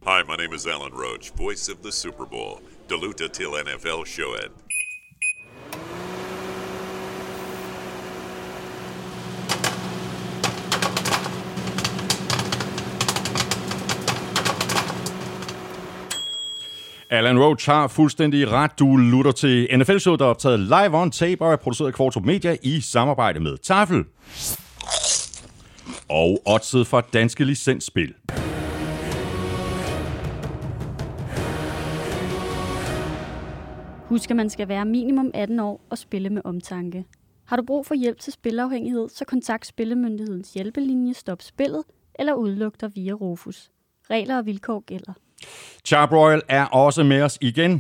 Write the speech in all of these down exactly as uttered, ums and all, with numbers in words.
Hi, my name is Alan Roach, voice of the Super Bowl. Du lytter til N F L-showet. Alan Roach har fuldstændig ret. Du lytter til N F L-showet, der er optaget live on tape og er produceret af Kvartrup Media i samarbejde med Tafel. Og oddset fra Danske Licensspil. Husk, at man skal være minimum atten år og spille med omtanke. Har du brug for hjælp til spilafhængighed, så kontakt Spillemyndighedens hjælpelinje Stop Spillet eller udluk dig via Rufus. Regler og vilkår gælder. Charbroil er også med os igen.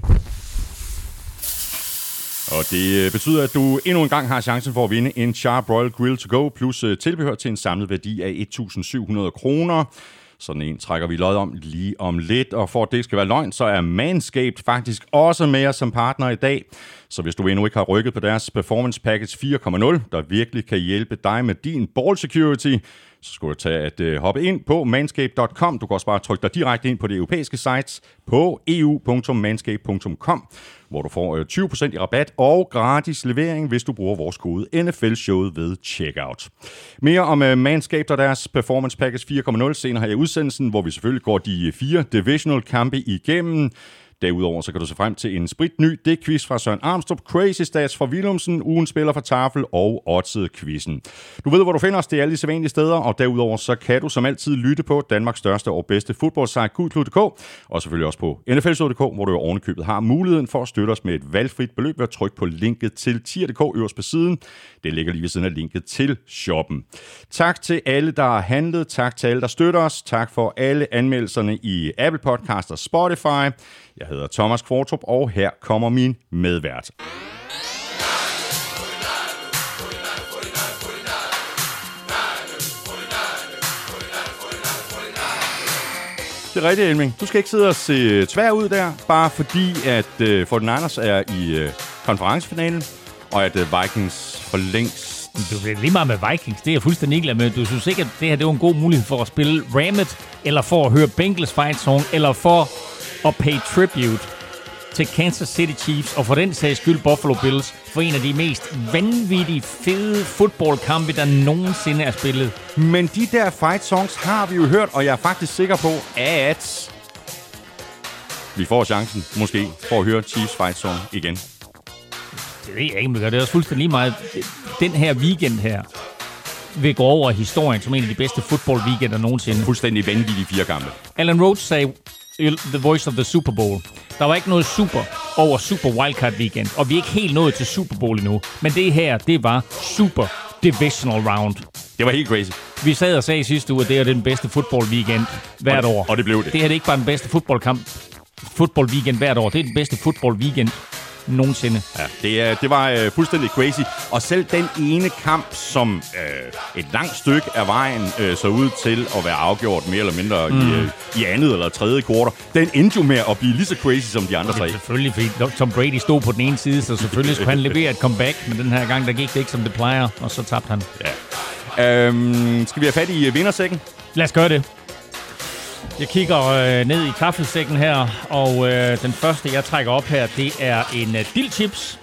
Og det betyder, at du endnu en gang har chancen for at vinde en Charbroil Grill to Go plus tilbehør til en samlet værdi af et tusind syv hundrede kroner. Sådan en trækker vi lod om lige om lidt, og for at det skal være løgn, så er Manscaped faktisk også med os som partner i dag. Så hvis du endnu ikke har rykket på deres Performance Package fire punkt nul, der virkelig kan hjælpe dig med din ball security, så skal du tage at uh, hoppe ind på manscaped punktum com. Du kan også bare trykke dig direkte ind på det europæiske sites på e u punktum manscaped punktum com, hvor du får uh, tyve procent i rabat og gratis levering, hvis du bruger vores kode N F L-showet ved checkout. Mere om uh, Manscaped og deres Performance Package fire punkt nul senere her i udsendelsen, hvor vi selvfølgelig går de fire divisional kampe igennem. Derudover så kan du se frem til en spritny dækquiz fra Søren Armstrong, Crazy Stats fra Willumsen, ugen spiller fra Tafel og Odds-quizzen. Du ved, hvor du finder os, det er alle de sædvanlige steder, og derudover så kan du som altid lytte på Danmarks største og bedste fodboldsite, Gulklud punktum d k, og selvfølgelig også på N F L punktum d k, hvor du i ovenikøbet har muligheden for at støtte os med et valgfrit beløb ved at trykke på linket til tier punktum d k øverst på siden. Det ligger lige ved siden af linket til shoppen. Tak til alle, der har handlet. Tak til alle, der støtter os. Tak for alle anmeldelserne i Apple Podcast og Spotify. Jeg hedder Thomas Kvartrup, og her kommer min medvært. Det er rigtigt, Elming. Du skal ikke sidde og se tvær ud der, bare fordi, at uh, forty-niners er i uh, konferencefinalen, og at uh, Vikings for længst... Du bliver lige meget med Vikings, det er jeg fuldstændig ligeglad med. Du synes ikke, at det her det var en god mulighed for at spille Rammet, eller for at høre Bengals fight song, eller for at pay tribute til Kansas City Chiefs, og for den sags skyld Buffalo Bills, for en af de mest vanvittige, fede fodboldkampe, der nogensinde er spillet. Men de der fight songs har vi jo hørt, og jeg er faktisk sikker på, at vi får chancen, måske, for at høre Chiefs fight song igen. Det ved jeg ikke, men det er også fuldstændig lige meget. Den her weekend her vil gå over i historien som en af de bedste fodboldweekender nogensinde. Fuldstændig vanvittige fire kampe. Alan Roach sagde, the voice of the Super Bowl. Der var ikke noget super over Super Wildcard Weekend, og vi er ikke helt nået til Super Bowl endnu. Men det her, det var Super Divisional Round. Det var helt crazy. Vi sad og sagde sidste uge, at det er den bedste football weekend hvert og, år. Og det blev det. Det her det er ikke bare den bedste fodboldkamp, football weekend hvert år. Det er den bedste football weekend nogensinde. Ja, det, er, det var øh, fuldstændig crazy. Og selv den ene kamp, som øh, et langt stykke af vejen øh, så ud til at være afgjort mere eller mindre mm. i, øh, i andet eller tredje kvartal, den endte jo med at blive lige så crazy som de andre tre. Selvfølgelig, fordi Tom Brady stod på den ene side, så selvfølgelig skulle han levere et comeback, men den her gang, der gik det ikke som det plejer, og så tabte han. Ja. Øhm, skal vi have fat i vindersækken? Lad os gøre det. Jeg kigger øh, ned i kaffesækken her, og øh, den første, jeg trækker op her, det er en øh, dildchips.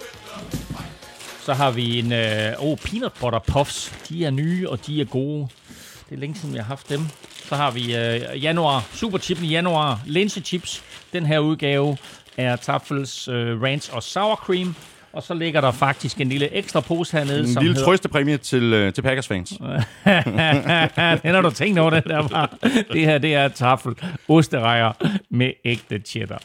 Så har vi en øh, oh, peanut butter puffs. De er nye, og de er gode. Det er længe siden, jeg har haft dem. Så har vi øh, januar, superchippen i januar, linsechips. Den her udgave er Tafels øh, ranch og sour cream. Og så ligger der faktisk en lille ekstra pose hernede. En som lille hedder... trøstepræmie til, øh, til Packers fans. Den har du tænkt over, den der var. Det her, det er Tafel osterejer med ægte cheddar.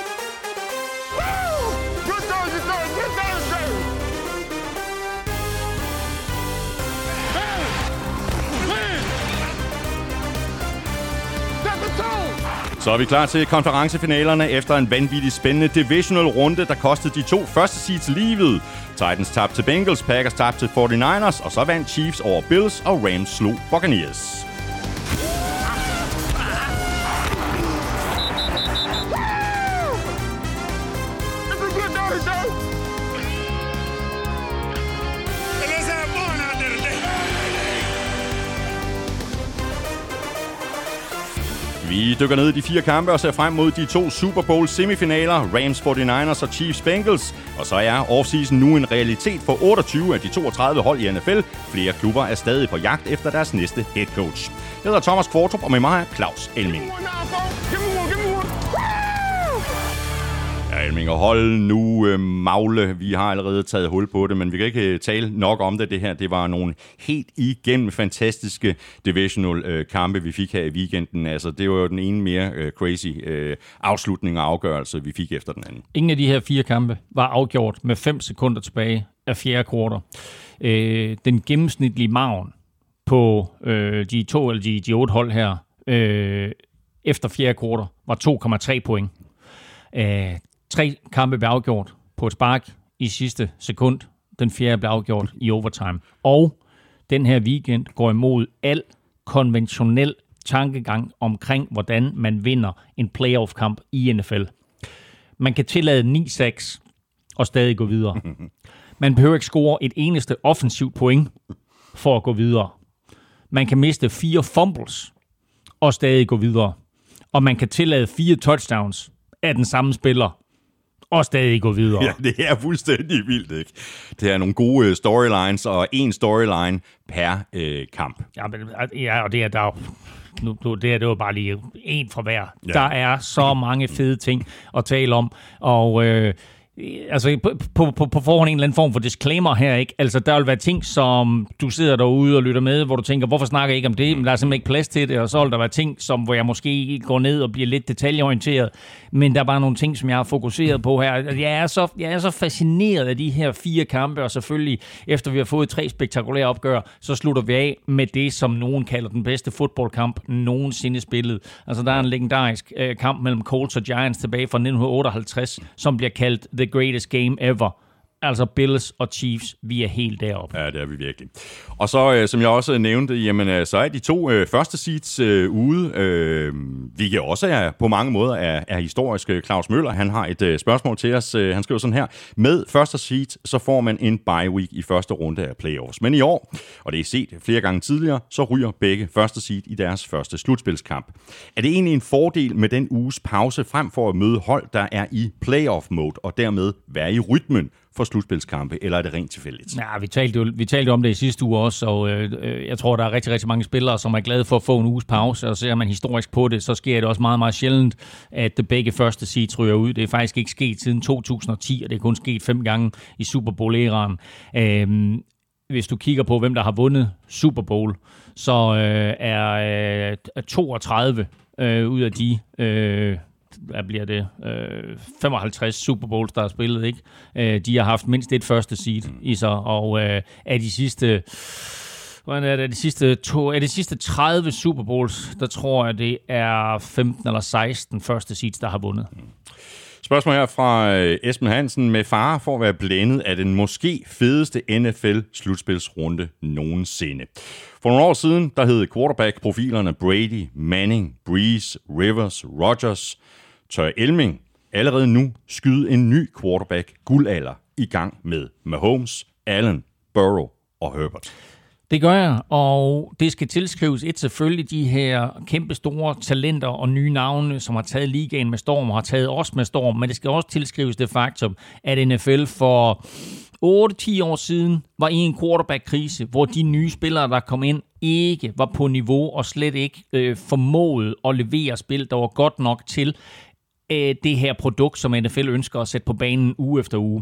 Så er vi klar til konferencefinalerne efter en vanvittig spændende divisional runde, der kostede de to første seeds livet. Titans tabte til Bengals, Packers tabte til forty-niners, og så vandt Chiefs over Bills, og Rams slog Buccaneers. Vi dykker ned i de fire kampe og ser frem mod de to Super Bowl semifinaler, Rams forty-niners og Chiefs Bengals. Og så er offseason nu en realitet for otteogtyve af de toogtredive hold i N F L. Flere klubber er stadig på jagt efter deres næste head coach. Jeg hedder Thomas Kvartrup, og med mig er Claus Elming. Ja, Elming, og hold nu øh, magle. Vi har allerede taget hul på det, men vi kan ikke øh, tale nok om det. Det her, det var nogle helt igennem fantastiske divisional øh, kampe, vi fik her i weekenden. Altså, det var jo den ene mere øh, crazy øh, afslutning og afgørelse, vi fik efter den anden. Ingen af de her fire kampe var afgjort med fem sekunder tilbage af fjerde kvartal. Øh, den gennemsnitlige margen på øh, de to eller de, de otte hold her øh, efter fjerde kvartal var to komma tre point. Øh, Tre kampe blev afgjort på et spark i sidste sekund. Den fjerde blev afgjort i overtime. Og den her weekend går imod al konventionel tankegang omkring, hvordan man vinder en playoff-kamp i N F L. Man kan tillade ni seks og stadig gå videre. Man behøver ikke score et eneste offensivt point for at gå videre. Man kan miste fire fumbles og stadig gå videre. Og man kan tillade fire touchdowns af den samme spiller og stadig gå videre. Ja, det er fuldstændig vildt, ikke? Det er nogle gode storylines, og en storyline per øh, kamp. Ja, men, ja, og det er der nu, nu, det er det var bare lige en fra hver. Ja. Der er så mange fede ting at tale om, og øh, altså på, på, på forhånd en eller anden form for disclaimer her, ikke? Altså der vil være ting, som du sidder derude og lytter med, hvor du tænker, hvorfor snakker jeg ikke om det? Men der er simpelthen ikke plads til det, og så vil der være ting, som, hvor jeg måske går ned og bliver lidt detaljeorienteret, men der er bare nogle ting, som jeg har fokuseret på her. Jeg er så, jeg er så fascineret af de her fire kampe, og selvfølgelig, efter vi har fået tre spektakulære opgør, så slutter vi af med det, som nogen kalder den bedste fodboldkamp nogensinde spillet. Altså der er en legendarisk øh, kamp mellem Colts og Giants tilbage fra nitten otteoghalvtreds, som bliver kaldt The Greatest Game Ever. Altså Bills og Chiefs, vi er helt deroppe. Ja, det er vi virkelig. Og så, øh, som jeg også nævnte, jamen, øh, så er de to øh, første seeds øh, ude. Øh, vi kan også er, på mange måder er, er historiske. Claus Møller, han har et øh, spørgsmål til os. Øh, han skriver sådan her. Med første seeds, så får man en bye week i første runde af playoffs. Men i år, og det er set flere gange tidligere, så ryger begge første seed i deres første slutspilskamp. Er det egentlig en fordel med den uges pause frem for at møde hold, der er i playoff-mode, og dermed være i rytmen for slutspilskampe, eller er det rent tilfældigt? Ja, vi talte jo vi talte om det i sidste uge også, og øh, jeg tror, der er rigtig, rigtig mange spillere, som er glade for at få en uges pause, og ser man historisk på det, så sker det også meget, meget sjældent, at begge første seeds ryger ud. Det er faktisk ikke sket siden to tusind og ti, og det er kun sket fem gange i Super Bowl-æraen. Øh, hvis du kigger på, hvem der har vundet Super Bowl, så øh, er øh, toogtredive øh, ud af de øh, hvad bliver det, øh, femoghalvtreds Super Bowls, der er spillet, ikke? Øh, de har haft mindst et første seed i sig, og øh, af de sidste, hvordan er det, de sidste to, af de sidste tredive Super Bowls, der tror jeg, det er femten eller seksten første seeds, der har vundet. Spørgsmål her fra Esben Hansen. Med fare for at være blændet af den måske fedeste N F L-slutspilsrunde nogensinde. For nogle år siden, der hed quarterback-profilerne Brady, Manning, Breeze, Rivers, Rodgers. Tør Elming allerede nu skyde en ny quarterback-guldalder i gang med Mahomes, Allen, Burrow og Herbert? Det gør jeg, og det skal tilskrives et selvfølgelig de her kæmpe store talenter og nye navne, som har taget ligaen med storm og har taget os med storm, men det skal også tilskrives det faktum, at N F L for otte til ti år siden var i en quarterback-krise, hvor de nye spillere, der kom ind, ikke var på niveau og slet ikke øh, formåede at levere spil, der var godt nok til øh, det her produkt, som N F L ønsker at sætte på banen uge efter uge.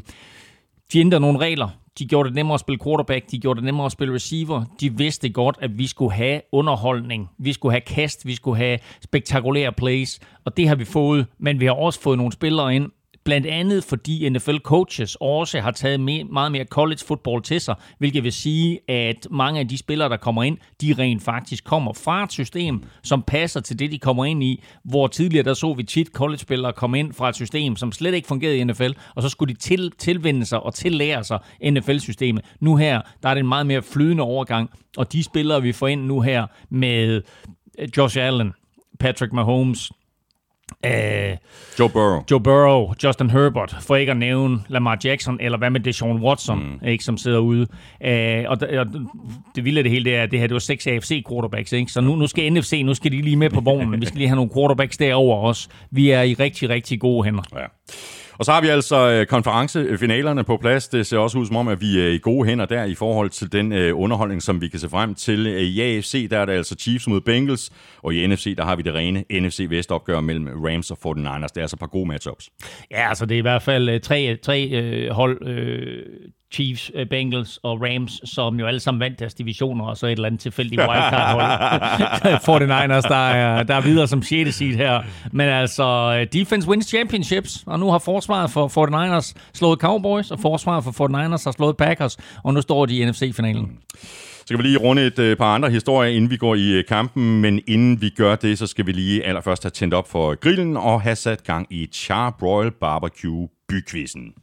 De ændrede nogle regler. De gjorde det nemmere at spille quarterback, de gjorde det nemmere at spille receiver. De vidste godt, at vi skulle have underholdning, vi skulle have kast, vi skulle have spektakulære plays, og det har vi fået, men vi har også fået nogle spillere ind, blandt andet fordi N F L-coaches også har taget meget mere college football til sig, hvilket vil sige, at mange af de spillere, der kommer ind, de rent faktisk kommer fra et system, som passer til det, de kommer ind i, hvor tidligere der så vi tit college-spillere komme ind fra et system, som slet ikke fungerede i N F L, og så skulle de til, tilvende sig og tillære sig N F L-systemet. Nu her, der er det en meget mere flydende overgang, og de spillere, vi får ind nu her med Josh Allen, Patrick Mahomes, Øh, Joe Burrow. Joe Burrow, Justin Herbert, for ikke at nævne Lamar Jackson, eller hvad med Deshaun Watson, mm. ikke, som sidder ude. Øh, og, og det vilde af det hele, det er, at det her det var seks A F C quarterbacks, ikke? Så nu, nu skal N F C, nu skal de lige med på vognen. Vi skal lige have nogle quarterbacks derover også. Vi er i rigtig, rigtig gode hænder. Ja. Og så har vi altså konferencefinalerne på plads. Det ser også ud som om, at vi er i gode hænder der i forhold til den underholdning, som vi kan se frem til. I A F C, der er det altså Chiefs mod Bengals, og i N F C, der har vi det rene N F C Vest-opgør mellem Rams og forty-niners. Det er altså et par gode matchups. Ja, altså det er i hvert fald tre, tre øh, hold, øh, Chiefs, øh, Bengals og Rams, som jo alle sammen vandt deres divisioner, og så et eller andet tilfældigt wildcard-hold. forty-niners, der er, der er videre som sjette seed her. Men altså, defense wins championships, og nu har forsvaret for forty-niners slået Cowboys, og forsvaret for forty-niners har slået Packers, og nu står de i N F C-finalen. Mm. Så skal vi lige runde et øh, par andre historier, inden vi går i øh, kampen, men inden vi gør det, så skal vi lige allerførst have tændt op for grillen og have sat gang i Char-Broil Barbecue bykvisten.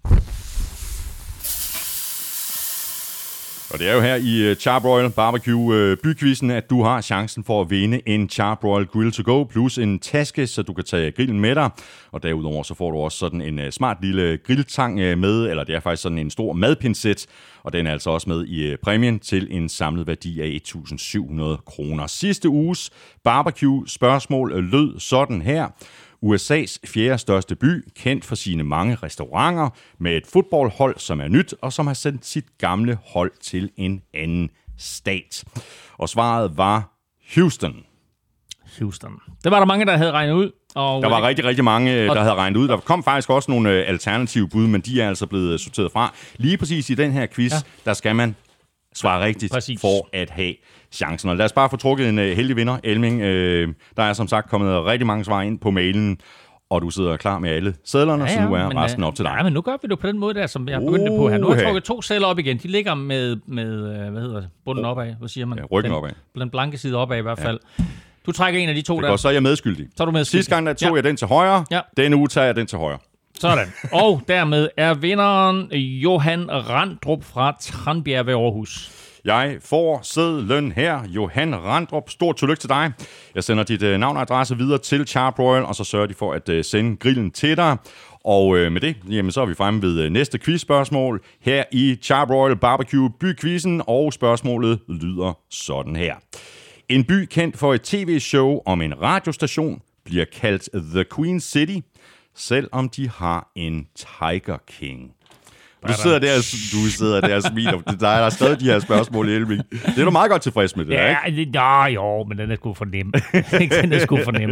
Og det er jo her i Char-Broil Barbecue bykvisten, at du har chancen for at vinde en Char-Broil Grill to Go plus en taske, så du kan tage grillen med dig. Og derudover så får du også sådan en smart lille grilltang med, eller det er faktisk sådan en stor madpincet, og den er altså også med i præmien til en samlet værdi af et tusind syv hundrede kroner. Sidste uges barbecue-spørgsmål lød sådan her. U S A's fjerde største by, kendt for sine mange restauranter, med et fodboldhold, som er nyt, og som har sendt sit gamle hold til en anden stat. Og svaret var Houston. Houston. Det var der mange, der havde regnet ud. Og der var rigtig, rigtig mange, der havde regnet ud. Der kom faktisk også nogle alternative bud, men de er altså blevet sorteret fra. Lige præcis i den her quiz, ja. Der skal man svare rigtigt præcis. For at have chancen. Og lad os bare få trukket en uh, heldig vinder, Elming. Uh, der er som sagt kommet rigtig mange svar ind på mailen, og du sidder klar med alle sedlerne, ja, ja, så nu er men, resten op til dig. Ja, men nu gør vi det på den måde der, som jeg begyndte uh, på her. Nu har jeg trukket to sedler op igen. De ligger med, med hvad hedder det, bunden opad. Hvad siger man? Ja, ryggen den, opad. Den blanke side opad i hvert fald. Ja. Du trækker en af de to det der. Går, så er jeg medskyldig. Så er du medskyldig. Sidste gang der tog ja. jeg den til højre. Ja. Denne uge tager jeg den til højre. Sådan. Og dermed er vinderen Johan Randrup fra Tranbjerg ved Aarhus. Jeg får sedlen her. Johan Randrup, stort tillykke til dig. Jeg sender dit uh, navn og adresse videre til Char-Broil, og så sørger de for at uh, sende grillen til dig. Og uh, med det, jamen, så er vi fremme ved uh, næste quizspørgsmål her i Char-Broil Barbecue bykvisten, og spørgsmålet lyder sådan her. En by kendt for et tv-show om en radiostation bliver kaldt The Queen City, selvom de har en Tiger King. Du sidder der, du sidder der og smiler. Der er stadig de her spørgsmål i Elming. Det er du meget godt tilfreds med det, ja, ikke? Ja, jo, men den er sgu for nem. Den er sgu for nem.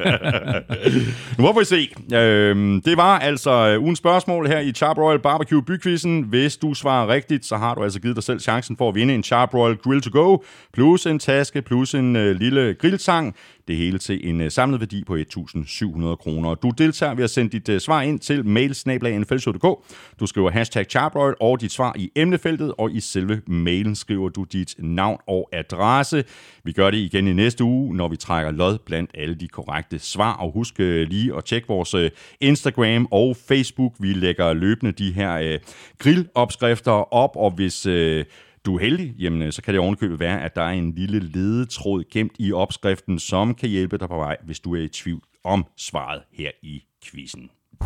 Nu må vi se. Det var altså ugens spørgsmål her i Char-Broil Barbecue bykvisten. Hvis du svarer rigtigt, så har du altså givet dig selv chancen for at vinde en Char-Broil Grill to Go, plus en taske, plus en lille grilltang. Det hele til en samlet værdi på et tusind syv hundrede kroner. Du deltager ved at sende dit uh, svar ind til mail snabel-a n f l punktum d k. Du skriver hashtag Char-Broil og dit svar i emnefeltet, og i selve mailen skriver du dit navn og adresse. Vi gør det igen i næste uge, når vi trækker lod blandt alle de korrekte svar. Og husk uh, lige at tjekke vores uh, Instagram og Facebook. Vi lægger løbende de her uh, grillopskrifter op, og hvis... Uh, du er heldig, jamen, så kan det ovenikøbet være, at der er en lille ledetråd gemt i opskriften, som kan hjælpe dig på vej, hvis du er i tvivl om svaret her i quizzen.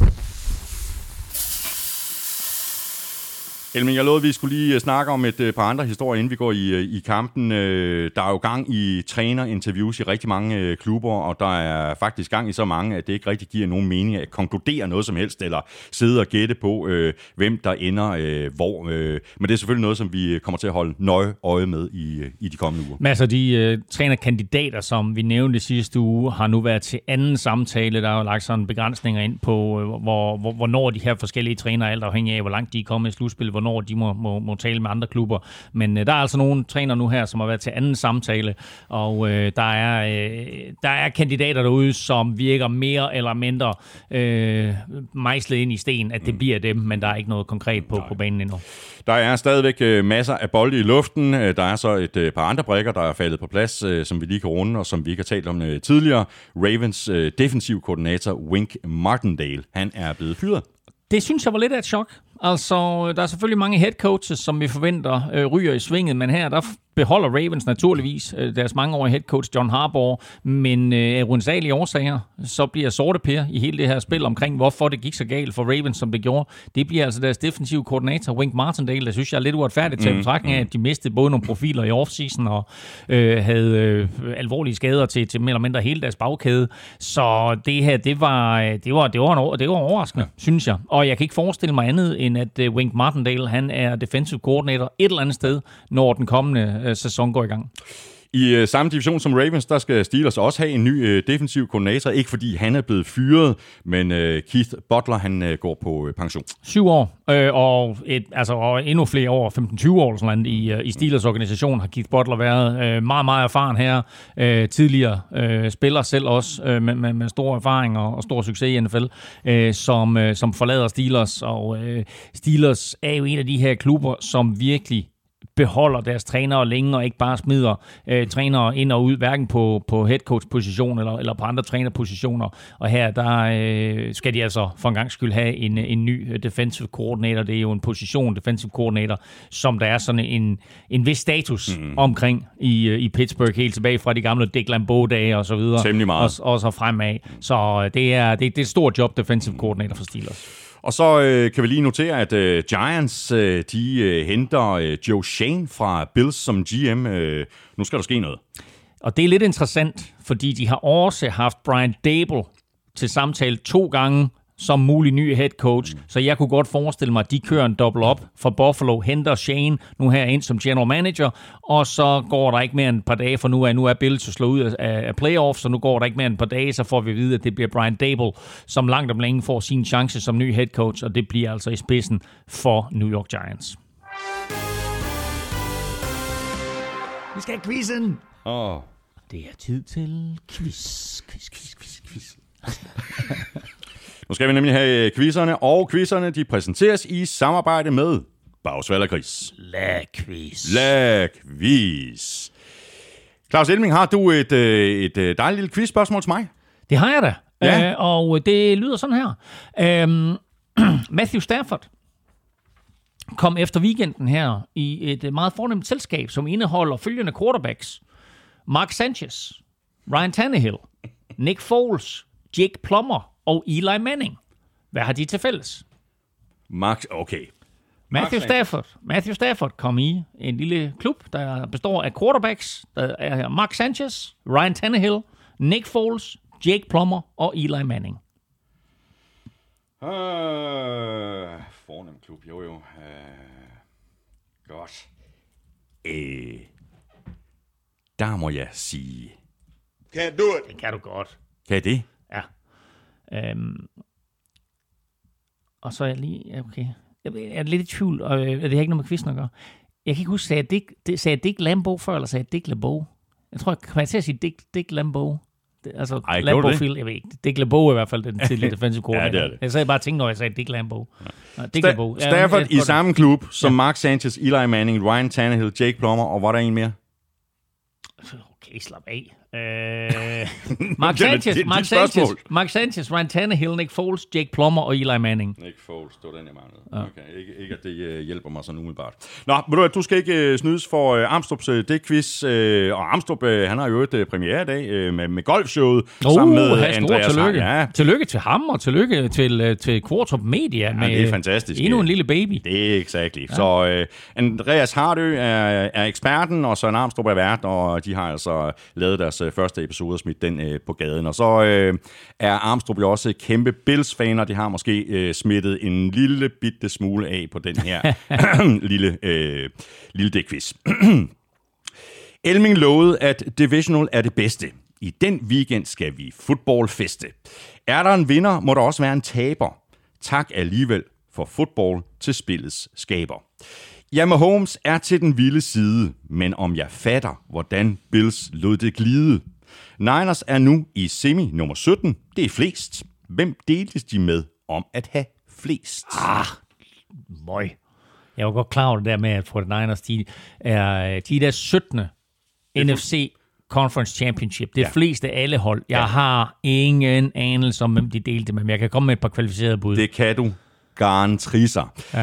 Elming, jeg lovede, at vi skulle lige snakke om et par andre historier, inden vi går i, i kampen. Der er jo gang i trænerinterviews i rigtig mange klubber, og der er faktisk gang i så mange, at det ikke rigtig giver nogen mening at konkludere noget som helst, eller sidde og gætte på, øh, hvem der ender øh, hvor. Øh. Men det er selvfølgelig noget, som vi kommer til at holde nøje øje med i, i de kommende uger. Men altså, de øh, trænerkandidater, som vi nævnte sidste uge, har nu været til anden samtale. Der er jo lagt sådan begrænsninger ind på, øh, hvor, hvor, hvornår de her forskellige trænere, alt afhængig af, hvor langt de er kommet i slutspil, hvornår de må, må, må tale med andre klubber. Men øh, der er altså nogle træner nu her, som har været til anden samtale, og øh, der, er, øh, der er kandidater derude, som virker mere eller mindre øh, mejslet ind i sten, at det mm. bliver dem, men der er ikke noget konkret på, på banen endnu. Der er stadigvæk øh, masser af bolde i luften. Der er så et øh, par andre brikker, der er faldet på plads, øh, som vi lige kan runde, og som vi ikke har talt om øh, tidligere. Ravens øh, defensiv koordinator Wink Martindale, han er blevet fyret. Det synes jeg var lidt af et chok. Altså, der er selvfølgelig mange head coaches, som vi forventer øh, ryger i svinget, men her der beholder Ravens naturligvis deres mangeårige head coach John Harbaugh, men af øh, uansagelige årsager, så bliver sorte per i hele det her spil omkring, hvorfor det gik så galt for Ravens, som det gjorde. Det bliver altså deres defensive koordinator, Wink Martindale, der synes jeg er lidt uretfærdigt til mm. betragtning af, at de mistede både nogle profiler i offseason og øh, havde øh, alvorlige skader til, til mere eller mindre hele deres bagkæde. Så det her, det var, det var, det var, en, det var overraskende, ja. synes jeg. Og jeg kan ikke forestille mig andet, end at uh, Wink Martindale, han er defensive coordinator et eller andet sted, når den kommende uh, sæson går i gang. I øh, samme division som Ravens, der skal Steelers også have en ny øh, defensiv koordinator. Ikke fordi han er blevet fyret, men øh, Keith Butler, han øh, går på øh, pension. Syv år, øh, og, et, altså, og endnu flere år, femten tyve år eller sådan noget, i, øh, i Steelers organisation har Keith Butler været øh, meget, meget erfaren her. Øh, tidligere øh, spiller selv også øh, med, med, med stor erfaring og, og stor succes i N F L, øh, som, øh, som forlader Steelers. Og øh, Steelers er jo en af de her klubber, som virkelig beholder deres trænere længe og ikke bare smider øh, trænere ind og ud, hverken på, på headcoach-position eller, eller på andre trænerpositioner. Og her der øh, skal de altså for en gang skyld have en, en ny defensive coordinator. Det er jo en position, defensive coordinator, som der er sådan en, en vis status mm. omkring i, i Pittsburgh, helt tilbage fra de gamle Dick Lambeau-dage og så videre. Temmelig meget. Og, og så fremad. Så det er, det, det er et stort job, defensive coordinator for Steelers. Og så øh, kan vi lige notere, at øh, Giants, øh, de øh, henter øh, Joe Shane fra Bills som G M. Øh, nu skal der ske noget. Og det er lidt interessant, fordi de har også haft Brian Daboll til samtale to gange som mulig ny head coach. Mm. Så jeg kunne godt forestille mig, at de kører en double up for Buffalo, henter Shane nu her ind som general manager, og så går der ikke mere end et par dage, for nu er, nu er Bills slået ud af, af playoffs, så nu går der ikke mere end et par dage, så får vi at vide, at det bliver Brian Daboll, som langt om længe får sin chance som ny head coach, og det bliver altså i spidsen for New York Giants. Vi skal have quizzen! Åh. Oh. Det er tid til quiz, quiz, quiz, quiz, quiz. Nu skal vi nemlig have quizzerne, og quizzerne de præsenteres i samarbejde med Bagsvald og Gris. La quiz. La quiz. Claus Elming, har du et, et, et dejligt lille quizspørgsmål til mig? Det har jeg da, ja. øh, og det lyder sådan her. Øhm, Matthew Stafford kom efter weekenden her i et meget fornemt selskab, som indeholder følgende quarterbacks: Mark Sanchez, Ryan Tannehill, Nick Foles, Jake Plummer og Eli Manning. Hvad har de til fælles? Mark, okay. Matthew Stafford. Matthew Stafford kom i en lille klub, der består af quarterbacks. Der er Mark Sanchez, Ryan Tannehill, Nick Foles, Jake Plummer og Eli Manning. Uh, fornem klub, jo jo. Uh, godt. Uh, der må jeg sige... Can't do it. Det kan du godt. Kan det? Ja. Um, og så er jeg lige... Okay. Jeg er lidt i tvivl, og det har ikke noget med quizzen at gøre. Jeg kan ikke huske, sagde jeg Dick, sagde jeg Dick Lambeau før, eller sagde jeg Dick LeBeau? Jeg tror, jeg kommer til at sige Dick, Dick Lambeau. Det, altså, Ej, Lambeau Field, jeg ved ikke. Dick LeBeau er i hvert fald den tidlige defensive coordinator. Ja, det er det. Jeg sagde bare tænkt, når jeg sagde Dick Lambeau. Ja. Dick Sta- LeBeau. Stafford ja, i samme klub som ja. Mark Sanchez, Eli Manning, Ryan Tannehill, Jake Plummer, og var der en mere? Okay, slap af. Uh, Mark Sanchez, Mark Sanchez, Mark Sanchez, Ryan Tannehill, Nick Foles, Jake Plummer og Eli Manning. Nick Foles, det var den, jeg manglede. Okay, ikke, ikke at det uh, hjælper mig sådan umiddelbart. Nå, ved du at du skal ikke uh, snydes for uh, Armstrongs uh, dækquiz, uh, og Armstrong, uh, han har jo et uh, premiere i dag uh, med, med golfshowet oh, sammen med uh, Andreas. Tillykke. Ja. Tillykke til ham, og tillykke til, uh, til Quartrup Media. Ja, med det er fantastisk. Endnu en lille baby. Det er exakt. Ja. Så uh, Andreas Hardø er, er eksperten, og Søren Armstrong er vært, og de har altså lavet deres uh, første episode og smidt den øh, på gaden. Og så øh, er Armstrong jo også kæmpe Bills-fan, og de har måske øh, smittet en lille bitte smule af på den her lille, øh, lille dækquiz. Elming lovede, at Divisional er det bedste. I den weekend skal vi fodboldfeste. Er der en vinder, må der også være en taber. Tak alligevel for fodbold til spillets skaber. Ja, Mahomes er til den vilde side, men om jeg fatter, hvordan Bills lod det glide. Niners er nu i semi nummer sytten. Det er flest. Hvem deltes de med om at have flest? Ah, møj. Jeg var godt klar over det der med, at forty-niners, de er, de er der syttende N F C Conference Championship. Det er ja. flest af alle hold. Jeg ja. har ingen anelse om, hvem de delte med, men jeg kan komme med et par kvalificerede bud. Det kan du garantere sig. Ja.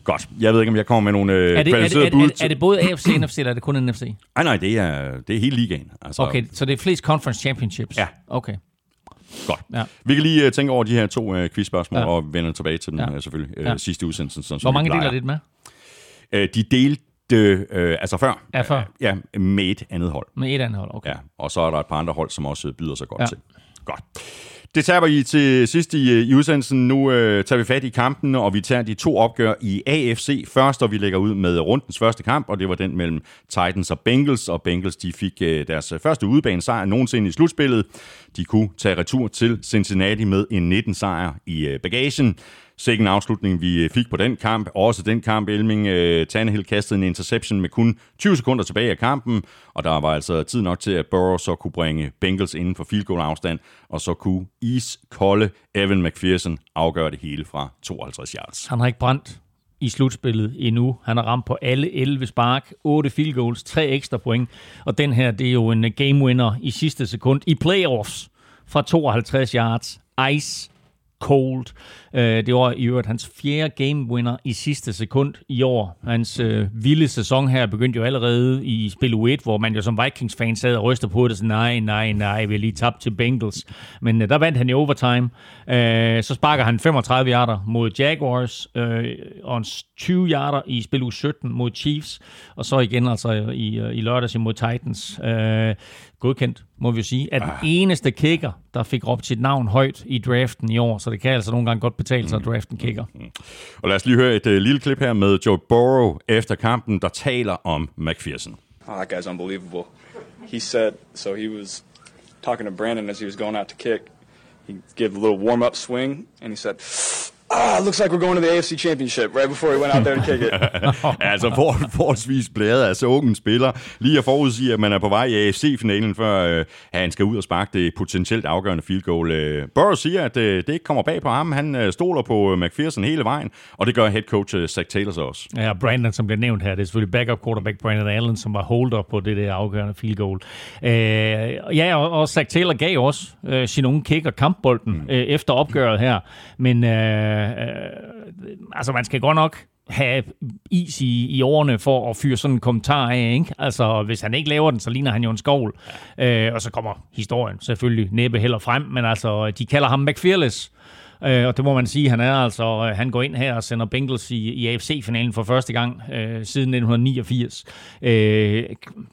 Godt. Jeg ved ikke, om jeg kommer med nogle øh, er det, kvalificerede er det, er, bud. er, er det både A F C og N F C, eller er det kun N F C? Nej, nej, det er, det er hele ligaen. Altså, Okay, så det er flest conference championships? Ja. Okay. Godt. Ja. Vi kan lige uh, tænke over de her to uh, quizspørgsmål, ja. og vende tilbage til den ja. uh, selvfølgelig uh, ja. sidste udsendelse. Sådan, Hvor mange deler er det med? Uh, de delte, uh, altså før, ja, før. Uh, ja, med et andet hold. Med et andet hold, okay. Ja, og så er der et par andre hold, som også byder sig godt ja. til. Godt. Det tager vi til sidst i, i udsendelsen. Nu øh, tager vi fat i kampen, og vi tager de to opgør i A F C først, og vi lægger ud med rundens første kamp, og det var den mellem Titans og Bengals, og Bengals de fik øh, deres første udebanesejr nogensinde i slutspillet. De kunne tage retur til Cincinnati med en nitten sejr i øh, bagagen. Sikken afslutning, vi fik på den kamp. Også den kamp, Elming uh, Tannehill kastede en interception med kun tyve sekunder tilbage af kampen, og der var altså tid nok til, at Burrow så kunne bringe Bengals inden for field goal afstand, og så kunne iskolde Evan McPherson afgøre det hele fra tooghalvtreds yards. Han har ikke brændt i slutspillet endnu. Han har ramt på alle elleve spark, otte field goals, tre ekstra point, og den her, det er jo en game winner i sidste sekund i playoffs fra tooghalvtreds yards. Ice cold. Det var i øvrigt hans fjerde game winner i sidste sekund i år. Hans øh, vilde sæson her begyndte jo allerede i spil U et, hvor man jo som Vikings-fan sad og rystede på det, så nej, nej, nej, vi har lige tabt til Bengals. Men øh, der vandt han i overtime. Øh, så sparker han femogtredive yarder mod Jaguars, øh, og tyve yarder i spil U sytten mod Chiefs, og så igen altså i, i lørdags imod Titans. Øh, godkendt, må vi jo sige, at den eneste kicker, der fik råbt sit navn højt i draften i år, så det kan altså nogle gange godt betale sig at draften kicker. Og lad os lige høre et uh, lille klip her med Joe Burrow efter kampen, der taler om McPherson. Oh, that guy's unbelievable. He said, so he was talking to Brandon as he was going out to kick. He gave a little warm-up swing, and he said, ah, it looks like we're going to the A F C Championship, right before he went out there to kick it. Altså for, forholdsvis blæret, altså unge spiller. Lige at forudsige, at man er på vej i A F C-finalen, før øh, han skal ud og sparke det potentielt afgørende field goal. Øh, Burrow siger, at øh, det ikke kommer bag på ham. Han øh, stoler på McPherson hele vejen, og det gør head coach øh, Zach Taylor så også. Ja, Brandon, som bliver nævnt her, det er selvfølgelig backup quarterback Brandon Allen, som var holder på det der afgørende field goal. Øh, ja, og, og Zach Taylor gav også øh, sin unge kicker kampbolden mm. øh, efter opgøret her, men øh, øh, altså man skal godt nok have is i, i årene for at fyre sådan en kommentar af, ikke? Altså, hvis han ikke laver den, så ligner han jo en skovl. Øh, og så kommer historien selvfølgelig næppe heller frem, men altså, de kalder ham McFearless. Øh, og det må man sige, han er altså, han går ind her og sender Bengals i, i A F C-finalen for første gang øh, siden nitten niogfirs. Øh,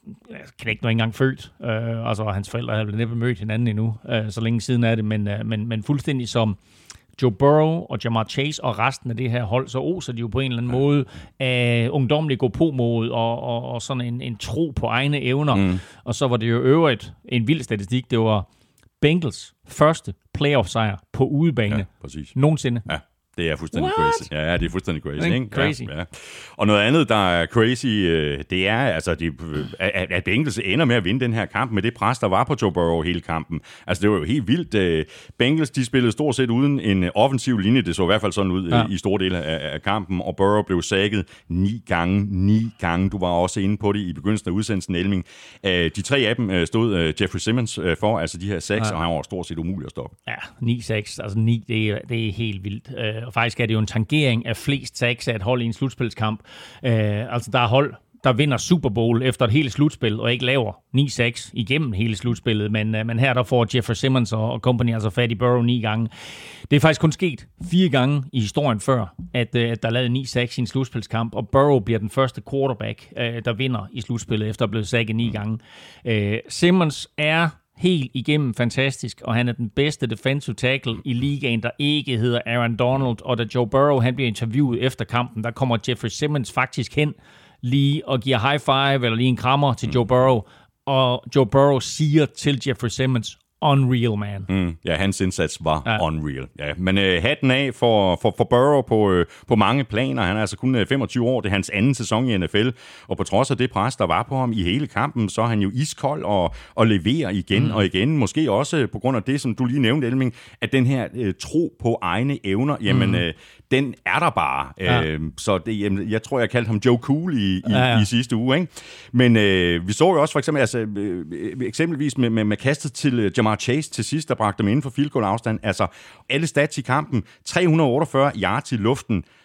knægt var ikke engang født. Øh, altså, hans forældre havde næppe mødt hinanden endnu, øh, så længe siden er det, men, øh, men, men fuldstændig som Joe Burrow og Jamar Chase og resten af det her hold, så oser de jo på en eller anden måde af ungdommelig gå-på-mod og, og, og sådan en, en tro på egne evner. Mm. Og så var det jo øvrigt en vild statistik. Det var Bengals første playoff-sejr på udebane ja, præcis. nogensinde. Ja. Det er fuldstændig What? crazy. Ja, det er fuldstændig crazy. Ikke? Crazy. Ja, ja. Og noget andet, der er crazy, det er, altså, de, at Bengals ender med at vinde den her kamp med det pres, der var på Joe Burrow hele kampen. Altså, det var jo helt vildt. Bengals, de spillede stort set uden en offensiv linje. Det så i hvert fald sådan ud ja. i store dele af kampen, og Burrow blev sækket ni gange. Ni gange. Du var også inde på det i begyndelsen af udsendelsen, Elming. De tre af dem stod Jeffrey Simmons for, altså de her seks, ja. og han var stort set umulig at stoppe. Ja, ni seks. Altså ni, det er, det er helt vildt. Og faktisk er det jo en tangering af flest sacks af et hold i en slutspilskamp. Øh, altså, der er hold, der vinder Super Bowl efter et helt slutspil, og ikke laver ni seks igennem hele slutspillet. Men, øh, men her der får Jeffrey Simmons og, og company altså fat i Burrow ni gange. Det er faktisk kun sket fire gange i historien før, at, øh, at der er lavet ni seks i en slutspilskamp, og Burrow bliver den første quarterback, øh, der vinder i slutspillet, efter at have blevet sacket ni gange. Øh, Simmons er helt igennem fantastisk, og han er den bedste defensive tackle i ligaen, der ikke hedder Aaron Donald, og da Joe Burrow han bliver interviewet efter kampen, der kommer Jeffrey Simmons faktisk hen lige og giver high five, eller lige en krammer til Joe Burrow, og Joe Burrow siger til Jeffrey Simmons, unreal, man. Mm, ja, hans indsats var ja. unreal. Ja, men øh, hatten af for, for, for Burrow på, øh, på mange planer. Han er altså kun femogtyve år. Det er hans anden sæson i N F L. Og på trods af det pres, der var på ham i hele kampen, så er han jo iskold og, og leverer igen mm. og igen. Måske også på grund af det, som du lige nævnte, Elming, at den her øh, tro på egne evner, jamen, mm. øh, den er der bare. Ja. Øh, så det, jamen, jeg tror, jeg kaldte ham Joe Cool i, i, ja, ja. i sidste uge. Ikke? Men øh, vi så jo også for eksempel, altså, øh, eksempelvis med, med, med kastet til øh, Jamar Chase til sidst, der bragte dem inden for field goal afstand. Altså, alle stats i kampen, tre hundrede og otteogfyrre yards i luften,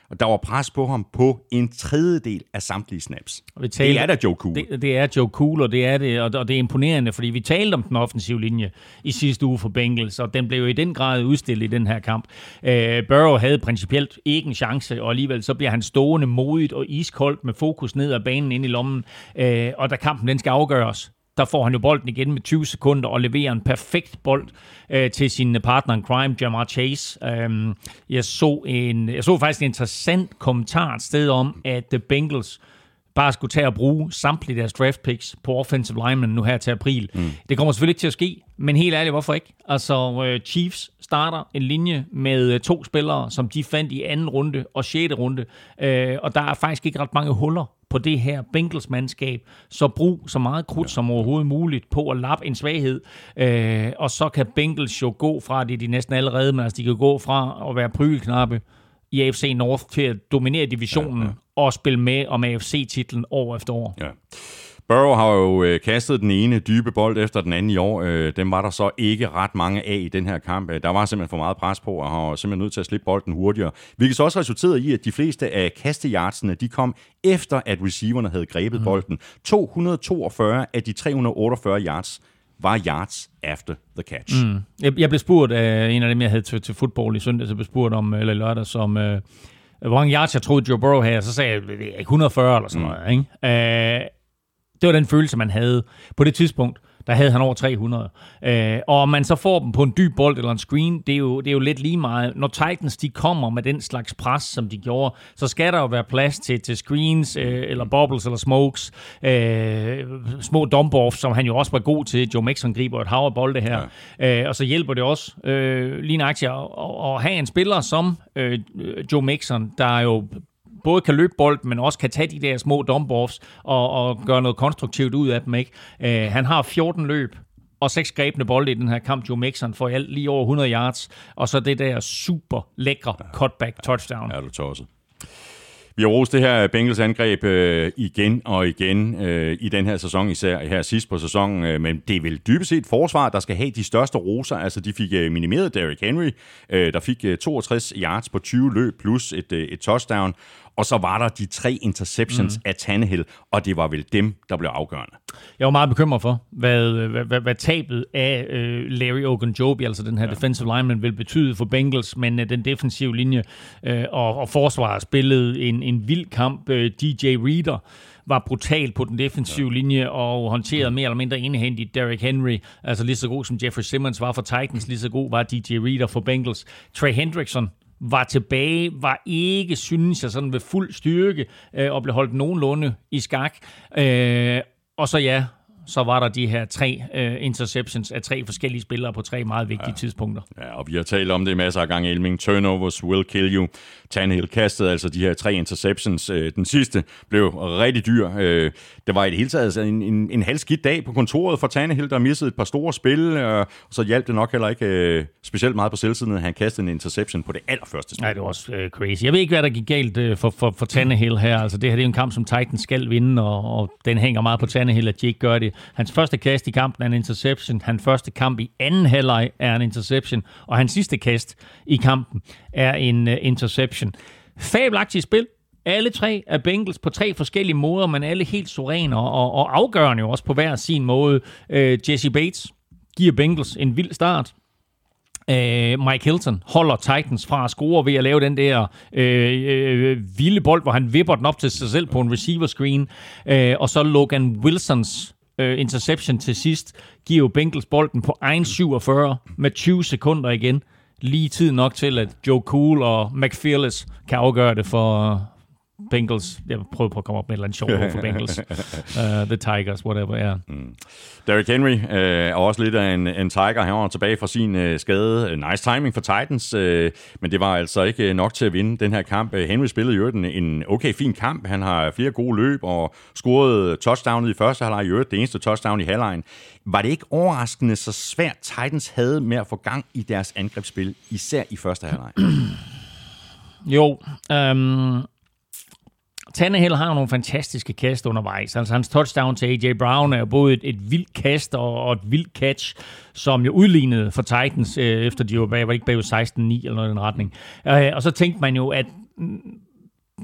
Og der var pres på ham på en tredjedel af samtlige snaps. Vi talte, det er da Joe Cool. Det, det er Joe Cool, og det er det, og det er imponerende, fordi vi talte om den offensive linje i sidste uge for Bengals, og den blev jo i den grad udstillet i den her kamp. Uh, Burrow havde principielt ikke en chance, og alligevel så bliver han stående modigt og iskoldt med fokus ned ad banen ind i lommen, uh, og da kampen den skal afgøres, der får han jo bolden igen med tyve sekunder og leverer en perfekt bold øh, til sin partner in crime, Jamar Chase. Øhm, jeg, så en, jeg så faktisk en interessant kommentar et sted om, at The Bengals bare skulle tage og bruge samtlige deres draft picks på offensive linemen nu her til april. Mm. Det kommer selvfølgelig ikke til at ske, men helt ærligt, hvorfor ikke? Altså, øh, Chiefs starter en linje med øh, to spillere, som de fandt i anden runde og sjette runde, øh, og der er faktisk ikke ret mange huller på det her Bengals-mandskab, så brug så meget krudt som overhovedet muligt på at lappe en svaghed, øh, og så kan Bengals jo gå fra det, de næsten allerede, men altså de kan gå fra at være prygelknappe i A F C North til at dominere divisionen ja, ja. og spille med om A F C-titlen år efter år. Ja. Burrow har jo øh, kastet den ene dybe bold efter den anden i år. Øh, dem var der så ikke ret mange af i den her kamp. Der var simpelthen for meget pres på, og har simpelthen nødt til at slippe bolden hurtigere. Hvilket så også resulterede i, at de fleste af kastejardsene, de kom efter, at receiverne havde grebet mm. bolden. to hundrede og toogfyrre af de tre hundrede og otteogfyrre yards var yards after the catch. Mm. Jeg, jeg blev spurgt af en af dem, jeg havde til, til fodbold i søndag, så blev spurgt om, eller lørdag, som... Øh, hvor mange yards jeg troede Joe Burrow havde, så sagde jeg, et hundrede og fyrre eller sådan mm. noget, ikke? Øh, Det var den følelse, man havde. På det tidspunkt, der havde han over tre hundrede. Øh, og om man så får dem på en dyb bold eller en screen, det er, jo, det er jo lidt lige meget. Når Titans de kommer med den slags pres, som de gjorde, så skal der jo være plads til, til screens, øh, eller bobbles, eller smokes. Øh, små dump-offs, som han jo også var god til. Joe Mixon griber et hav af bolde her. Ja. Øh, og så hjælper det også øh, lige nøjagtigt at, at have en spiller som øh, Joe Mixon, der jo både kan løbe bold, men også kan tage de der små dump-offs og, og gøre noget konstruktivt ud af dem, ikke? Uh, han har fjorten løb og seks grebne bolde i den her kamp. Joe Mixon får alt lige over hundrede yards, og så det der super lækre cutback touchdown. Ja, du tosset. Vi har rost det her Bengals angreb øh, igen og igen øh, i den her sæson, især her sidst på sæsonen, øh, men det er vel dybest set forsvar, der skal have de største roser. Altså, de fik øh, minimeret Derrick Henry, øh, der fik øh, toogtres yards på tyve løb plus et, øh, et touchdown, og så var der de tre interceptions mm. af Tannehill, og det var vel dem, der blev afgørende. Jeg var meget bekymret for, hvad, hvad, hvad, hvad tabet af øh, Larry Ogunjobi, altså den her ja. defensive lineman, vil betyde for Bengals, men øh, den defensive linje øh, og, og forsvaret spillede en, en vild kamp. Øh, D J Reader var brutal på den defensive ja. linje og håndterede mere eller mindre enhændigt Derrick Henry, altså lige så god som Jeffrey Simmons var for Titans, lige så god var D J Reader for Bengals. Trey Hendrickson var tilbage, var ikke, synes jeg, sådan ved fuld styrke, øh, og blev holdt nogenlunde i skak. Øh, og så ja, så var der de her tre øh, interceptions af tre forskellige spillere på tre meget vigtige ja. tidspunkter. Ja, og vi har talt om det masser af gange. Elming, turnovers will kill you. Tannehill kastede altså de her tre interceptions. Øh, den sidste blev rigtig dyr. Øh, det var i det hele taget altså en, en, en halvskidt dag på kontoret for Tannehill, der missede et par store spil, øh, og så hjalp det nok heller ikke øh, specielt meget på selvsiden, at han kastede en interception på det allerførste spil. Nej, det var også øh, crazy. Jeg ved ikke, hvad der gik galt øh, for, for, for Tannehill her. Altså, det her det er en kamp, som Titans skal vinde, og, og den hænger meget på Tannehill, at de ikke gør det. Hans første kast i kampen er en interception. Hans første kamp i anden halvleg er en interception. Og hans sidste kast i kampen er en uh, interception. Fabelagtigt spil. Alle tre er Bengals på tre forskellige måder, men alle helt suveræne og, og afgørende jo også på hver sin måde. Uh, Jesse Bates giver Bengals en vild start. Uh, Mike Hilton holder Titans fra at score ved at lave den der uh, uh, vilde bold, hvor han vipper den op til sig selv på en receiver screen. Uh, og så Logan Wilsons Uh, interception til sidst giver Bengals bolden på en syvogfyrre med tyve sekunder igen. Lige tid nok til, at Joe Cool og McPherlis kan afgøre det for Bengals. Jeg prøver på at komme op med et eller andet sjovt for Bengals. Uh, the Tigers, whatever, ja. Yeah. Mm. Derrick Henry uh, er også lidt af en, en Tiger. Han var tilbage fra sin uh, skade. Nice timing for Titans, uh, men det var altså ikke nok til at vinde den her kamp. Uh, Henry spillede jo en, en okay fin kamp. Han har flere gode løb og scorede touchdownet i første halvleg. I øvrigt det eneste touchdown i halvlejen. Var det ikke overraskende så svært Titans havde med at få gang i deres angrebsspil, især i første halvleg? Jo, um Tannehill har nogle fantastiske kast undervejs. Altså hans touchdown til A J Brown er både et, et vildt kast og, og et vildt catch, som jo udlignede for Titans, øh, efter de var bag, var ikke bagud seksten ni eller noget i den retning. Øh, og så tænkte man jo, at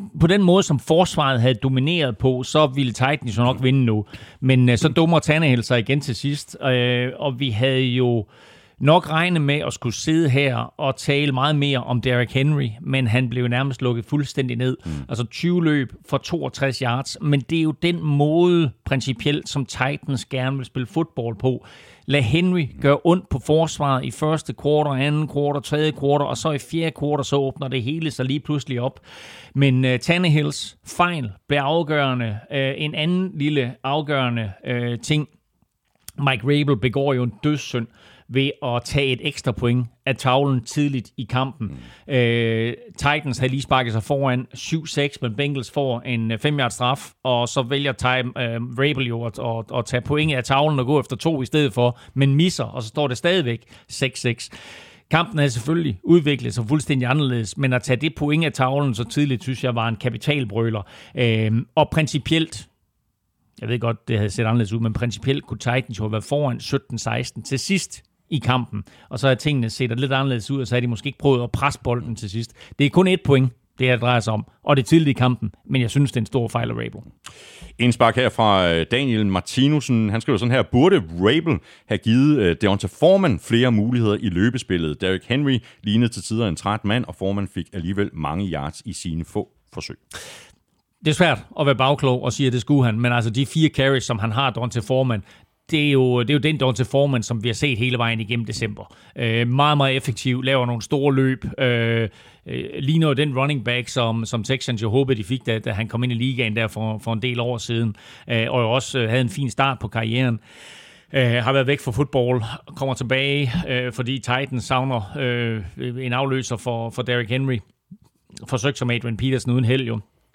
på den måde, som forsvaret havde domineret på, så ville Titans jo nok vinde nu. Men øh, så dummer Tannehill sig igen til sidst, øh, og vi havde jo nok regnet med at skulle sidde her og tale meget mere om Derrick Henry, men han blev nærmest lukket fuldstændig ned. Mm. Altså tyve løb for toogtres yards, men det er jo den måde principielt, som Titans gerne vil spille fodbold på. Lad Henry gøre ondt på forsvaret i første kvartal, anden kvartal, tredje kvartal, og så i fjerde kvartal, så åbner det hele sig lige pludselig op. Men uh, Tannehills fejl blev afgørende. Uh, en anden lille afgørende uh, ting. Mike Rabel begår jo en dødssynd ved at tage et ekstra point af tavlen tidligt i kampen. Mm. Øh, Titans havde lige sparket sig foran syv seks, men Bengals får en fem-yard straf, og så vælger Ty, øh, Rabel jo at, at, at tage point af tavlen og gå efter to i stedet for, men misser, og så står det stadigvæk seks seks. Kampen havde selvfølgelig udviklet sig fuldstændig anderledes, men at tage det point af tavlen så tidligt, synes jeg var en kapitalbrøler. Øh, og principielt, jeg ved godt, det havde set anderledes ud, men principielt kunne Titans jo have været foran sytten seksten til sidst i kampen, og så er tingene set lidt anderledes ud, og så har de måske ikke prøvet at presse bolden til sidst. Det er kun et point, det her drejer sig om, og det er tidligt i kampen, men jeg synes, det er en stor fejl af Rabel. En spark her fra Daniel Martinussen. Han skriver sådan her: burde Rabel have givet Deonta Foreman flere muligheder i løbespillet? Derrick Henry lignede til tider en træt mand, og Foreman fik alligevel mange yards i sine få forsøg. Det er svært at være bagklog og sige, at det skulle han, men altså de fire carries, som han har, Deonta Foreman, Det er, jo, det er jo den Deonta Foreman, som vi har set hele vejen igennem december. Øh, meget, meget effektiv, laver nogle store løb. Øh, øh, ligner jo den running back, som, som Texans jo håbede, de fik, da, da han kom ind i ligaen der for, for en del år siden. Øh, og jo også øh, havde en fin start på karrieren. Øh, har været væk fra fodbold, kommer tilbage, øh, fordi Titans savner øh, en afløser for, for Derrick Henry. Forsøgt som Adrian Peterson uden held jo.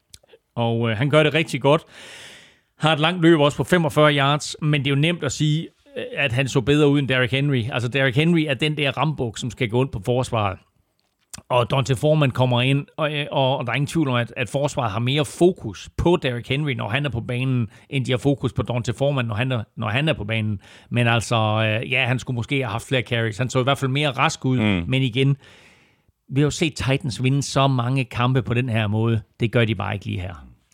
Og øh, han gør det rigtig godt. Har et langt løb også på femogfyrre yards, men det er jo nemt at sige, at han så bedre ud end Derrick Henry. Altså Derrick Henry er den der rambuk, som skal gå ind på forsvaret. Og Deonta Foreman kommer ind, og, og, og der er ingen tvivl om, at, at forsvaret har mere fokus på Derrick Henry, når han er på banen, end de har fokus på Deonta Foreman, når han er, når han er på banen. Men altså, ja, han skulle måske have haft flere carries. Han så i hvert fald mere rask ud, mm. men igen, vi har jo set Titans vinde så mange kampe på den her måde. Det gør de bare ikke lige her.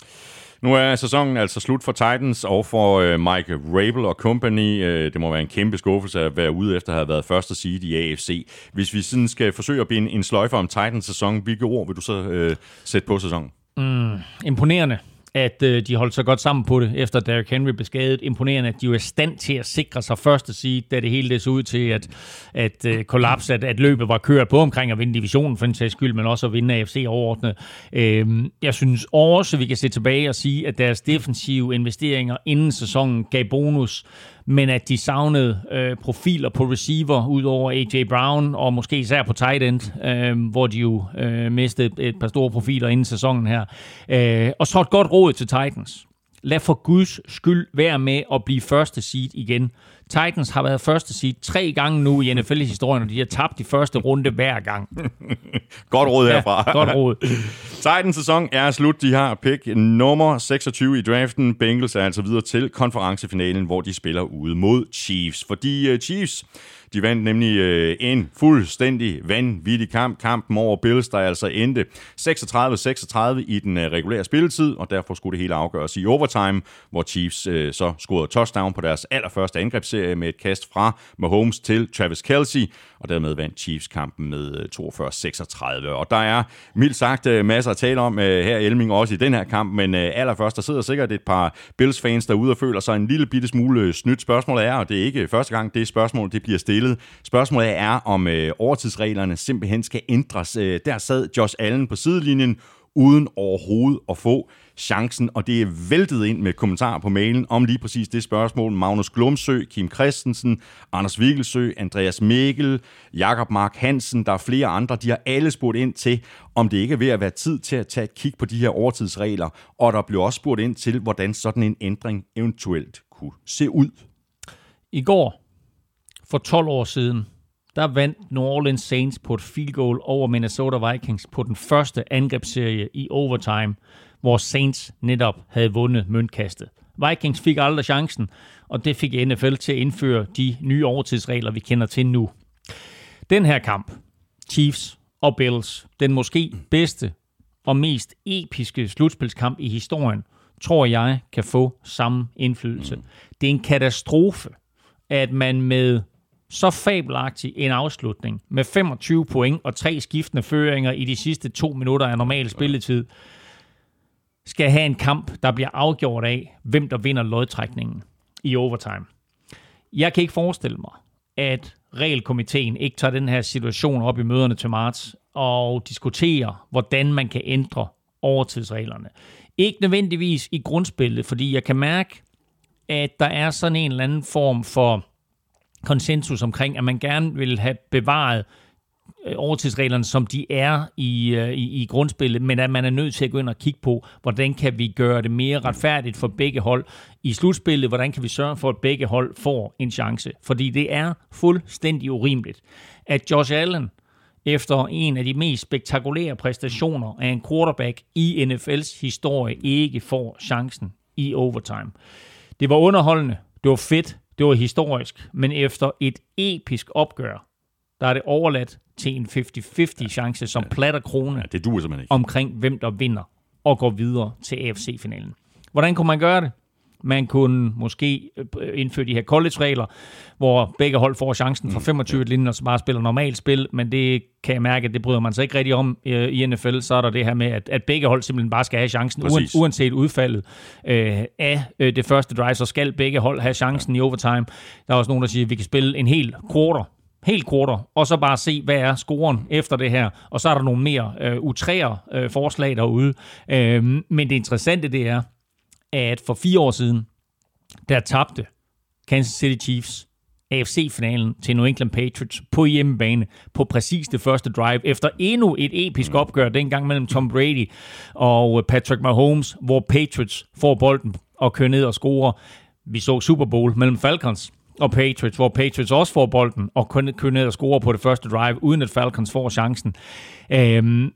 Nu er sæsonen altså slut for Titans og for øh, Mike Rabel og company. Øh, det må være en kæmpe skuffelse at være ude efter at have været første seed i A F C. Hvis vi sådan skal forsøge at binde en sløjfe om Titans sæson, hvilke ord vil du så øh, sætte på sæsonen? Mm, imponerende, at øh, de holdt så godt sammen på det, efter Derrick Henry blev skadet. Imponerende, at de var i stand til at sikre sig første seed, da det hele det så ud til at, at øh, kollapse, at, at løbet var kørt på omkring at vinde divisionen for en sags skyld, men også at vinde A F C overordnet. Øh, jeg synes også, vi kan se tilbage og sige, at deres defensive investeringer inden sæsonen gav bonus, men at de savnede øh, profiler på receiver ud over A J Brown, og måske især på tight end, øh, hvor de jo øh, mistede et par store profiler inden sæsonen her. Øh, og så et godt råd til Titans. Lad for Guds skyld være med at blive første seed igen. Titans har været første seed tre gange nu i N F L-historien, og de har tabt de første runde hver gang. Godt råd herfra. Ja, godt råd. Titans sæson er slut. De har pick nummer seksogtyve i draften. Bengals er altså videre til konferencefinalen, hvor de spiller ude mod Chiefs. Fordi uh, Chiefs, de vandt nemlig øh, en fuldstændig vanvittig kamp. Kampen over Bills, der altså endte seksogtredive seksogtredive i den øh, regulære spilletid, og derfor skulle det hele afgøres i overtime, hvor Chiefs øh, så scorede touchdown på deres allerførste angrebsserie med et kast fra Mahomes til Travis Kelce, og dermed vandt Chiefs kampen med toogfyrre seksogtredive. Og der er mildt sagt øh, masser at tale om øh, her i Elming, også i den her kamp, men øh, allerførst, der sidder sikkert et par Bills-fans derude og føler sig en lille bitte smule snydt. Spørgsmålet er, og det er ikke første gang, det spørgsmål det bliver stillet. Spørgsmålet er, om øh, overtidsreglerne simpelthen skal ændres. Øh, der sad Josh Allen på sidelinjen, uden overhovedet at få chancen, og det er væltet ind med kommentarer på mailen om lige præcis det spørgsmål. Magnus Glumsø, Kim Christensen, Anders Vigelsø, Andreas Mikkel, Jakob Mark Hansen, der er flere andre, de har alle spurgt ind til, om det ikke er ved at være tid til at tage et kig på de her overtidsregler, og der blev også spurgt ind til, hvordan sådan en ændring eventuelt kunne se ud. I går, for tolv år siden, der vandt New Orleans Saints på et field goal over Minnesota Vikings på den første angrebsserie i overtime, hvor Saints netop havde vundet møntkastet. Vikings fik aldrig chancen, og det fik N F L til at indføre de nye overtidsregler, vi kender til nu. Den her kamp, Chiefs og Bills, den måske bedste og mest episke slutspilskamp i historien, tror jeg, kan få samme indflydelse. Mm. Det er en katastrofe, at man med så fabelagtig en afslutning, med femogtyve point og tre skiftende føringer i de sidste to minutter af normal spilletid, skal have en kamp, der bliver afgjort af, hvem der vinder lodtrækningen i overtime. Jeg kan ikke forestille mig, at regelkomiteen ikke tager den her situation op i møderne til marts og diskuterer, hvordan man kan ændre overtidsreglerne. Ikke nødvendigvis i grundspillet, fordi jeg kan mærke, at der er sådan en eller anden form for konsensus omkring, at man gerne vil have bevaret overtidsreglerne, som de er i, i, i grundspillet, men at man er nødt til at gå ind og kigge på, hvordan kan vi gøre det mere retfærdigt for begge hold i slutspillet, hvordan kan vi sørge for, at begge hold får en chance. Fordi det er fuldstændig urimeligt, at Josh Allen efter en af de mest spektakulære præstationer af en quarterback i N F L's historie ikke får chancen i overtime. Det var underholdende, det var fedt, det var historisk, men efter et episk opgør, der er det overladt til en halvtreds halvtreds chance som plat og krone ja, det duer simpelthen ikke. Omkring hvem der vinder og går videre til A F C-finalen. Hvordan kunne man gøre det? Man kunne måske indføre de her college-regler, hvor begge hold får chancen fra femogtyve linjer, og så bare spiller normalt spil, men det kan jeg mærke, at det bryder man sig ikke rigtig om i N F L. Så er der det her med, at, at begge hold simpelthen bare skal have chancen, Præcis. uanset udfaldet øh, af øh, det første drive, så skal begge hold have chancen ja. i overtime. Der er også nogen, der siger, at vi kan spille en hel quarter, helt quarter, og så bare se, hvad er scoren efter det her, og så er der nogle mere øh, utrære øh, forslag derude. Øh, men det interessante, det er, at for fire år siden, der tabte Kansas City Chiefs A F C-finalen til New England Patriots på hjemmebane på præcis det første drive, efter endnu et episk opgør dengang mellem Tom Brady og Patrick Mahomes, hvor Patriots får bolden og kører ned og scorer. Vi så Super Bowl mellem Falcons og Patriots, hvor Patriots også får bolden og kører ned og scorer på det første drive, uden at Falcons får chancen. Øhm,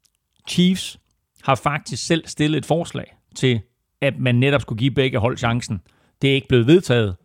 Chiefs har faktisk selv stillet et forslag til, at man netop skulle give begge hold chancen. Det er ikke blevet vedtaget.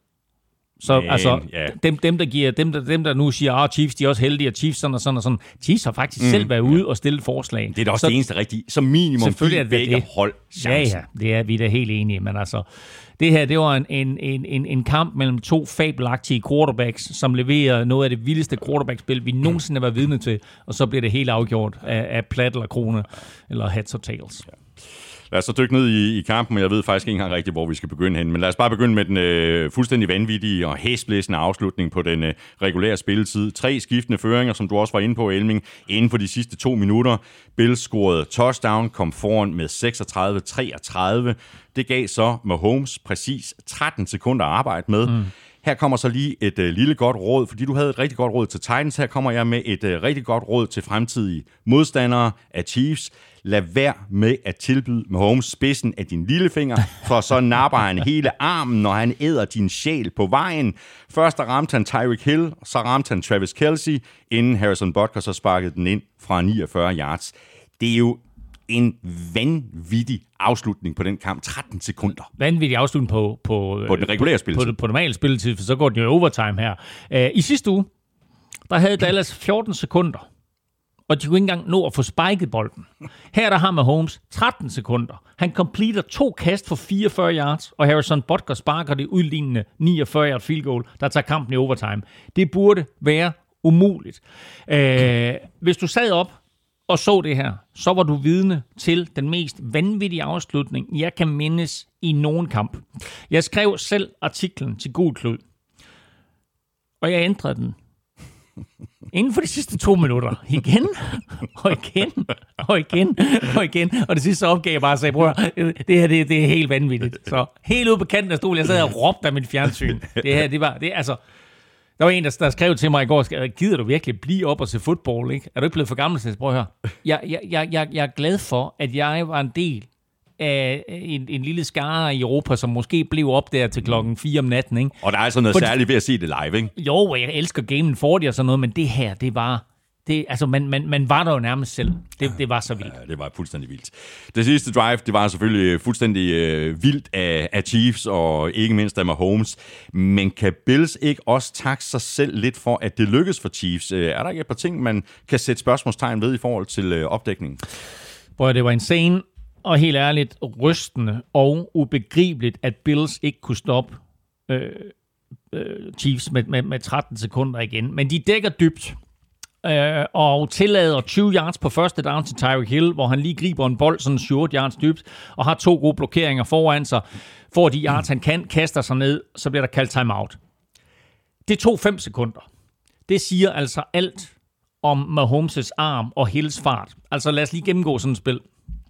Så Men, altså, ja. dem, dem, der giver, dem, der, dem, der nu siger, at ah, Chiefs, de er også heldige, og Chiefs sådan og sådan og sådan. Chiefs har faktisk mm. selv været ude og stille et forslag. Det er da også så, det eneste rigtige. Som minimum give begge det. hold chancen. Ja, ja, det er vi da helt enige. Men altså, det her, det var en, en, en, en kamp mellem to fabelagtige quarterbacks, som leverer noget af det vildeste quarterback-spil, vi nogensinde har været vidne til, og så bliver det helt afgjort af, af plat eller krone, eller heads or tails. Ja. Lad os så dykke ned i, i kampen, og jeg ved faktisk ikke engang rigtigt, hvor vi skal begynde hen. Men lad os bare begynde med den øh, fuldstændig vanvittige og hæsblæsende afslutning på den øh, regulære spilletid. Tre skiftende føringer, som du også var inde på, Elming, inden for de sidste to minutter. Bills scorede touchdown, kom foran med seksogtredive treogtredive. Det gav så Mahomes præcis tretten sekunder at arbejde med. Mm. Her kommer så lige et øh, lille godt råd, fordi du havde et rigtig godt råd til Titans. Her kommer jeg med et øh, rigtig godt råd til fremtidige modstandere af Chiefs. Lad være med at tilbyde Mahomes spidsen af din lillefinger, for så napper han hele armen, når han æder din sjæl på vejen. Først der ramte han Tyreek Hill, så ramte han Travis Kelce, inden Harrison Butker så sparkede den ind fra niogfyrre yards. Det er jo en vanvittig afslutning på den kamp. tretten sekunder. Vanvittig afslutning på, på, på den regulære spilletid. På, på, på normal spilletid, for så går den jo overtime her. Uh, I sidste uge, der havde Dallas fjorten sekunder, og de kunne ikke engang nå at få spiket bolden. Her der har Mahomes tretten sekunder. Han completer to kast for fireogfyrre yards, og Harrison Butker sparker det udlignende niogfyrre yard field goal, der tager kampen i overtime. Det burde være umuligt. Uh, hvis du sad op og så det her, så var du vidne til den mest vanvittige afslutning, jeg kan mindes i nogen kamp. Jeg skrev selv artiklen til Gul Klud, og jeg ændrede den inden for de sidste to minutter. Igen, og igen, og igen, og igen. Og det sidste opgave jeg bare sagde, bror, det her det, det er helt vanvittigt. Så helt ude på kanten af stolen, jeg sad og råbte af mit fjernsyn. Det her, det var, det altså... Der var en, der, der skrev til mig i går, gider du virkelig blive op og se fodbold, ikke? Er du ikke blevet for gammel til? Prøv at høre. Jeg, jeg, jeg, jeg, jeg er glad for, at jeg var en del af en, en lille skare i Europa, som måske blev op der til klokken fire om natten, ikke? Og der er altså noget for særligt ved at se det live, ikke? Jo, jeg elsker Game fyrre og sådan noget, men det her, det var... Det, altså, man, man, man var der jo nærmest selv. Det, det var så vildt. Ja, det var fuldstændig vildt. Det sidste drive, det var selvfølgelig fuldstændig øh, vildt af, af Chiefs, og ikke mindst af Mahomes. Men kan Bills ikke også takke sig selv lidt for, at det lykkes for Chiefs? Er der ikke et par ting, man kan sætte spørgsmålstegn ved i forhold til øh, opdækningen? Hvor det var insane og helt ærligt rystende og ubegribeligt, at Bills ikke kunne stoppe øh, øh, Chiefs med, med, med tretten sekunder igen. Men de dækker dybt øh, og tillader tyve yards på første down til Tyreek Hill, hvor han lige griber en bold sådan syv otte yards dybt og har to gode blokeringer foran sig. Får de yards, han kan, kaster sig ned, så bliver der kaldt timeout. Det tog fem sekunder. Det siger altså alt om Mahomes' arm og Hills fart. Altså lad os lige gennemgå sådan et spil.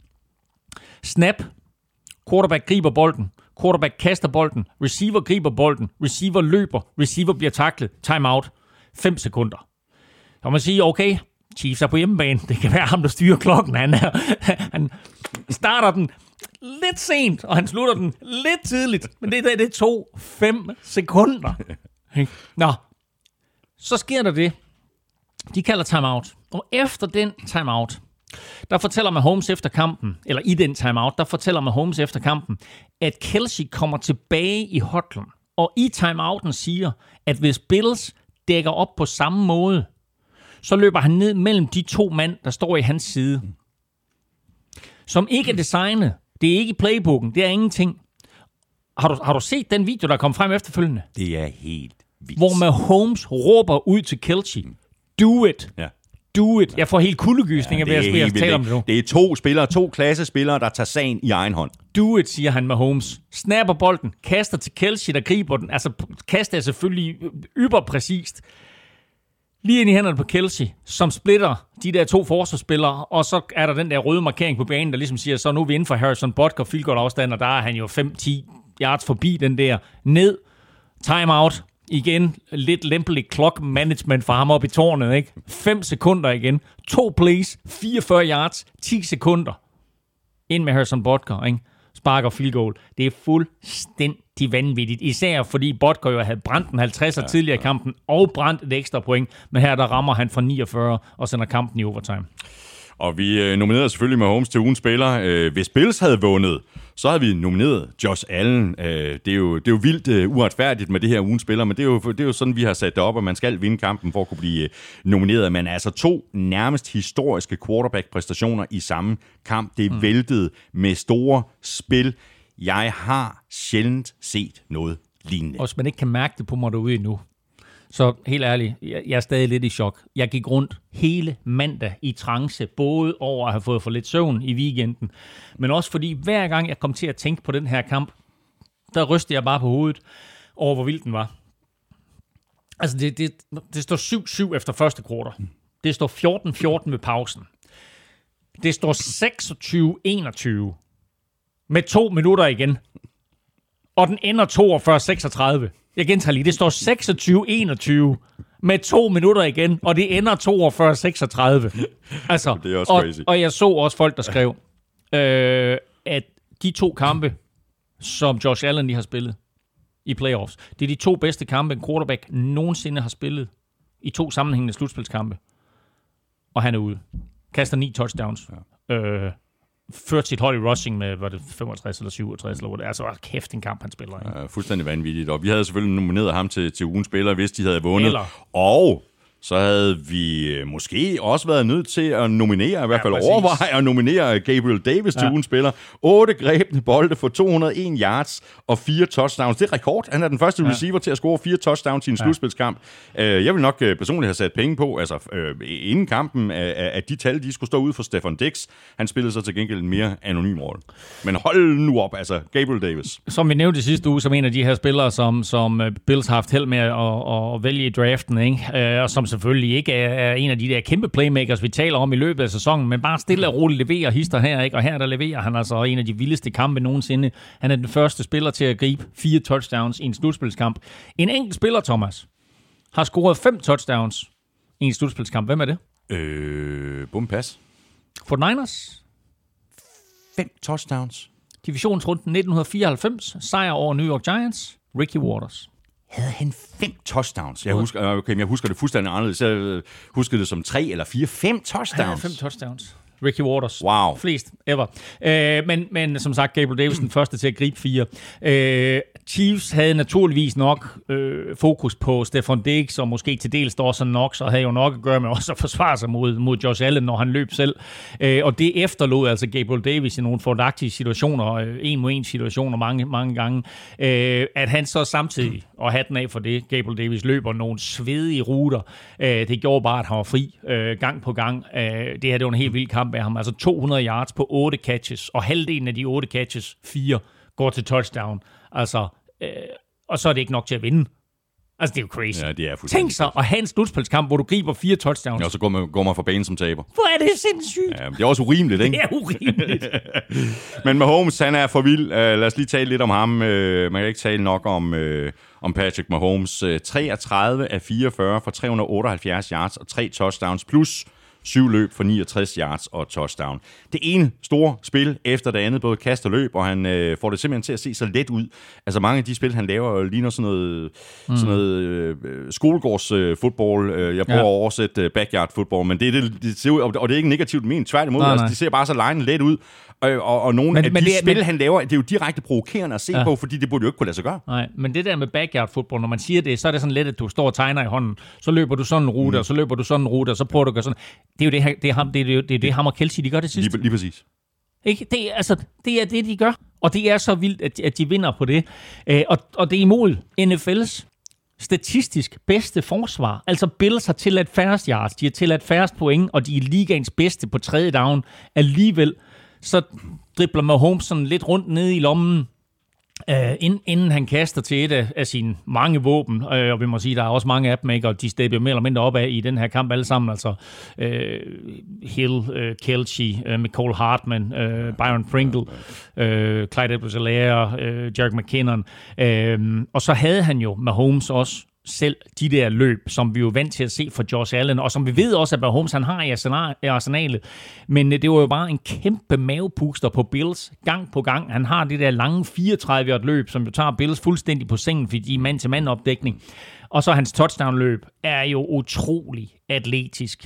Snap. Quarterback griber bolden. Quarterback kaster bolden. Receiver griber bolden. Receiver løber. Receiver bliver tacklet. Timeout. fem sekunder. Så man siger, okay, Chiefs er på hjemmebane. Det kan være ham, der styrer klokken. Han, er, han starter den lidt sent, og han slutter den lidt tidligt. Men det, det tog fem sekunder. Nå, så sker der det. De kalder timeout. Og efter den timeout, der fortæller Mahomes efter kampen, eller i den timeout, der fortæller Mahomes efter kampen, at Kelce kommer tilbage i hotlen, og i timeouten siger, at hvis Bills dækker op på samme måde, så løber han ned mellem de to mand, der står i hans side. Som ikke er designet. Det er ikke i playbooken. Det er ingenting. Har du, har du set den video, der kom frem efterfølgende? Det er helt vildt. Hvor Mahomes råber ud til Kelce. Do it. Ja. Do it. Jeg får helt kuldegysninger ja, ved at tale om det nu. Det er to spillere, to klassespillere, der tager sagen i egen hånd. Do it, siger han Mahomes. Snapper bolden, kaster til Kelce, der griber den. Altså, kaster er selvfølgelig yberpræcist. Lige ind i hænderne på Kelce, som splitter de der to forsvarsspillere, og så er der den der røde markering på banen, der ligesom siger, så nu er vi inden for Harrison Butker, field goal afstand, og der er han jo fem til ti yards forbi den der. Ned, timeout. Igen, lidt lempelig clock management for ham op i tårnet, ikke? Fem sekunder igen. To plays, fireogfyrre yards, ti sekunder. Ind med Harrison Butker, ikke? Sparker field goal. Det er fuldstændig vanvittigt. Især fordi Butker jo havde brændt en halvtredser ja, tidligere i kampen, og brændt et ekstra point. Men her der rammer han for niogfyrre og sender kampen i overtime. Og vi øh, nominerede selvfølgelig Mahomes til ugens spiller. Øh, hvis Bills havde vundet, så havde vi nomineret Josh Allen. Øh, det, er jo, det er jo vildt øh, uretfærdigt med det her ugens spiller, men det er, jo, det er jo sådan, vi har sat det op, at man skal vinde kampen for at kunne blive øh, nomineret. Men altså to nærmest historiske quarterback-præstationer i samme kamp. Det er mm. væltet med store spil. Jeg har sjældent set noget lignende. Også man ikke kan mærke det på mig derude endnu. Så helt ærligt, jeg er stadig lidt i chok. Jeg gik rundt hele mandag i trance, både over at have fået for lidt søvn i weekenden, men også fordi hver gang jeg kom til at tænke på den her kamp, der rystede jeg bare på hovedet over, hvor vild den var. Altså, det, det, det står syv syv efter første kvartal. Det står fjorten fjorten ved pausen. Det står seksogtyve enogtyve med to minutter igen. Og den ender toogfyrre seksogtredive. Jeg gentager lige, det står seksogtyve enogtyve med to minutter igen, og det ender toogfyrre seksogtredive. Altså, det er også og, crazy. og jeg så også folk, der skrev, øh, at de to kampe, som Josh Allen lige har spillet i playoffs, det er de to bedste kampe, en quarterback nogensinde har spillet i to sammenhængende slutspilskampe. Og han er ude. Kaster ni touchdowns. Ja. Øh, ført sit hold i rushing med, var det femogtres eller syvogtres, eller hvad det er. Altså, kæft en kamp, han spiller. Ikke? Ja, fuldstændig vanvittigt. Og vi havde selvfølgelig nomineret ham til, til ugens spiller, hvis de havde vundet. Eller. Og så havde vi måske også været nødt til at nominere, i hvert fald ja, overveje at nominere Gabriel Davis ja. til ugens spiller. Otte grebne bolde for to hundrede og en yards og fire touchdowns. Det er rekord. Han er den første ja. receiver til at score fire touchdowns i en ja. slutspilskamp. Jeg vil nok personligt have sat penge på, altså inden kampen, at de tal, de skulle stå ud for Stefan Diggs. Han spillede så til gengæld en mere anonym rolle. Men hold nu op, altså Gabriel Davis. Som vi nævnte sidste uge, som en af de her spillere, som, som Bills har haft held med at, at vælge i draften, ikke? Og som selvfølgelig ikke er en af de der kæmpe playmakers, vi taler om i løbet af sæsonen, men bare stille og roligt leverer hister her, ikke? Og her der leverer han altså en af de vildeste kampe nogensinde. Han er den første spiller til at gribe fire touchdowns i en slutspilskamp. En enkelt spiller, Thomas, har scoret fem touchdowns i en slutspilskamp. Hvem er det? Øh, bum pas. For Niners. Fem touchdowns. Divisionsrunden nitten fireoghalvfems. Sejr over New York Giants. Ricky Watters. Havde han fem touchdowns? Jeg husker, okay, jeg husker det fuldstændig anderledes. Jeg husker det som tre eller fire. Fem touchdowns? Ja, fem touchdowns. Ricky Waters. Wow. Flest ever. Øh, men, men som sagt, Gabriel Davis den første til at gribe fire. Øh, Chiefs havde naturligvis nok øh, fokus på Stefon Diggs, og måske til dels Dawson Knox, og havde jo nok at gøre med også at forsvare sig mod, mod Josh Allen, når han løb selv. Øh, og det efterlod altså Gabriel Davis i nogle fordelagtige situationer, øh, en mod en situationer mange, mange gange, øh, at han så samtidig, og hatten af for det, Gabriel Davis løber nogle svedige ruter. Øh, det gjorde bare, at han var fri øh, gang på gang. Øh, det her det var en helt vild kamp af ham. Altså to hundrede yards på otte catches, og halvdelen af de otte catches, fire, går til touchdown. Altså, øh, og så er det ikke nok til at vinde. Altså, det er jo crazy. Ja, det er Tænk så at have en slutspilskamp, hvor du griber fire touchdowns. Ja, og så går man, går man for banen som taber. Hvor er det sindssygt. Ja, det er også urimeligt, ikke? Det er urimeligt. Men Mahomes, han er for vild. Uh, lad os lige tale lidt om ham. Uh, man kan ikke tale nok om, uh, om Patrick Mahomes. Uh, treogtredive af fireogfyrre for tre hundrede otteoghalvfjerds yards og tre touchdowns, plus syv løb for niogtres yards og touchdown. Det ene store spil efter det andet, både kast og løb, og han øh, får det simpelthen til at se så let ud. Altså mange af de spil, han laver, ligner sådan noget, mm. sådan noget øh, skolegårdsfodbold. Øh, jeg prøver ja. at oversætte øh, backyard football, men det er det, det ser ud, og det er ikke negativt ment, tværtimod. Altså, de ser bare så lejende let ud. Og, og, og nogle men, af men de det, spil, men, han laver, det er jo direkte provokerende at se ja. på, fordi det burde jo ikke kunne lade sig gøre. Nej, men det der med backyard football, når man siger det, så er det sådan let, at du står og tegner i hånden, så løber du sådan en rute, mm. og så løber du sådan en rute, og så prøver du at gøre sådan. Det er jo det, det, er ham, det, er, det, er det ham og Kelsey, de gør det sidste. Lige, lige præcis. Ikke? Det, er, altså, det er det, de gør. Og det er så vildt, at, at de vinder på det. Øh, og, og det er imod N F L's statistisk bedste forsvar. Altså Bills har tilladt færrest yards, de har tilladt færrest point, og de er ligaens bedste på tredje down. Alligevel så dribler Mahomes sådan lidt rundt nede i lommen, Uh, inden, inden han kaster til et af, af sine mange våben, uh, og vi må sige, der er også mange af dem, ikke? Og de stepper mere eller mindre op af i den her kamp alle sammen, altså uh, Hill, uh, Kelce, uh, McCall Hartman, uh, Byron Pringle, uh, Clyde Edwards-Helaire, uh, Jerick McKinnon, uh, og så havde han jo Mahomes også selv de der løb, som vi jo er vant til at se fra Josh Allen, og som vi ved også, at Mahomes han har i arsenalet. Men det var jo bare en kæmpe mavepuster på Bills gang på gang. Han har det der lange fireogtredive yard løb, som jo tager Bills fuldstændig på sengen, fordi de er mand-til-mand opdækning. Og så hans touchdown-løb er jo utrolig atletisk.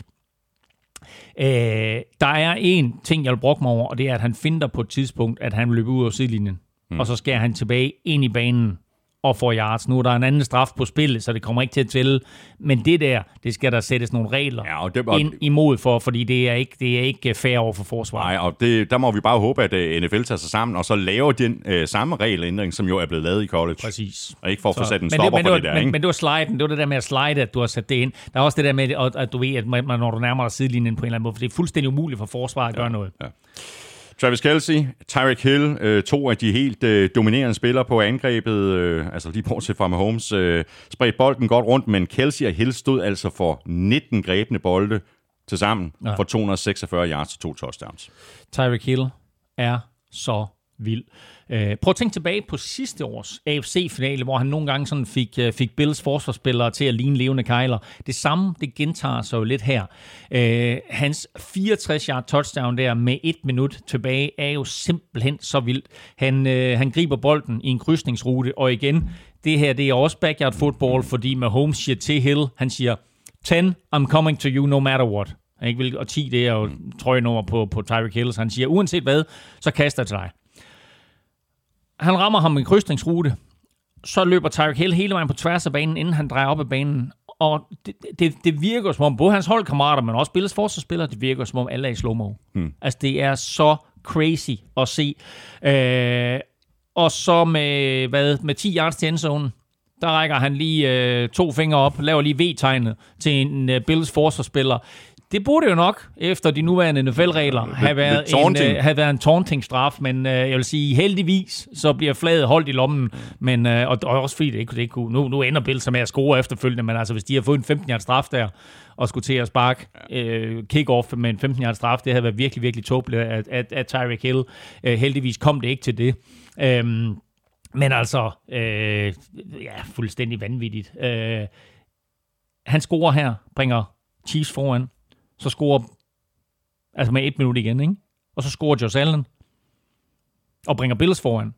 Øh, der er en ting, jeg vil brokke mig over, og det er, at han finder på et tidspunkt, at han løber ud af sidelinjen, mm. og så skærer han tilbage ind i banen og får yards. Nu er der en anden straf på spillet, så det kommer ikke til at tælle. Men det der, det skal der sættes nogle regler ja, og det, og ind imod for, fordi det er ikke, det er ikke fair over for forsvaret. Nej, og det, der må vi bare håbe, at N F L tager sig sammen, og så laver den øh, samme regelændring, som jo er blevet lavet i college. Præcis. Og ikke for at få sat en så, stopper det, for det, det der, men, ikke? Men det var sliden, det var det der med at slide, at du har sat det ind. Der er også det der med, at, at du ved, at man, når du nærmer dig sidelinjen på en eller anden måde, for det er fuldstændig umuligt for forsvaret at ja, gøre noget. Ja. Travis Kelce, Tyreek Hill, øh, to af de helt øh, dominerende spillere på angrebet, øh, altså lige bortset fra Mahomes, øh, spredte bolden godt rundt, men Kelce og Hill stod altså for nitten grebne bolde til sammen ja. for to hundrede seksogfyrre yards og to touchdowns. Tyreek Hill er så vild. Uh, prøv at tænke tilbage på sidste års A F C-finale, hvor han nogle gange sådan fik, uh, fik Bills forsvarsspillere til at ligne levende kejler. Det samme, det gentager sig jo lidt her. Uh, hans fireogtres yard touchdown der med et minut tilbage er jo simpelthen så vildt. Han, uh, han griber bolden i en krydsningsrute, og igen, det her det er også backyard football, fordi Mahomes siger til Hill, han siger, ten, I'm coming to you no matter what. Ikke? Og ti, det er jo trøjenummer på, på Tyreek Hill, så han siger, uanset hvad, så kaster jeg til dig. Han rammer ham i en krydsningsrute, så løber Tyreek Hill hele vejen på tværs af banen, inden han drejer op af banen. Og det, det, det virker som om, både hans holdkammerater, men også Bills forsvarsspillere, det virker som om alle er i slow-mo. Hmm. Altså, det er så crazy at se. Øh, og så med, hvad, med ti yards til endzonen, der rækker han lige øh, to fingre op, laver lige V-tegnet til en øh, Bills forsvarsspiller. Det burde jo nok, efter de nuværende N F L-regler, have været, en, uh, have været en taunting-straf, men uh, jeg vil sige, heldigvis, så bliver flaget holdt i lommen, men, uh, og, og også fordi det ikke, det ikke kunne. Nu, nu ender Bills med at score efterfølgende, men altså, hvis de har fået en femten yard straf der, og skulle til at sparke uh, kick-off med en femten yard straf, det havde været virkelig, virkelig tåbeligt af, af, af Tyreek Hill. Uh, heldigvis kom det ikke til det. Um, men altså, uh, ja, fuldstændig vanvittigt. Uh, han scorer her, bringer Chiefs foran, så scorer, altså med et minut igen, ikke? Og så scorer Josh Allen, og bringer Bills foran.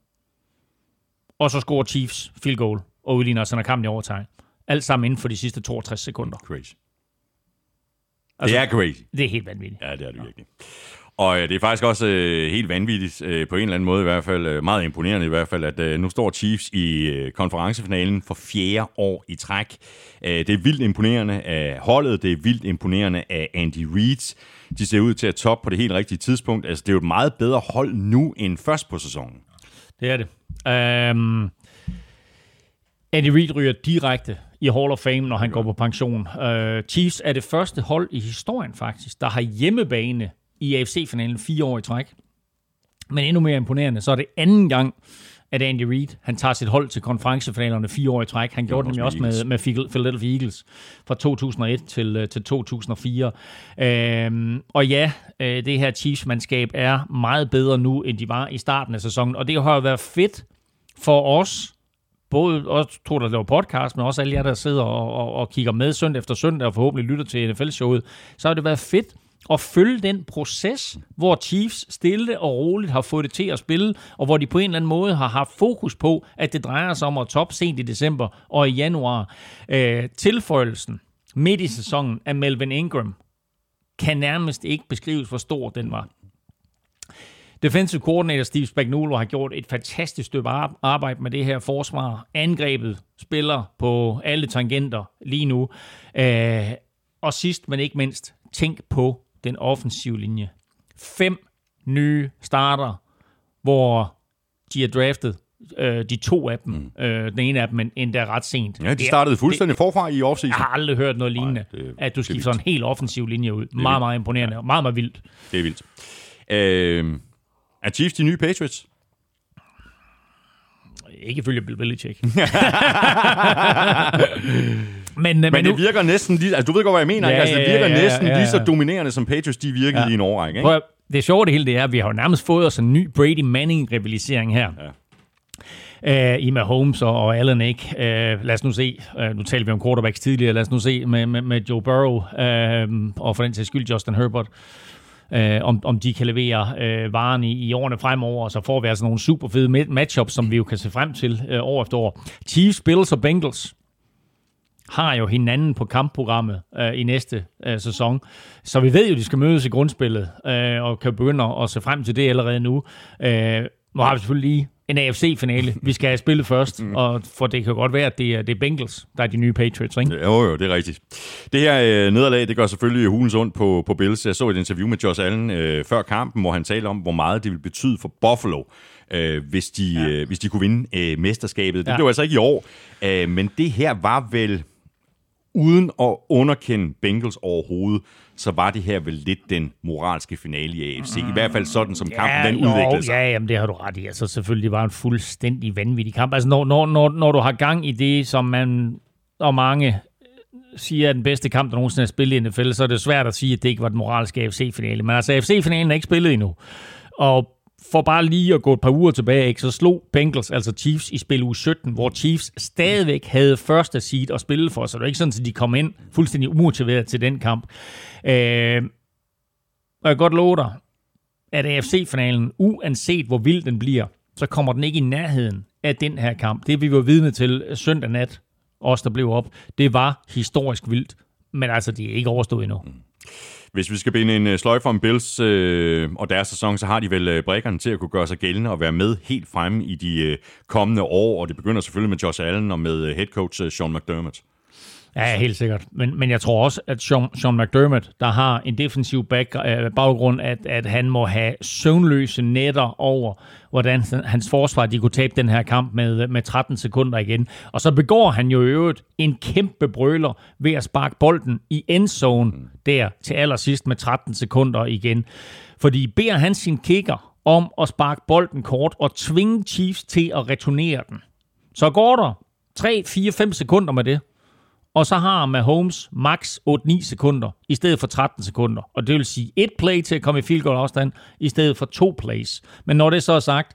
Og så scorer Chiefs field goal, og udligner og sender kampen i overtime. Alt sammen inden for de sidste toogtres sekunder. Crazy. Altså, det er crazy. Det er helt vanvittigt. Ja, det er det virkelig. Og øh, det er faktisk også øh, helt vanvittigt, øh, på en eller anden måde i hvert fald, øh, meget imponerende i hvert fald, at øh, nu står Chiefs i øh, konferencefinalen for fjerde år i træk. Øh, det er vildt imponerende af holdet, det er vildt imponerende af Andy Reid. De ser ud til at toppe på det helt rigtige tidspunkt. Altså, det er jo et meget bedre hold nu end først på sæsonen. Det er det. Um, Andy Reid ryger direkte i Hall of Fame, når han går på pension. Uh, Chiefs er det første hold i historien faktisk, der har hjemmebane i A F C-finalen fire år i træk. Men endnu mere imponerende, så er det anden gang, at Andy Reid han tager sit hold til konferencefinalerne fire år i træk. Han gjorde det nemlig også med, med Philadelphia Eagles fra to tusind og et til, til to tusind og fire. Øhm, og ja, det her Chiefs-mandskab er meget bedre nu, end de var i starten af sæsonen. Og det har jo været fedt for os, både os to, der laver podcast, men også alle jer, der sidder og, og, og kigger med søndag efter søndag og forhåbentlig lytter til N F L-showet. Så har det været fedt at følge den proces, hvor Chiefs stille og roligt har fået det til at spille, og hvor de på en eller anden måde har haft fokus på, at det drejer sig om at toppe sent i december og i januar. Øh, tilføjelsen midt i sæsonen af Melvin Ingram kan nærmest ikke beskrives, hvor stor den var. Defensive coordinator Steve Spagnuolo har gjort et fantastisk stykke arbejde med det her forsvar. Angrebet spiller på alle tangenter lige nu. Øh, og sidst, men ikke mindst, tænk på den offensive linje. Fem nye starter, hvor de er draftet. Øh, de to af dem. Mm. Øh, den ene af dem endda ret sent. Ja, de startede fuldstændig det, forfra i offseason. Jeg har aldrig hørt noget lignende, Nej, det, at du skifter sådan en helt offensiv linje ud. Meget, vildt. meget imponerende. Ja. Meget, meget vildt. Det er vildt. Øh, er Chiefs de nye Patriots? Ikke ifølge Bill Belichick. Men, men, men nu, det virker næsten lige... Altså, du ved godt, hvad jeg mener, ja, ikke? Altså, det virker ja, ja, næsten ja, ja. lige så dominerende, som Patriots de virkede ja. i en årrække, ikke? Prøv, det sjove det hele, det er, at vi har jo nærmest fået os en ny Brady Manning-rivalisering her. Ja. Uh, I Mahomes og, og Allen, ikke? Uh, lad os nu se. Uh, nu talte vi om quarterbacks tidligere. Lad os nu se med, med, med Joe Burrow uh, og for den til skyld Justin Herbert. Uh, om, om de kan levere uh, varen i, i årene fremover, og så får vi altså nogle super fede matchups, som vi jo kan se frem til uh, år efter år. Chiefs, Bills og Bengals har jo hinanden på kampprogrammet uh, i næste uh, sæson. Så vi ved jo, de skal mødes i grundspillet, uh, og kan begynde at se frem til det allerede nu. Uh, nu har vi selvfølgelig lige en A F C-finale. Vi skal have spillet først, mm. og for det kan godt være, at det er, det er Bengals, der er de nye Patriots, ikke? Jo, jo, det er rigtigt. Det her øh, nederlag, det gør selvfølgelig hulens ondt på, på Bills. Jeg så et interview med Josh Allen øh, før kampen, hvor han talte om, hvor meget det ville betyde for Buffalo, øh, hvis, de, ja. øh, hvis de kunne vinde øh, mesterskabet. Det ja. blev altså ikke i år, øh, men det her var vel, uden at underkende Bengals overhovedet, så var det her vel lidt den moralske finale i A F C. I hvert fald sådan, som kampen ja, den udviklede sig. Ja, jamen, det har du ret i. Altså, selvfølgelig var en fuldstændig vanvittig kamp. Altså, når, når, når, når du har gang i det, som man og mange siger er den bedste kamp, der nogensinde er spillet i N F L, så er det svært at sige, at det ikke var den moralske A F C-finale. Men altså, A F C-finalen er ikke spillet endnu. Og for bare lige at gå et par uger tilbage, ikke, så slog Bengals, altså Chiefs, i spil uge sytten, hvor Chiefs stadigvæk havde første seed at spille for, så det var ikke sådan, at de kom ind fuldstændig umotiveret til den kamp. Øh, og jeg kan godt love dig, at A F C-finalen, uanset hvor vild den bliver, så kommer den ikke i nærheden af den her kamp. Det vi var vidne til søndag nat, os der blev op, det var historisk vildt, men altså, det er ikke overstået endnu. Mm. Hvis vi skal binde en sløjfe om Bills øh, og deres sæson, så har de vel øh, brækkerne til at kunne gøre sig gældende og være med helt fremme i de øh, kommende år, og det begynder selvfølgelig med Josh Allen og med øh, head coach øh, Sean McDermott. Ja, helt sikkert. Men, men jeg tror også, at Sean, Sean McDermott, der har en defensiv back, øh, baggrund, at, at han må have søvnløse nætter over, hvordan hans forsvar de kunne tabe den her kamp med, med tretten sekunder igen. Og så begår han jo i øvrigt en kæmpe brøler ved at sparke bolden i endzone der til allersidst med tretten sekunder igen. Fordi beder han sin kicker om at sparke bolden kort og tvinge Chiefs til at returnere den. Så går der tre, fire, fem sekunder med det. Og så har Mahomes max otte ni sekunder, i stedet for tretten sekunder. Og det vil sige et play til at komme i field goal afstand, i stedet for to plays. Men når det så er sagt,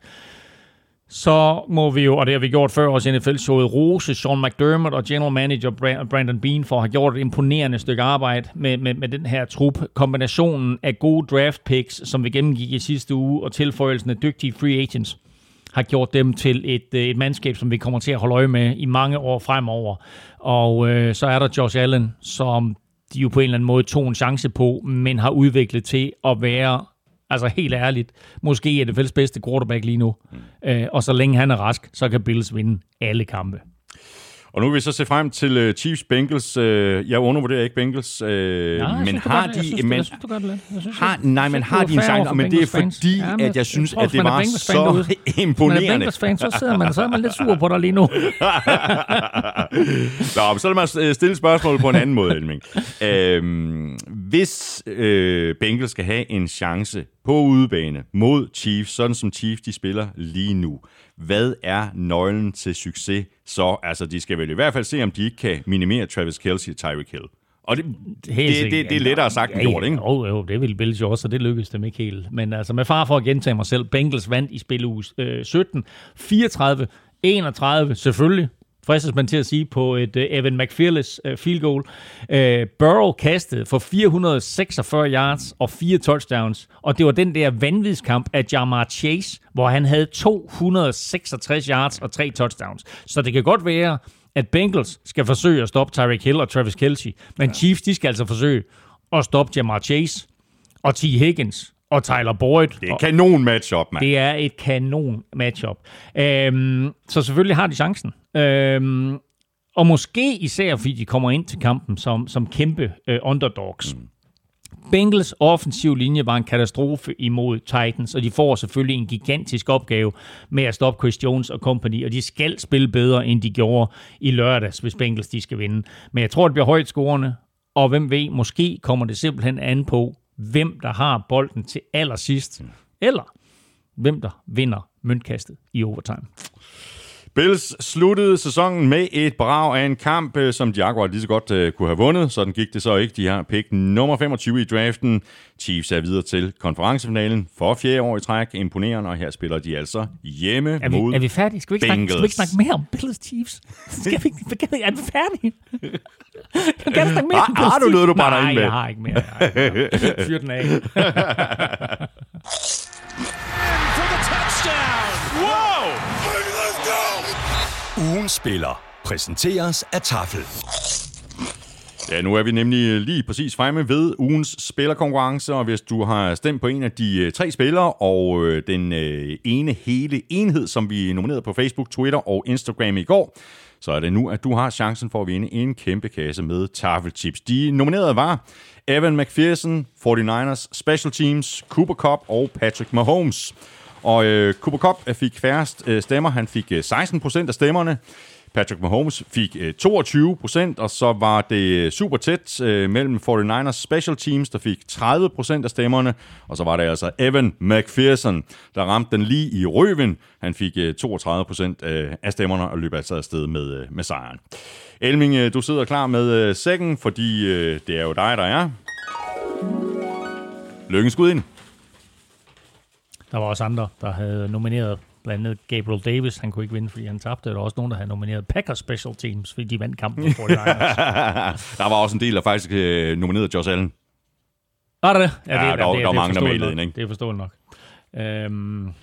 så må vi jo, og det har vi gjort før også i N F L-showet, rose Sean McDermott og general manager Brandon Beane for at have gjort et imponerende stykke arbejde med, med, med den her trup. Kombinationen af gode draft picks, som vi gennemgik i sidste uge, og tilføjelsen af dygtige free agents, har gjort dem til et, et mandskab, som vi kommer til at holde øje med i mange år fremover. Og øh, så er der Josh Allen, som de jo på en eller anden måde tog en chance på, men har udviklet til at være, altså helt ærligt, måske er det fælles bedste quarterback lige nu. Mm. Øh, og så længe han er rask, så kan Bills vinde alle kampe. Og nu vil vi så se frem til uh, Chiefs Bengals. Uh, jeg undervurderer ikke Bengals, uh, nej, men har de... Jeg synes, men, jeg synes, du gør det lidt. Har, nej, men har de en chance, men det er fordi, ja, men, at jeg synes, jeg tror, at det var så imponerende. Hvis man er Bengals-fan, så sidder man, så er man lidt sur på dig lige nu. Nå, så lad mig stille spørgsmål på en anden måde, Elming. Uh, hvis uh, Bengals skal have en chance på udebane mod Chiefs, sådan som Chiefs de spiller lige nu, hvad er nøglen til succes så? Altså, de skal vel i hvert fald se, om de ikke kan minimere Travis Kelce og Tyreek Hill. Og det, det, det, det, det er lettere sagt end gjort, ikke? Jo, jo, det ville Bills jo også, og det lykkedes dem ikke helt. Men altså, med far for at gentage mig selv, Bengals vandt i spiluge øh, sytten, fireogtredive enogtredive, selvfølgelig. Fristes man til at sige på et uh, Evan McPherlis uh, field goal. Uh, Burrow kastede for fire hundrede og seksogfyrre yards og fire touchdowns, og det var den der vanvidskamp af Ja'Marr Chase, hvor han havde to hundrede og seksogtres yards og tre touchdowns. Så det kan godt være, at Bengals skal forsøge at stoppe Tyreek Hill og Travis Kelce, men ja. Chiefs, de skal altså forsøge at stoppe Ja'Marr Chase og T. Higgins og Tyler Boyd. Det er et kanon matchup, mand. Det er et kanon matchup. Øhm, så selvfølgelig har de chancen. Øhm, og måske især, fordi de kommer ind til kampen som, som kæmpe øh, underdogs. Mm. Bengals offensiv linje var en katastrofe imod Titans, og de får selvfølgelig en gigantisk opgave med at stoppe Chris Jones og company, og de skal spille bedre, end de gjorde i lørdags, hvis Bengals de skal vinde. Men jeg tror, det bliver højt scorende, og hvem ved, måske kommer det simpelthen an på, hvem der har bolden til allersidst, eller hvem der vinder møntkastet i overtime. Bills sluttede sæsonen med et brag af en kamp, som Jaguar lige så godt uh, kunne have vundet. Sådan gik det så ikke. De har pick nummer femogtyve i draften. Chiefs er videre til konferencefinalen for fjerde år i træk. Imponerende, og her spiller de altså hjemme er vi, mod Er vi færdige? Skal vi ikke snakke, skal vi ikke snakke mere om Bills Chiefs? Skal vi, er vi færdige? Kan du snakke mere om Bills Har du noget, du brænder ind med? Nej, jeg har ikke mere. Fyr den af. Ugens spiller præsenteres af Tafel. Ja, nu er vi nemlig lige præcis fremme ved ugens spillerkonkurrence, og hvis du har stemt på en af de tre spillere, og øh, den øh, ene hele enhed, som vi nominerede på Facebook, Twitter og Instagram i går, så er det nu, at du har chancen for at vinde en kæmpe kasse med tafelchips. De nominerede var Evan McPherson, forty-niners Special Teams, Cooper Kupp og Patrick Mahomes. Og øh, Cooper Kupp fik færrest øh, stemmer. Han fik øh, seksten procent af stemmerne. Patrick Mahomes fik øh, toogtyve procent, og så var det super tæt øh, mellem forty-niners Special Teams, der fik tredive procent af stemmerne. Og så var det altså Evan McPherson, der ramte den lige i røven. Han fik øh, toogtredive procent øh, af stemmerne og løb altså afsted med, øh, med sejren. Elming, øh, du sidder klar med øh, sækken, fordi øh, det er jo dig, der er. Lykkens skud ind. Der var også andre, der havde nomineret, blandt andet Gabriel Davis. Han kunne ikke vinde, fordi han tabte. Der var også nogen, der havde nomineret Packers Special Teams, fordi de vandt kampen for forty-niners. Der var også en del, der faktisk øh, nominerede Josh Allen. Var det det? Ja, det, ja, der, der, det, der var mange, der mailede ind, ikke? Det er forståeligt nok. Øhm.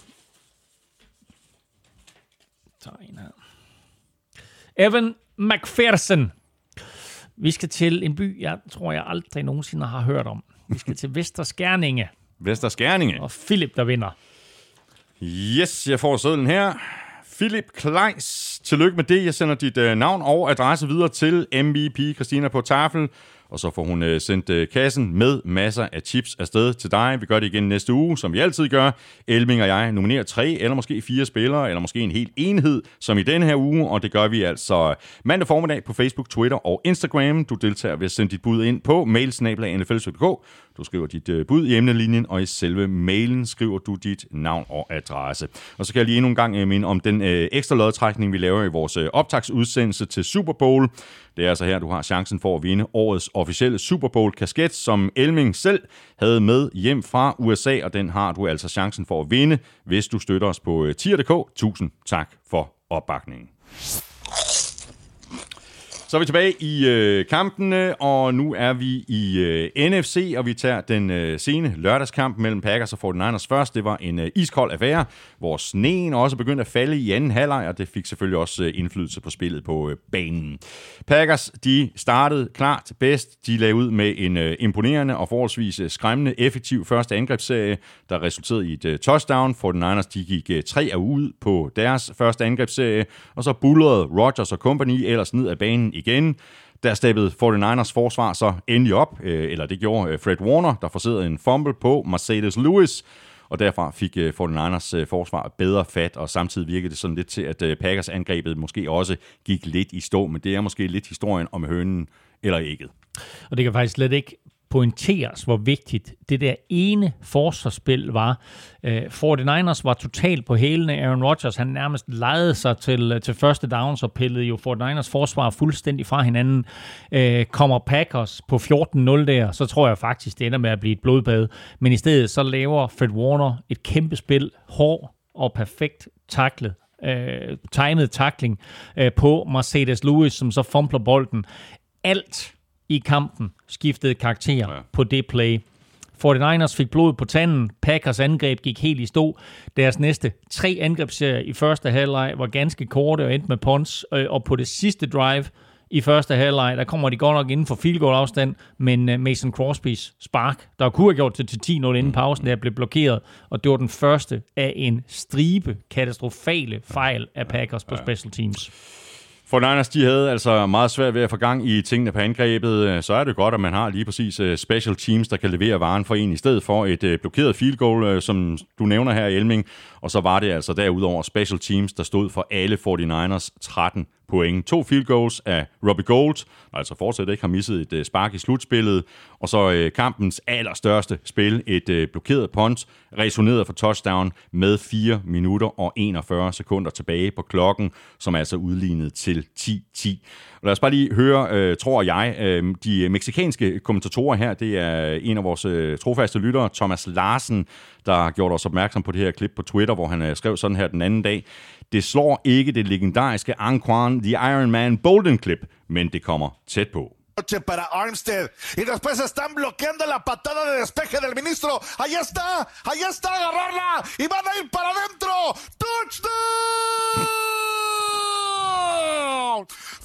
Så en her. Evan McPherson. Vi skal til en by, jeg tror, jeg aldrig nogensinde har hørt om. Vi skal til Vester Skærninge. Vester Skærninge. Og Philip, der vinder. Yes, jeg får sedlen her. Philip Kleis, tillykke med det. Jeg sender dit uh, navn og adresse videre til M V P Christina på tafel. Og så får hun uh, sendt uh, kassen med masser af chips afsted til dig. Vi gør det igen næste uge, som vi altid gør. Elming og jeg nominerer tre eller måske fire spillere, eller måske en hel enhed, som i denne her uge. Og det gør vi altså mandag formiddag på Facebook, Twitter og Instagram. Du deltager ved at sende dit bud ind på mail snabel-a n f l punktum d k. Du skriver dit uh, bud i emnelinjen, og i selve mailen skriver du dit navn og adresse. Og så kan jeg lige endnu en gang uh, minde om den uh, ekstra lodtrækning, vi laver i vores uh, optagsudsendelse til Super Bowl. Det er altså her, du har chancen for at vinde årets officielle Super Bowl-kasket, som Elming selv havde med hjem fra U S A, og den har du altså chancen for at vinde, hvis du støtter os på tier punktum d k. Tusind tak for opbakningen. Så er vi tilbage i øh, kampene, og nu er vi i øh, N F C, og vi tager den øh, sene lørdagskamp mellem Packers og forty-niners først. Det var en øh, iskold affære, hvor sneen også begyndte at falde i anden halvleg, og det fik selvfølgelig også øh, indflydelse på spillet på øh, banen. Packers, de startede klart bedst. De lagde ud med en øh, imponerende og forholdsvis øh, skræmmende effektiv første angrebsserie, der resulterede i et øh, touchdown. forty-niners, de gik øh, tre af ud på deres første angrebsserie, og så bullerede Rodgers og company ellers ned ad banen igen. Der steppede forty-niners forsvar så endelig op, øh, eller det gjorde øh, Fred Warner, der forserede en fumble på Marcedes Lewis, og derfra fik øh, forty-niners øh, forsvar bedre fat, og samtidig virkede det sådan lidt til, at øh, Packers angrebet måske også gik lidt i stå, men det er måske lidt historien om hønen eller ægget. Og det kan faktisk slet ikke pointeres, hvor vigtigt det der ene forsvarsspil var. Uh, forty-niners var totalt på hælene. Aaron Rodgers, han nærmest lejede sig til, til første downs og pillede jo forty-niners forsvar fuldstændig fra hinanden. Uh, kommer Packers på fjorten nul der, så tror jeg faktisk, det ender med at blive et blodbad. Men i stedet så laver Fred Warner et kæmpe spil, hård og perfekt tacklet. Uh, timet tackling uh, på Marcedes Lewis, som så fumbler bolden. Alt i kampen skiftede karakter ja. på det play. forty-niners fik blod på tanden. Packers angreb gik helt i stå. Deres næste tre angrebsserier i første halvleg var ganske korte og endte med punts. Og på det sidste drive i første halvleg, der kommer de godt nok inden for field goal afstand, men Mason Crosbys spark, der kunne have gjort det til ti nul inden pausen, der blev blokeret, og det var den første af en stribe katastrofale fejl af Packers på special teams. forty-niners, de havde altså meget svært ved at få gang i tingene på angrebet. Så er det godt, at man har lige præcis special teams, der kan levere varen for en i stedet for et blokeret field goal, som du nævner her, Elming. Og så var det altså derudover special teams, der stod for alle forty-niners tretten point. To field goals af Robbie Gould, der altså fortsat ikke har misset et spark i slutspillet. Og så øh, kampens allerstørste spil, et øh, blokeret punt, resoneret for touchdown med fire minutter og enogfyrre sekunder tilbage på klokken, som er altså udlignet til ti ti. Lad os bare lige høre, øh, tror jeg, øh, de meksikanske kommentatorer her, det er en af vores øh, trofaste lyttere, Thomas Larsen, der har gjort os opmærksom på det her klip på Twitter, hvor han øh, skrev sådan her den anden dag: det slår ikke det legendariske Anquan The Iron Man Bolden-klip, men det kommer tæt på. Para Armstead y después están bloqueando la patada de despeje del ministro. Ahí está, ahí está, agarrarla y van a ir para adentro. Touchdown!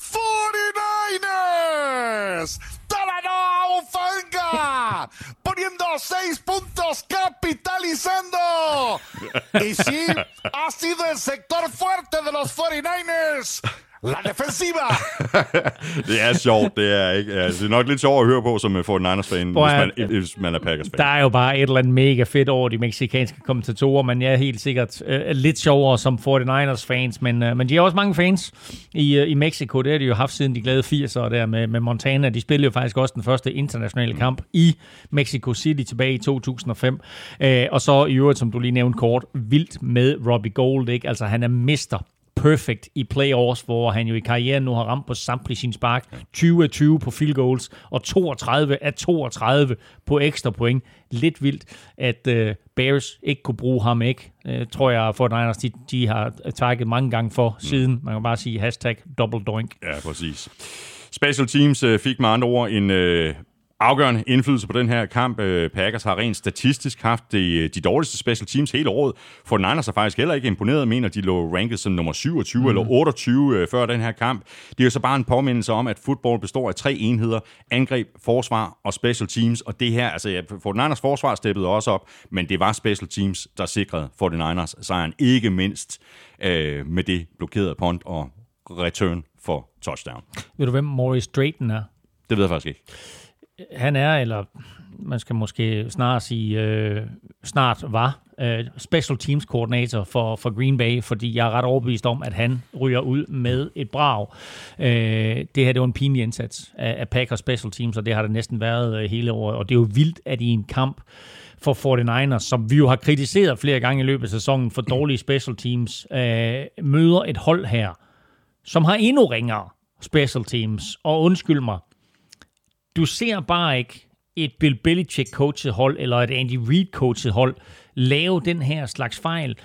forty-niners! Talanoa Ufanga! Poniendo seis puntos, capitalizando. Y sí, ha sido el sector fuerte de los forty-niners. La defensiva! Det er sjovt, det er ikke. Altså, det er nok lidt sjovt at høre på som forty-niners-fan, hvis man, hvis man er Packers-fan. Der er jo bare et eller andet mega fedt over de meksikanske kommentatorer, men jeg er helt sikkert uh, lidt sjovere som forty-niners-fans, men, uh, men de har også mange fans i, uh, i Mexico. Det har de jo haft siden de glade firserne der med, med Montana. De spillede jo faktisk også den første internationale kamp mm. i Mexico City tilbage i to tusind og fem. Uh, og så i øvrigt, som du lige nævnte kort, vildt med Robbie Gould, ikke? Altså han er mester perfect i playoffs, hvor han jo i karrieren nu har ramt på samtlige sin spark. tyve af tyve på field goals, og toogtredive af toogtredive på ekstra point. Lidt vildt, at uh, Bears ikke kunne bruge ham, ikke? Uh, tror jeg, forty-niners, de, de har takket mange gange for mm. siden. Man kan bare sige hashtag double doink. Ja, præcis. Special Teams uh, fik med andre ord en Uh afgørende indflydelse på den her kamp. Packers har rent statistisk haft de, de dårligste special teams hele året. forty-niners er faktisk heller ikke imponeret, mener de lå ranket som nummer syvogtyve mm. eller otteogtyve før den her kamp. Det er jo så bare en påmindelse om, at fodbold består af tre enheder: angreb, forsvar og special teams. Og det her, altså forty-niners forsvar steppede også op, men det var special teams, der sikrede forty-niners sejren, ikke mindst øh, med det blokerede punt og return for touchdown. Ved du, hvem Maurice Drayton er? Det ved jeg faktisk ikke. Han er, eller man skal måske snart sige, øh, snart var øh, special teams koordinator for, for Green Bay, fordi jeg er ret overbevist om, at han ryger ud med et brag. Øh, det her, det var en pinlig indsats af, af Packers special teams, og det har det næsten været øh, hele året, og det er jo vildt, at i en kamp for forty-niners, som vi jo har kritiseret flere gange i løbet af sæsonen for dårlige special teams, øh, møder et hold her, som har endnu ringere special teams, og undskyld mig, du ser bare ikke et Bill Belichick-coachet hold, eller et Andy Reid-coachet hold, lave den her slags fejl.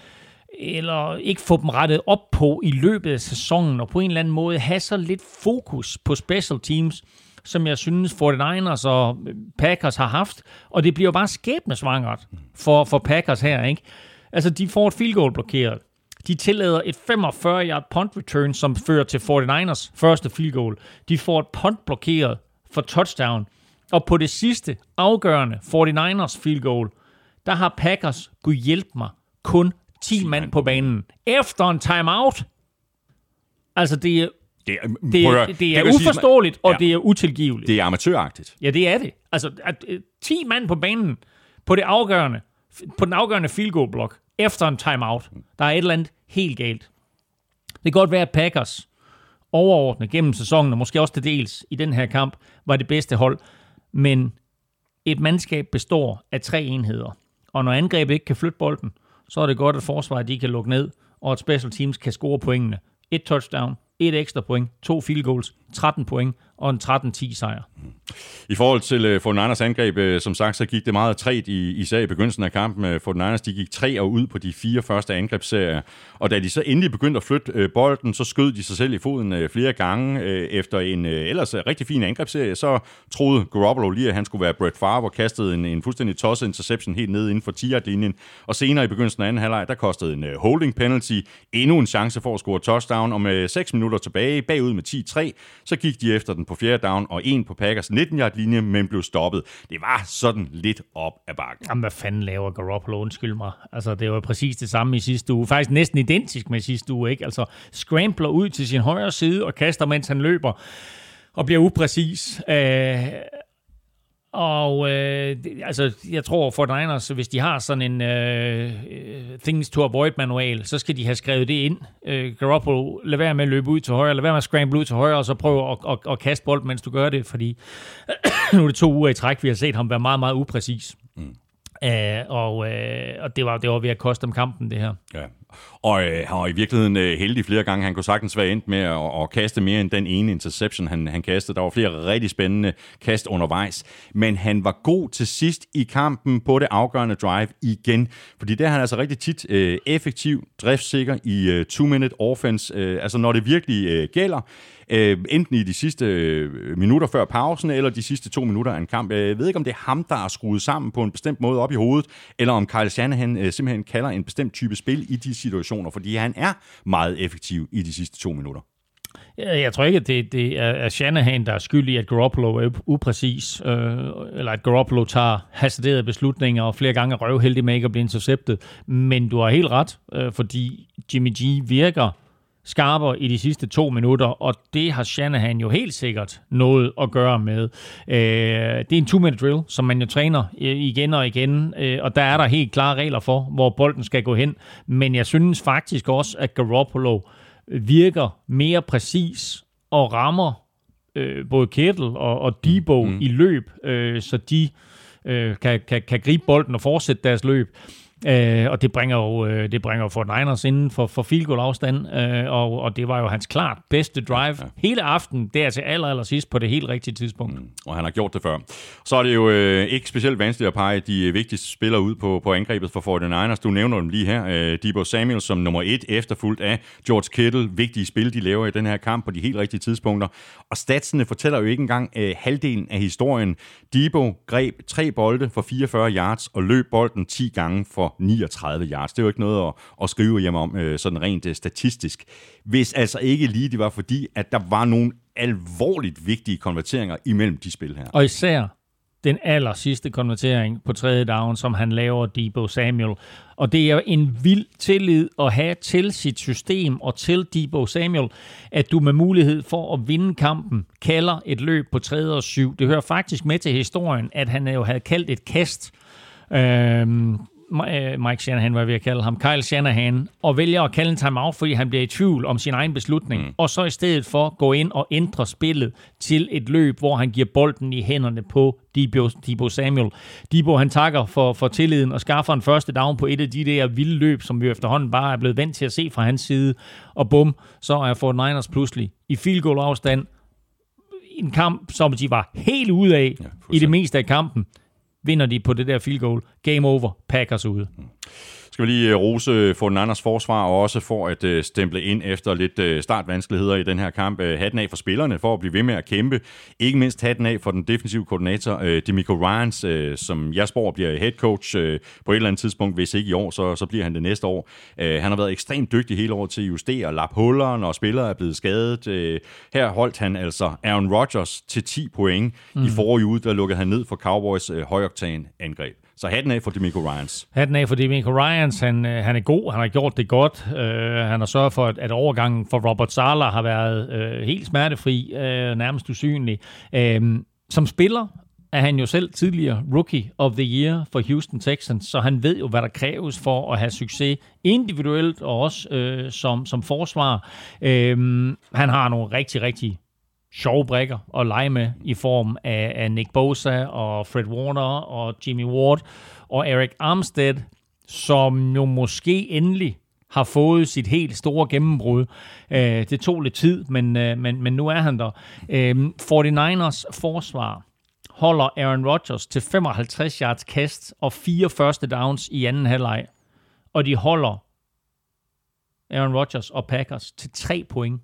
eller ikke få dem rettet op på i løbet af sæsonen, og på en eller anden måde have så lidt fokus på special teams, som jeg synes forty-niners og Packers har haft, og det bliver jo bare skæbnesvangert for, for Packers her, ikke? Altså, de får et field goal blokeret. De tillader et femogfyrre yard punt return, som fører til forty-niners første field goal. De får et punt blokeret for touchdown. Og på det sidste afgørende forty-niners field goal, der har Packers, gud hjælp mig, kun ti mand på banen. Efter en timeout. Altså, det er, det er, det er, det er det uforståeligt, sige, og ja, det er utilgiveligt. Det er amatøragtigt. Ja, det er det. Altså, at, at, ti mand på banen på det afgørende, på den afgørende field goal blok, efter en timeout. Der er et eller andet helt galt. Det kan godt være, at Packers overordnet gennem sæsonen, og måske også til dels i den her kamp, var det bedste hold. Men et mandskab består af tre enheder. Og når angrebet ikke kan flytte bolden, så er det godt, at forsvaret de kan lukke ned, og at special teams kan score pointene. Et touchdown, et ekstra point, to field goals, tretten point og en tretten ti sejr. I forhold til uh, forty-niners angreb, uh, som sagt, så gik det meget træt i, især i begyndelsen af kampen. Uh, forty-niners, de gik tre og ud på de fire første angrebsserier, og da de så endelig begyndte at flytte uh, bolden, så skød de sig selv i foden uh, flere gange. Uh, efter en uh, ellers uh, rigtig fin angrebsserie, så troede Garoppolo lige, at han skulle være Brett Favre, og kastede en, en fuldstændig tosset interception helt ned inden for ti yard linjen. Og senere i begyndelsen af anden halvleg, der kostede en uh, holding penalty, endnu en chance for at score touchdown, og med seks minutter tilbage, bagud med ti tre, så gik de efter den på fjerde down, og en på Packers nitten yard linje, men blev stoppet. Det var sådan lidt op ad bakken. Jamen, hvad fanden laver Garoppolo? Undskyld mig. Altså, det var præcis det samme i sidste uge. Faktisk næsten identisk med sidste uge, ikke? Altså, scrambler ud til sin højre side og kaster, mens han løber, og bliver upræcis. Øh, og øh, altså, jeg tror for Niners, hvis de har sådan en øh, things to avoid manual, så skal de have skrevet det ind. Øh, Garoppolo, lad være med at løbe ud til højre, lad være med at scramble ud til højre, og så prøve at, at, at kaste bold, mens du gør det, fordi nu er det to uger i træk, vi har set ham være meget, meget upræcis. Mm. Uh, og uh, og det, var, det var ved at koste dem kampen, det her. Ja. Og øh, han var i virkeligheden øh, heldig flere gange. Han kunne sagtens være endt med at, at kaste mere end den ene interception, han, han kastede. Der var flere rigtig spændende kast undervejs. Men han var god til sidst i kampen på det afgørende drive igen. Fordi der er han altså rigtig tit øh, effektiv, driftsikker i øh, two-minute offense. Øh, altså når det virkelig øh, gælder. Øh, enten i de sidste øh, minutter før pausen, eller de sidste to minutter af en kamp. Jeg ved ikke, om det er ham, der er skruet sammen på en bestemt måde op i hovedet, eller om Kyle Shanahan øh, simpelthen kalder en bestemt type spil i de situationer, fordi han er meget effektiv i de sidste to minutter. Jeg tror ikke, at det, det er Shanahan, der er skyld i, at Garoppolo er upræcis, øh, eller at Garoppolo tager hasarderede beslutninger og flere gange er røvheldig med ikke at blive interceptet. Men du har helt ret, øh, fordi Jimmy G virker skarpere i de sidste to minutter, og det har Shanahan jo helt sikkert noget at gøre med. Øh, det er en two-minute drill, som man jo træner igen og igen, øh, og der er der helt klare regler for, hvor bolden skal gå hen. Men jeg synes faktisk også, at Garoppolo virker mere præcis og rammer øh, både Kittle og, og Debo mm. i løb, øh, så de øh, kan, kan, kan gribe bolden og fortsætte deres løb. Uh, og det bringer jo uh, det bringer jo forty-niners inden for, for field goal afstand, uh, og, og det var jo hans klart bedste drive ja. hele aftenen, der til aller, aller sidst på det helt rigtige tidspunkt. Mm, og han har gjort det før. Så er det jo uh, ikke specielt vanskeligt at pege de vigtigste spillere ud på, på angrebet for forty-niners. Du nævner dem lige her. Uh, Debo Samuel som nummer et, efterfulgt af George Kittle. Vigtige spil, de laver i den her kamp på de helt rigtige tidspunkter. Og statsene fortæller jo ikke engang uh, halvdelen af historien. Debo greb tre bolde for fireogfyrre yards og løb bolden ti gange for niogtredive yards. Det er jo ikke noget at, at skrive hjem om, øh, sådan rent øh, statistisk. Hvis altså ikke lige det var fordi, at der var nogle alvorligt vigtige konverteringer imellem de spil her. Og især den aller sidste konvertering på tredje down, som han laver, Debo Samuel. Og det er en vild tillid at have til sit system og til Debo Samuel, at du med mulighed for at vinde kampen kalder et løb på tredje og syv. Det hører faktisk med til historien, at han jo havde kaldt et kast. Øhm, Mike Shanahan var ved at kalde ham, Kyle Shanahan, og vælger at kalde en timeout, fordi han bliver i tvivl om sin egen beslutning, mm. og så i stedet for gå ind og ændre spillet til et løb, hvor han giver bolden i hænderne på Debo, Debo Samuel. Debo, han takker for, for tilliden og skaffer en første down på et af de der vilde løb, som vi efterhånden bare er blevet vant til at se fra hans side, og bum, så er forty-niners pludselig i field goal afstand. En kamp, som de var helt ude af ja, i det meste af kampen. Vinder de på det der field goal. Game over. Packers ude. Skal vi lige rose forty-niners forsvar, og også for at uh, stemple ind efter lidt uh, startvanskeligheder i den her kamp. Uh, hatten af for spillerne for at blive ved med at kæmpe. Ikke mindst hatten af for den defensive koordinator, uh, DeMeco Ryans, uh, som jeg spår bliver head coach uh, på et eller andet tidspunkt. Hvis ikke i år, så, så bliver han det næste år. Uh, han har været ekstremt dygtig hele året til at justere, lappe huller, når spillere er blevet skadet. Uh, her holdt han altså Aaron Rodgers til ti point. Mm. I forrige uge, der lukkede han ned for Cowboys uh, højoktan angreb. Så hatten af for DeMeco Ryans. Hatten af for DeMeco Ryans. Han, han er god. Han har gjort det godt. Uh, han har sørget for, at, at overgangen for Robert Saleh har været uh, helt smertefri, uh, nærmest usynlig. Uh, som spiller er han jo selv tidligere Rookie of the Year for Houston Texans, så han ved jo, hvad der kræves for at have succes individuelt og også uh, som, som forsvar. Uh, han har nogle rigtig, rigtig sjove brækker at lege med i form af, af Nick Bosa og Fred Warner og Jimmy Ward og Eric Armstead, som jo måske endelig har fået sit helt store gennembrud. Øh, det tog lidt tid, men, øh, men, men nu er han der. Øh, forty-niners forsvar holder Aaron Rodgers til femoghalvtreds yards kast og fire første downs i anden halvleg, og de holder Aaron Rodgers og Packers til tre point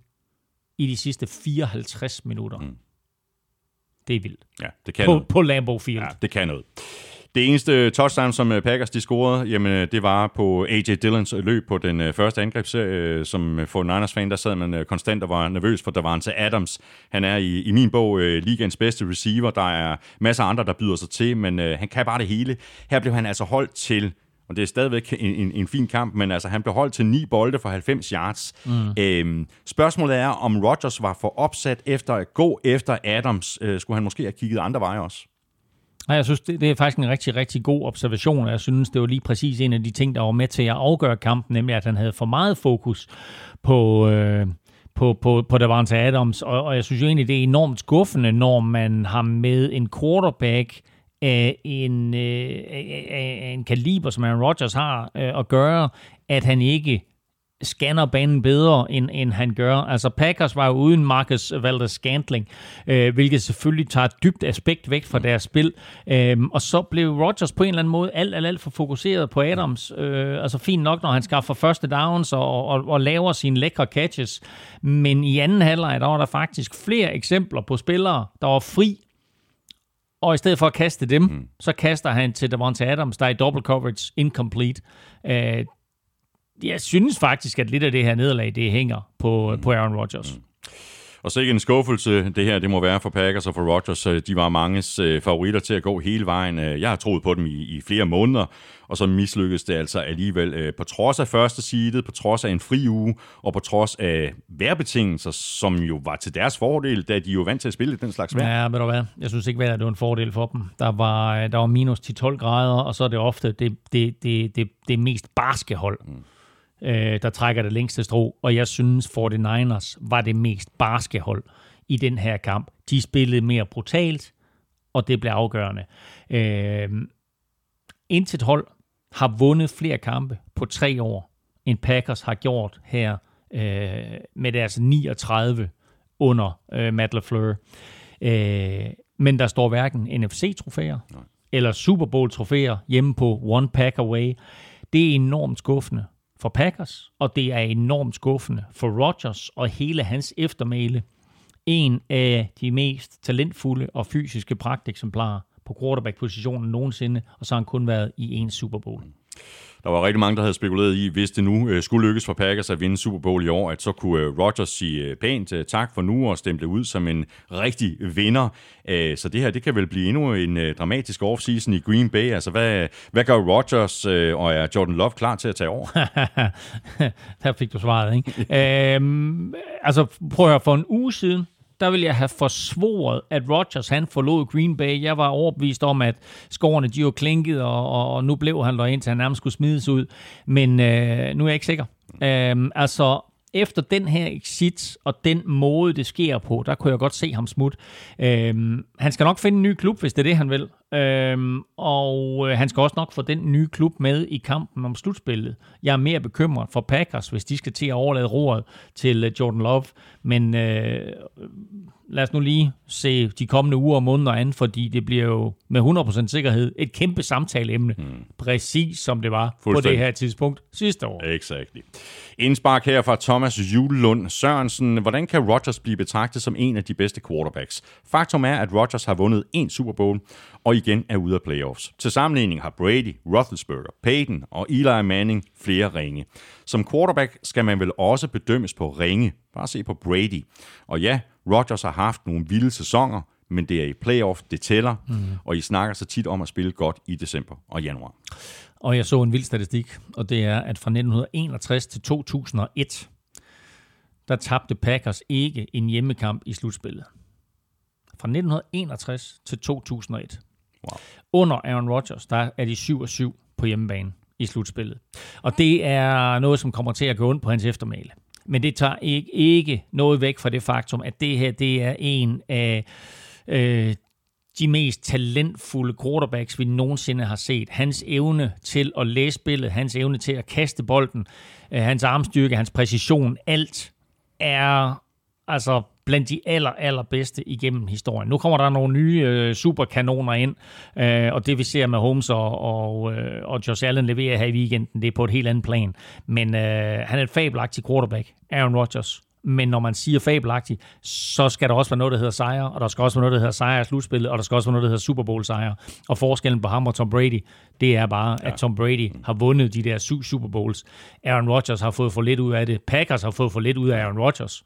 i de sidste fireoghalvtreds minutter. Mm. Det er vildt. Ja, det kan på, noget. På Lambeau Field. Ja, det kan noget. Det eneste touchdown, som Packers de scorede, jamen, det var på A J Dillons løb på den første angrebsserie. Som forty-niners-fan, der sad man konstant og var nervøs for Davante Adams. Han er i, i min bog ligaens bedste receiver. Der er masser af andre, der byder sig til, men uh, han kan bare det hele. Her blev han altså holdt til, og det er stadigvæk en, en, en fin kamp, men altså, han blev holdt til ni bolde for halvfems yards. Mm. Øhm, spørgsmålet er, om Rodgers var for opsat efter at gå efter Adams. Øh, skulle han måske have kigget andre veje også? Nej, jeg synes, det, det er faktisk en rigtig, rigtig god observation, og jeg synes, det var lige præcis en af de ting, der var med til at afgøre kampen, nemlig at han havde for meget fokus på, øh, på, på, på Davante Adams, og, og jeg synes jo egentlig, det er enormt skuffende, når man har med en quarterback af en, øh, af en kaliber, som Aaron Rodgers har øh, at gøre, at han ikke scanner banen bedre, end, end han gør. Altså Packers var jo uden Marcus Valdes-Scantling, øh, hvilket selvfølgelig tager et dybt aspekt væk fra deres spil. Øh, og så blev Rodgers på en eller anden måde alt, alt, alt for fokuseret på Adams. Øh, altså fint nok, når han skaffer første downs og, og, og laver sine lækre catches. Men i anden halvleg, der var der faktisk flere eksempler på spillere, der var fri, og i stedet for at kaste dem, mm. så kaster han til Davante Adams, der er i double coverage, incomplete. Øh, jeg synes faktisk, at lidt af det her nederlag, det hænger på, mm. på Aaron Rodgers. Mm. Og så ikke en skuffelse, det her, det må være for Packers og for Rodgers. De var manges øh, favoritter til at gå hele vejen. Jeg har troet på dem i, i flere måneder, og så mislykkedes det altså alligevel. Øh, på trods af første seedet, på trods af en fri uge, og på trods af vejrbetingelser, som jo var til deres fordel, da de jo vant til at spille den slags vejr. Ja, ved du hvad? Jeg synes ikke, vejret det var en fordel for dem. Der var, der var minus ti til tolv grader, og så er det ofte det, det, det, det, det mest barske hold. Mm. der trækker det længste strå, og jeg synes, forty-niners var det mest barske hold i den her kamp. De spillede mere brutalt, og det blev afgørende. Øh, intet hold har vundet flere kampe på tre år, end Packers har gjort her øh, med deres niogtredive under øh, Matt LaFleur. Øh, men der står hverken N F C-trofæer Nej. eller Super Bowl-trofæer hjemme på One Pack Away. Det er enormt skuffende for Packers, og det er enormt skuffende for Rodgers og hele hans eftermæle. En af de mest talentfulde og fysiske pragteksemplarer på quarterback-positionen nogensinde, og så har han kun været i en Super Bowl. Der var rigtig mange, der havde spekuleret i, hvis det nu øh, skulle lykkes for Packers at vinde Super Bowl i år, at så kunne øh, Rodgers sige øh, pænt øh, tak for nu og stemple ud som en rigtig vinder. Æh, så det her, det kan vel blive endnu en øh, dramatisk offseason i Green Bay. Altså, hvad, hvad gør Rodgers, øh, og er Jordan Love klar til at tage over? Der fik du svaret, ikke? øhm, altså, prøv at høre, for en uge siden, der ville jeg have forsvoret, at Rodgers han forlod Green Bay. Jeg var overbevist om, at skårene de var klinket, og, og, og nu blev han der indtil han nærmest skulle smides ud. Men øh, nu er jeg ikke sikker. Øhm, altså, efter den her exit og den måde, det sker på, der kunne jeg godt se ham smut. Øhm, han skal nok finde en ny klub, hvis det er det, han vil. Øhm, og øh, han skal også nok få den nye klub med i kampen om slutspillet. Jeg er mere bekymret for Packers, hvis de skal til at overlade roret til øh, Jordan Love. Men øh, lad os nu lige se de kommende uger og måneder an, fordi det bliver jo med hundrede procent sikkerhed et kæmpe samtaleemne, mm. præcis som det var på det her tidspunkt sidste år. Exakt. Indspark her fra Thomas Julelund Sørensen. Hvordan kan Rodgers blive betragtet som en af de bedste quarterbacks? Faktum er, at Rodgers har vundet en Super Bowl og igen er ude af playoffs. Til sammenligning har Brady, Roethlisberger, Peyton og Eli Manning flere ringe. Som quarterback skal man vel også bedømmes på ringe. Bare se på Brady. Og ja, Rodgers har haft nogle vilde sæsoner, men det er i playoff, det tæller, mm. og I snakker så tit om at spille godt i december og januar. Og jeg så en vild statistik, og det er, at fra nitten enogtres til to tusind og et, der tabte Packers ikke en hjemmekamp i slutspillet. Fra nitten enogtres til to tusind og et. Wow. Under Aaron Rodgers, der er de syv og syv på hjemmebane i slutspillet. Og det er noget, som kommer til at gå ondt på hans eftermæle. Men det tager ikke, ikke noget væk fra det faktum, at det her det er en af øh, de mest talentfulde quarterbacks, vi nogensinde har set. Hans evne til at læse spillet, hans evne til at kaste bolden, øh, hans armstyrke, hans præcision, alt er altså blandt de aller, allerbedste igennem historien. Nu kommer der nogle nye øh, superkanoner ind, øh, og det vi ser med Holmes og, og, øh, og Josh Allen leverer her i weekenden, det er på et helt andet plan. Men øh, han er et fabelagtig quarterback, Aaron Rodgers. Men når man siger fabelagtig, så skal der også være noget, der hedder sejre, og der skal også være noget, der hedder sejre i slutspillet, og der skal også være noget, der hedder Super Bowl sejre. Og forskellen på ham og Tom Brady, det er bare, ja. at Tom Brady har vundet de der syv Super Bowls. Aaron Rodgers har fået for lidt ud af det. Packers har fået for lidt ud af Aaron Rodgers.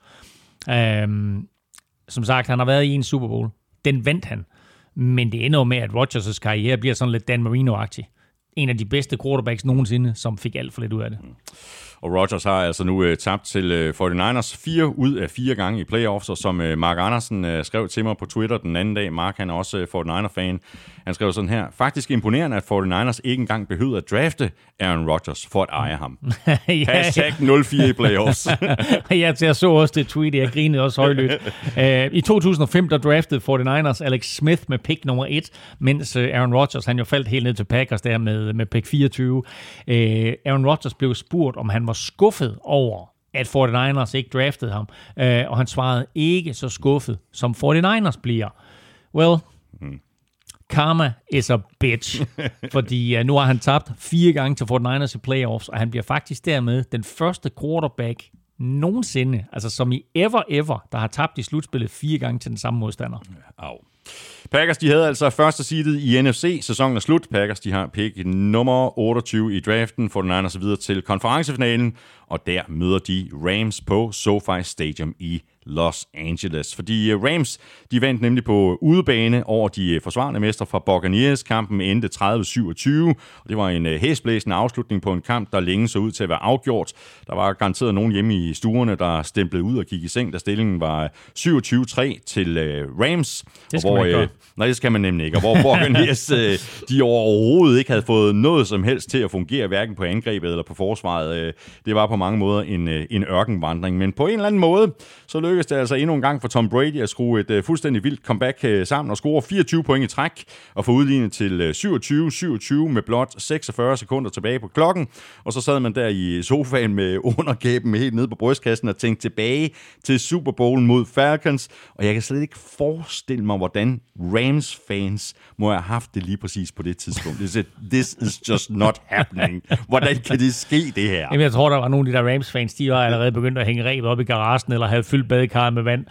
Um, som sagt, han har været i en Super Bowl. Den vandt han. Men det ender jo med, at Rodgers' karriere bliver sådan lidt Dan Marino-agtig. En af de bedste quarterbacks nogensinde, som fik alt for lidt ud af det. Og Rodgers har altså nu uh, tabt til uh, forty-niners fire ud af fire gange i playoffs, og som uh, Mark Andersen uh, skrev til mig på Twitter den anden dag, Mark han er også uh, forty-niner-fan, han skrev sådan her: faktisk imponerende, at forty-niners ikke engang behøvede at drafte Aaron Rodgers for at eje ham. ja, Hashtag nul fire i playoffs. ja, jeg så også det tweet, jeg grinede også højlydt. uh, I to tusind og fem, der draftede forty-niners Alex Smith med pick nummer et, mens uh, Aaron Rodgers, han jo faldt helt ned til Packers der med, med pick fireogtyve. Uh, Aaron Rodgers blev spurgt, om han var skuffet over, at forty-niners ikke draftede ham, øh, og han svarede ikke så skuffet, som forty-niners bliver. Well, mm. karma is a bitch, fordi uh, nu har han tabt fire gange til forty-niners i playoffs, og han bliver faktisk dermed den første quarterback nogensinde, altså som i ever ever, der har tabt i slutspillet fire gange til den samme modstander. Au. Packers, de havde altså første seedet i N F C. Sæsonen er slut. Packers, de har pick nummer otteogtyve i draften. forty-niners videre til konferencefinalen, og der møder de Rams på SoFi Stadium i Los Angeles. Fordi Rams, de vandt nemlig på udebane over de forsvarende mestre fra Buccaneers. Kampen endte tredive syvogtyve, og det var en hæsblæsende afslutning på en kamp, der længe så ud til at være afgjort. Der var garanteret nogen hjemme i stuerne, der stemplede ud og gik i seng, da stillingen var syvogtyve tre til Rams. Det skal hvor, man ikke gøre. Nej, det skal man nemlig ikke. Og hvor Buccaneers, de overhovedet ikke havde fået noget som helst til at fungere, hverken på angrebet eller på forsvaret. Det var på mange måder en, en ørkenvandring. Men på en eller anden måde, så lykkedes det altså endnu en gang for Tom Brady at skrue et fuldstændig vildt comeback sammen og score fireogtyve point i træk og få udlignet til syvogtyve syvogtyve med blot seksogfyrre sekunder tilbage på klokken. Og så sad man der i sofaen med underkæben helt nede på brystkassen og tænkte tilbage til Super Bowlen mod Falcons. Og jeg kan slet ikke forestille mig, hvordan Rams-fans må have haft det lige præcis på det tidspunkt. This, this is just not happening. Hvordan kan det ske, det her? Jamen, jeg tror, der var nogle af de der Rams-fans, de var allerede begyndt at hænge rebet op i garagen, eller havde fyldt badekarret med vand.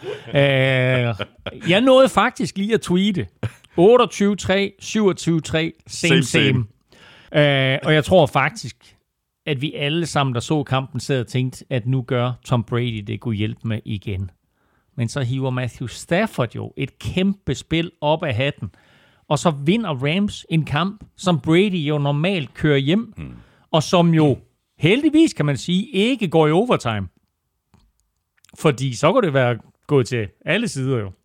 Øh, jeg nåede faktisk lige at tweete. otteogtyve tre, syvogtyve tre, same, same. same. Øh, og jeg tror faktisk, at vi alle sammen, der så kampen, sad og tænkte, at nu gør Tom Brady det, kunne hjælpe med igen. Men så hiver Matthew Stafford jo et kæmpe spil op af hatten, og så vinder Rams en kamp, som Brady jo normalt kører hjem, mm. og som jo heldigvis, kan man sige, ikke går i overtime. Fordi så kunne det være gået til alle sider jo.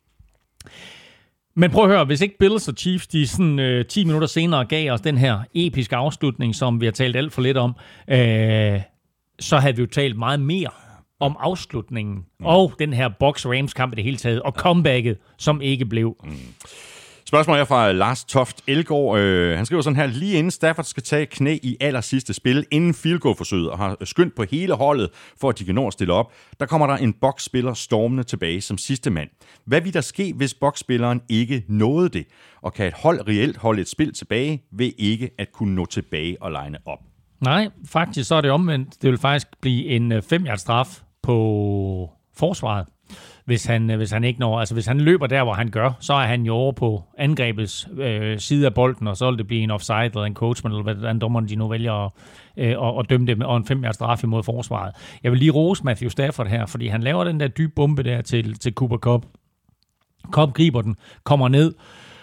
Men prøv at høre, hvis ikke Bills og Chiefs, de sådan øh, ti minutter senere gav os den her episke afslutning, som vi har talt alt for lidt om, øh, så havde vi jo talt meget mere om afslutningen, mm. og den her Bucs Rams kamp i det hele taget, og comebacket, som ikke blev. Mm. Spørgsmål er fra Lars Toft Elgaard. Øh, han skriver sådan her: lige inden Stafford skal tage knæ i aller sidste spil, inden field goal-forsøget, og har skyndt på hele holdet, for at de kan nå at stille op, der kommer der en boksspiller stormende tilbage som sidste mand. Hvad vil der ske, hvis boksspilleren ikke nåede det? Og kan et hold reelt holde et spil tilbage, ved ikke at kunne nå tilbage og line op? Nej, faktisk så er det omvendt. Det vil faktisk blive en fem-yards straf på forsvaret. Hvis han, hvis han ikke når, altså hvis han løber der, hvor han gør, så er han jo over på angrebets øh, side af bolden, og så vil det blive en offside eller en coachman, eller hvordan dommerne de nu vælger at, øh, at, at dømme det med, og en fem-yards straf imod forsvaret. Jeg vil lige rose Matthew Stafford her, fordi han laver den der dybe bombe der til, til Cooper Kupp. Kupp griber den, kommer ned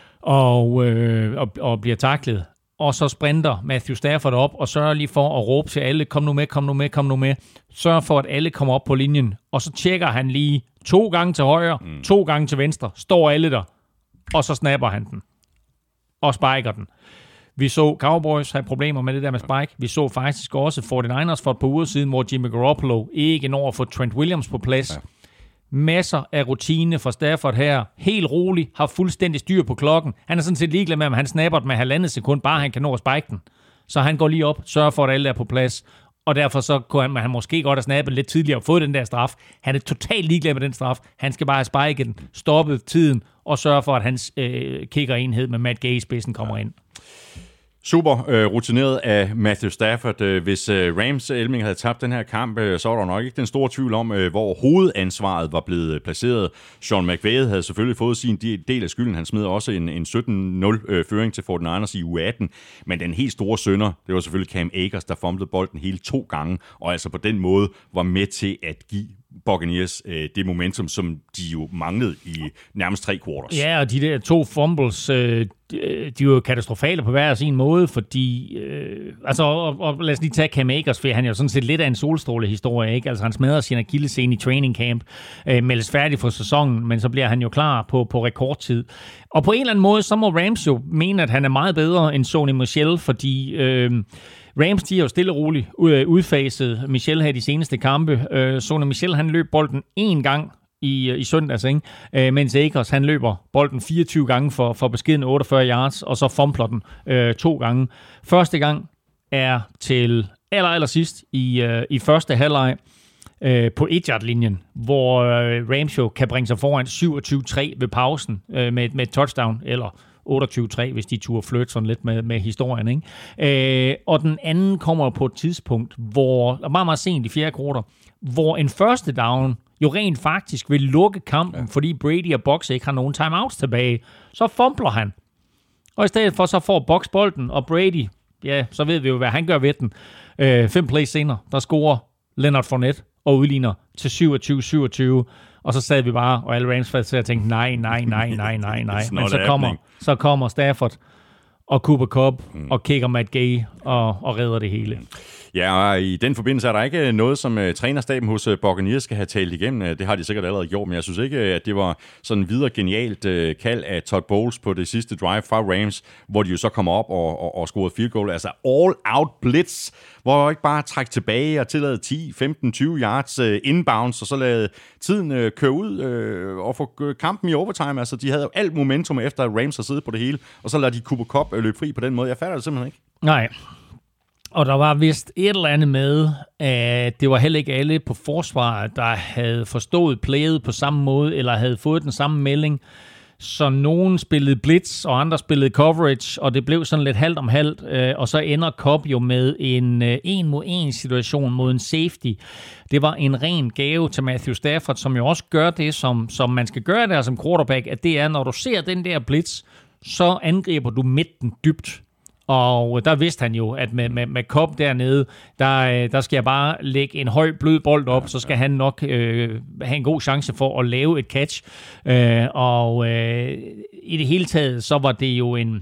og, øh, og, og bliver tacklet. Og så sprinter Matthew Stafford op og sørger lige for at råbe til alle, kom nu med, kom nu med, kom nu med. Sørger for, at alle kommer op på linjen. Og så tjekker han lige to gange til højre, mm. to gange til venstre. Står alle der. Og så snapper han den. Og spiker den. Vi så Cowboys have problemer med det der med spike. Vi så faktisk også forty-niners for et par uger siden, hvor Jimmy Garoppolo ikke når at få Trent Williams på plads. Ja. Masser af rutine for Stafford her. Helt rolig, har fuldstændig styr på klokken. Han er sådan set ligeglad med, om han snapper den med halvandet sekund, bare han kan nå at spike den. Så han går lige op, sørger for, at alle er på plads. Og derfor så kunne han, han måske godt have snappet lidt tidligere og fået den der straf. Han er totalt ligeglad med den straf. Han skal bare have spiket den, stoppet tiden og sørge for, at hans øh, kickerenhed med Matt Gay i spidsen kommer ind. Super øh, rutineret af Matthew Stafford. Hvis øh, Rams Elming havde tabt den her kamp, øh, så var der nok ikke den store tvivl om, øh, hvor hovedansvaret var blevet placeret. Sean McVay havde selvfølgelig fået sin del af skylden. Han smed også en, en sytten nul øh, føring til forty-niners i uge atten. Men den helt store synder, det var selvfølgelig Cam Akers, der fumblede bolden hele to gange, og altså på den måde var med til at give Buccaneers øh, det momentum, som de jo manglede i nærmest tre quarters. Ja, og de der to fumbles, øh, de, de er jo katastrofale på hver sin måde, fordi, øh, altså, og, og lad os lige tage Cam Akers, for han er jo sådan set lidt af en solstrålehistorie, ikke? Altså, han smadrer sin akillescene i training camp, øh, meldes færdig for sæsonen, men så bliver han jo klar på, på rekordtid. Og på en eller anden måde, så må Rams jo mene, at han er meget bedre end Sony Michel, fordi øh, Rams, de er jo stille og roligt udfaset Michel her de seneste kampe. Øh, Sony Michel, han løb bolden én gang i, i søndags, ikke? Øh, mens Akers, han løber bolden fireogtyve gange for, for beskeden otteogfyrre yards, og så fumbler den øh, to gange. Første gang er til aller, aller sidst i, øh, i første halvleg øh, på et-yard-linjen, hvor øh, Rams jo kan bringe sig foran syvogtyve tre ved pausen øh, med, med et touchdown, eller otteogtyve tre, hvis de turde flytte sådan lidt med, med historien, ikke? Øh, og den anden kommer på et tidspunkt, hvor, meget, meget sent i fjerde kvartal, hvor en første down jo rent faktisk vil lukke kampen, ja. Fordi Brady og Bucs ikke har nogen timeouts tilbage. Så fumbler han. Og i stedet for, så får Bucs bolden, og Brady, ja, så ved vi jo, hvad han gør ved den. Øh, fem plays senere, der scorer Leonard Fournette og udligner til syvogtyve syvogtyve. Og så sad vi bare, og alle Rams til at tænke, nej, nej, nej, nej, nej, nej. Men så kommer, så kommer Stafford og Cooper Kupp mm. og kicker Matt Gay og, og redder det hele. Ja, og i den forbindelse er der ikke noget, som uh, trænerstaben hos uh, Buccaneers skal have talt igennem. Det har de sikkert allerede gjort, men jeg synes ikke, at det var sådan videre genialt uh, kald af Todd Bowles på det sidste drive fra Rams, hvor de jo så kommer op og, og, og scorede field goal. Altså all-out blitz, hvor ikke bare trække tilbage og tillade ti, femten, tyve yards uh, inbounds, og så lade tiden uh, køre ud uh, og få kampen i overtime. Altså, de havde jo alt momentum efter, at Rams har siddet på det hele, og så lader de Cooper Kupp uh, løbe fri på den måde. Jeg fatter det simpelthen ikke. Nej. Og der var vist et eller andet med, at det var heller ikke alle på forsvaret, der havde forstået playet på samme måde, eller havde fået den samme melding. Så nogen spillede blitz, og andre spillede coverage, og det blev sådan lidt halvt om halvt. Og så ender Kupp jo med en en mod en situation mod en safety. Det var en ren gave til Matthew Stafford, som jo også gør det, som, som man skal gøre der som quarterback, at det er, når du ser den der blitz, så angriber du midten dybt. Og der vidste han jo, at med, med, med Kupp dernede, der, der skal jeg bare lægge en høj blød bold op, så skal han nok øh, have en god chance for at lave et catch. Øh, og øh, i det hele taget, så var det jo en,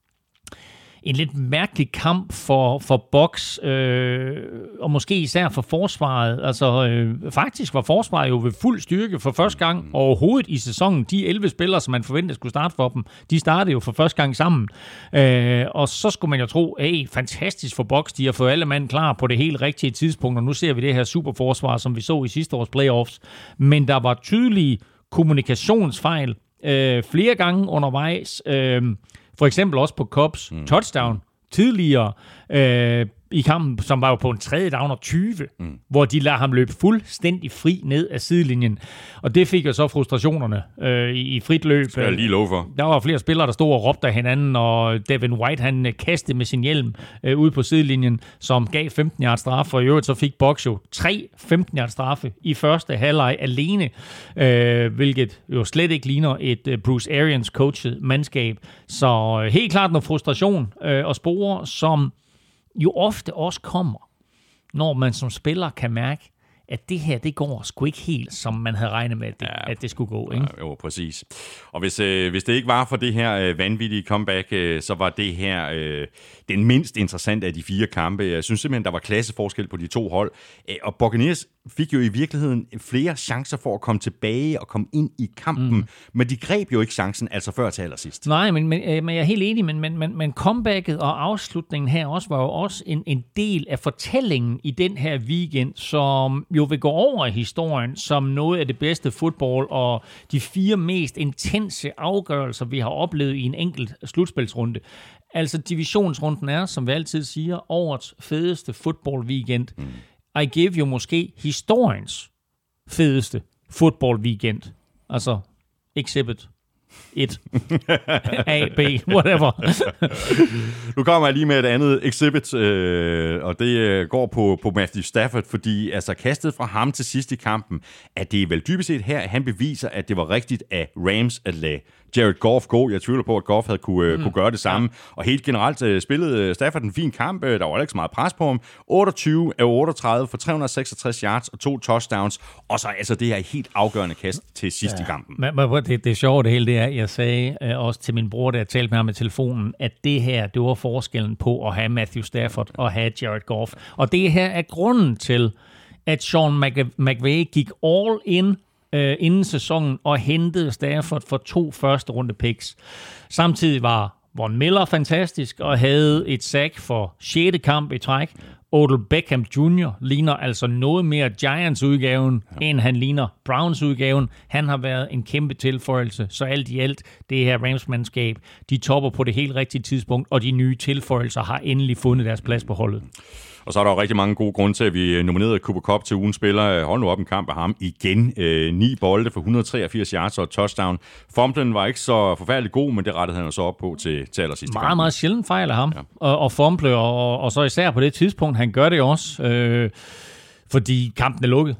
en lidt mærkelig kamp for, for Bucs, øh, og måske især for forsvaret. Altså, øh, faktisk var forsvaret jo ved fuld styrke for første gang overhovedet i sæsonen. De elleve spillere, som man forventede skulle starte for dem, de startede jo for første gang sammen. Øh, og så skulle man jo tro, hey, fantastisk for Bucs, de har fået alle mand klar på det helt rigtige tidspunkt, og nu ser vi det her superforsvar, som vi så i sidste års playoffs. Men der var tydelige kommunikationsfejl øh, flere gange undervejs. Øh, for eksempel også på Cobbs mm. touchdown tidligere øh, i kampen, som var jo på en tredje down og tyve, mm. hvor de lader ham løbe fuldstændig fri ned af sidelinjen. Og det fik jo så frustrationerne øh, i, i frit løb. Skal jeg lige love for. Der var flere spillere, der stod og råbte af hinanden, og Devin White, han kastede med sin hjelm øh, ude på sidelinjen, som gav femten yards straffe, og i øvrigt så fik Bucs jo tre femten yards straffe i første halvleg alene, øh, hvilket jo slet ikke ligner et øh, Bruce Arians coachet mandskab. Så øh, helt klart noget frustration øh, og spore, som jo ofte også kommer, når man som spiller kan mærke, at det her, det går sgu ikke helt, som man havde regnet med, at det, ja, at det skulle gå. Ikke? Ja, jo, præcis. Og hvis, øh, hvis det ikke var for det her øh, vanvittige comeback, øh, så var det her øh, den mindst interessante af de fire kampe. Jeg synes simpelthen, der var klasseforskel på de to hold. Og Buccaneers fik jo i virkeligheden flere chancer for at komme tilbage og komme ind i kampen, mm. men de greb jo ikke chancen, altså før til allersidst. Nej, men, men, men jeg er helt enig, men, men, men, men comebacket og afslutningen her også var jo også en, en del af fortællingen i den her weekend, som jo vil gå over i historien som noget af det bedste fodbold og de fire mest intense afgørelser, vi har oplevet i en enkelt slutspilsrunde. Altså divisionsrunden er, som vi altid siger, årets fedeste fodbold-weekend. Mm. I give jo måske historiens fedeste fodbold-weekend. Altså exhibit et, A, B, whatever. Nu kommer jeg lige med et andet exhibit, øh, og det øh, går på, på Matthew Stafford, fordi altså kastet fra ham til sidst i kampen, at det er vel dybest set her, han beviser, at det var rigtigt af Rams at lade Jared Goff gå. Jeg tvivler på, at Goff havde kunne, mm. kunne gøre det samme. Ja. Og helt generelt øh, spillede Stafford en fin kamp. Der var ikke så meget pres på ham. otteogtyve af otteogtredive for tre hundrede og seksogtres yards og to touchdowns. Og så altså det her helt afgørende kast til sidst ja. i kampen. Men, men det, det sjove det hele, det er, jeg sagde øh, også til min bror, da jeg talte med ham i telefonen, at det her, det var forskellen på at have Matthew Stafford og have Jared Goff. Og det her er grunden til, at Sean McVay gik all in øh, inden sæsonen og hentede Stafford for to første runde picks. Samtidig var Von Miller fantastisk og havde et sack for sjette kamp i træk. Odell Beckham junior ligner altså noget mere Giants-udgaven, ja. end han ligner Browns-udgaven. Han har været en kæmpe tilføjelse, så alt i alt, det her Rams-mandskab, de topper på det helt rigtige tidspunkt, og de nye tilføjelser har endelig fundet deres plads på holdet. Og så er der jo rigtig mange gode grunde til, at vi nominerede Cooper Kupp til ugens spiller. Hold nu op en kamp af ham igen. Øh, ni bolde for et hundrede og treogfirs yards og et touchdown. Fumblen var ikke så forfærdeligt god, men det rettede han så op på til, til allersidste Meget, kamp. meget sjældent fejl af ham. Ja. Og, og fumble, og, og så især på det tidspunkt, han gør det også, øh, fordi kampen er lukket.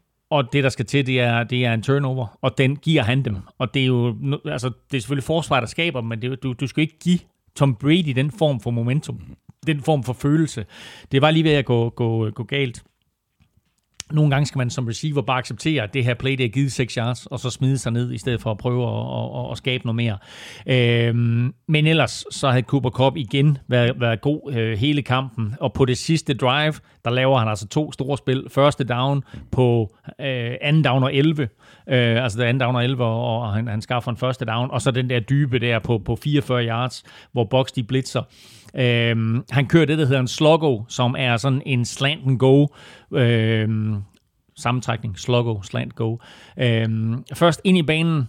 Og det, der skal til, det er, det er en turnover, og den giver han dem. Og det er jo altså, det er selvfølgelig forsvar, der skaber, men det, du, du skal ikke give Tom Brady den form for momentum. Den form for følelse. Det var lige ved at gå, gå, gå galt. Nogle gange skal man som receiver bare acceptere, at det her play, det er givet seks yards, og så smide sig ned, i stedet for at prøve at, at, at skabe noget mere. Øhm, men ellers, så havde Cooper Kupp igen været, været god øh, hele kampen, og på det sidste drive, der laver han altså to store spil. Første down på øh, anden down og elleve, øh, altså det anden down og elleve, og han, han skaffer en første down, og så den der dybe der på, på fireogfyrre yards, hvor Bucs de blitzer. Øhm, han kører det, der hedder en sluggo, som er sådan en slant and go øhm, sammentrækning, sluggo, slant go. Øhm, først ind i banen,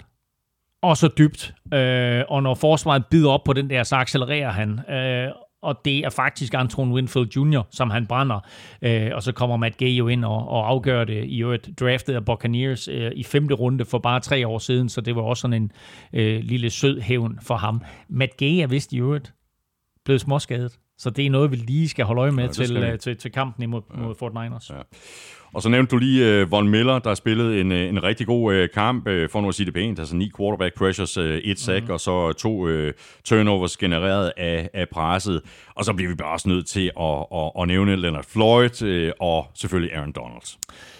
og så dybt. Øh, og når forsvaret bider op på den der, så accelererer han. Øh, og det er faktisk Antoine Winfield junior, som han brænder. Øh, og så kommer Matt Gay jo ind og, og afgør det i øvrigt draftet af Buccaneers øh, i femte runde for bare tre år siden, så det var også sådan en øh, lille sød hævn for ham. Matt Gay er vist i øvrigt blevet småskadet. Så det er noget, vi lige skal holde øje med ja, til, uh, til, til kampen imod, ja. mod forty-niners. Ja. Og så nævnte du lige uh, Von Miller, der spillede en, en rigtig god uh, kamp, uh, for nu at sige det pænt, altså ni quarterback pressures, uh, et sack, mm-hmm. og så to uh, turnovers genereret af, af presset. Og så bliver vi bare også nødt til at, at, at nævne Leonard Floyd uh, og selvfølgelig Aaron Donald.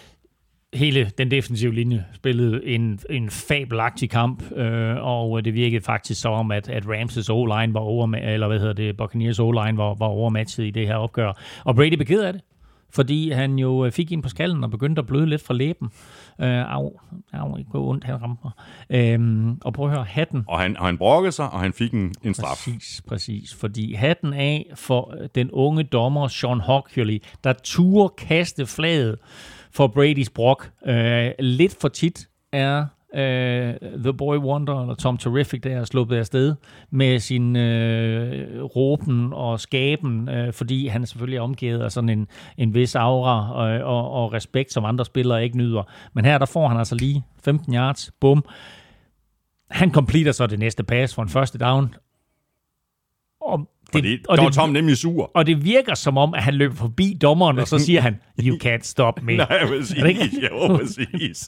Hele den defensive linje spillede en, en fabelagtig kamp, øh, og det virkede faktisk så om, at, at Ramses O-line var over, eller hvad hedder det, Buccaneers O-line var, var overmatchet i det her opgør. Og Brady blev ked af det, fordi han jo fik en på skallen og begyndte at bløde lidt fra læben. Øh, au, au, ikke gå ondt, han rammer. Øh, og prøv at høre, hatten. Og han, og han brokkede sig, og han fik en, en straf. Præcis, præcis. Fordi hatten af for den unge dommer, Sean Hochuli, der turde kaste flaget for Bradys brok. Øh, lidt for tit er uh, The Boy Wonder, eller Tom Terrific, der er sluppet afsted med sin uh, råben og skaben, uh, fordi han selvfølgelig er omgivet af sådan en, en vis aura og, og, og respekt, som andre spillere ikke nyder. Men her, der får han altså lige femten yards, bum. Han completer så det næste pass for en første down. Og det, det, og der var Tom nemlig sur. Og det virker som om, at han løber forbi dommeren, og så siger han, you can't stop me. Nej, præcis. Jo, præcis.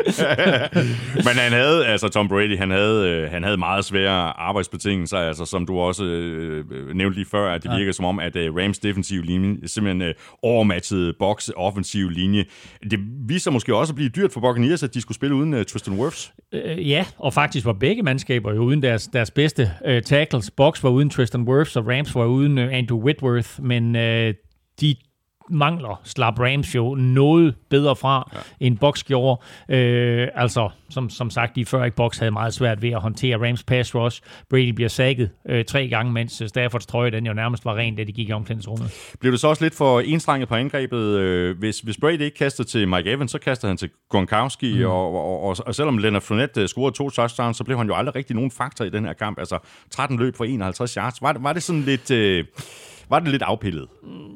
Men han havde, altså Tom Brady, han havde, han havde meget svære arbejdsbetingelser, altså som du også øh, nævnte lige før, at det virker ja. som om, at øh, Rams defensiv linje simpelthen øh, overmatchede Bucs offensiv linje. Det viser måske også at blive dyrt for Buccaneers, at de skulle spille uden øh, Tristan Wirfs. Øh, ja, og faktisk var begge mandskaber jo uden deres, deres bedste øh, tackles. Bucs var uden Tristan Wirfs, og Rams var uden øh, Andrew Whitworth, men øh, de mangler slap Rams jo noget bedre fra, ja. end Bucs gjorde. Øh, altså, som, som sagt, lige før ikke Bucs havde meget svært ved at håndtere Rams pass rush. Brady bliver sækket øh, tre gange, mens Staffords trøje, den jo nærmest var ren, da de gik i omklædningsrummet. Blev det så også lidt for enstrenget på angrebet? Øh, hvis, hvis Brady ikke kastede til Mike Evans, så kastede han til Gronkowski, mm. og, og, og, og selvom Leonard Fournette scorede to touchdowns, så blev han jo aldrig rigtig nogen faktor i den her kamp. Altså, tretten løb for enoghalvtreds yards. Var det, var det sådan lidt... Øh, var det lidt afpillet?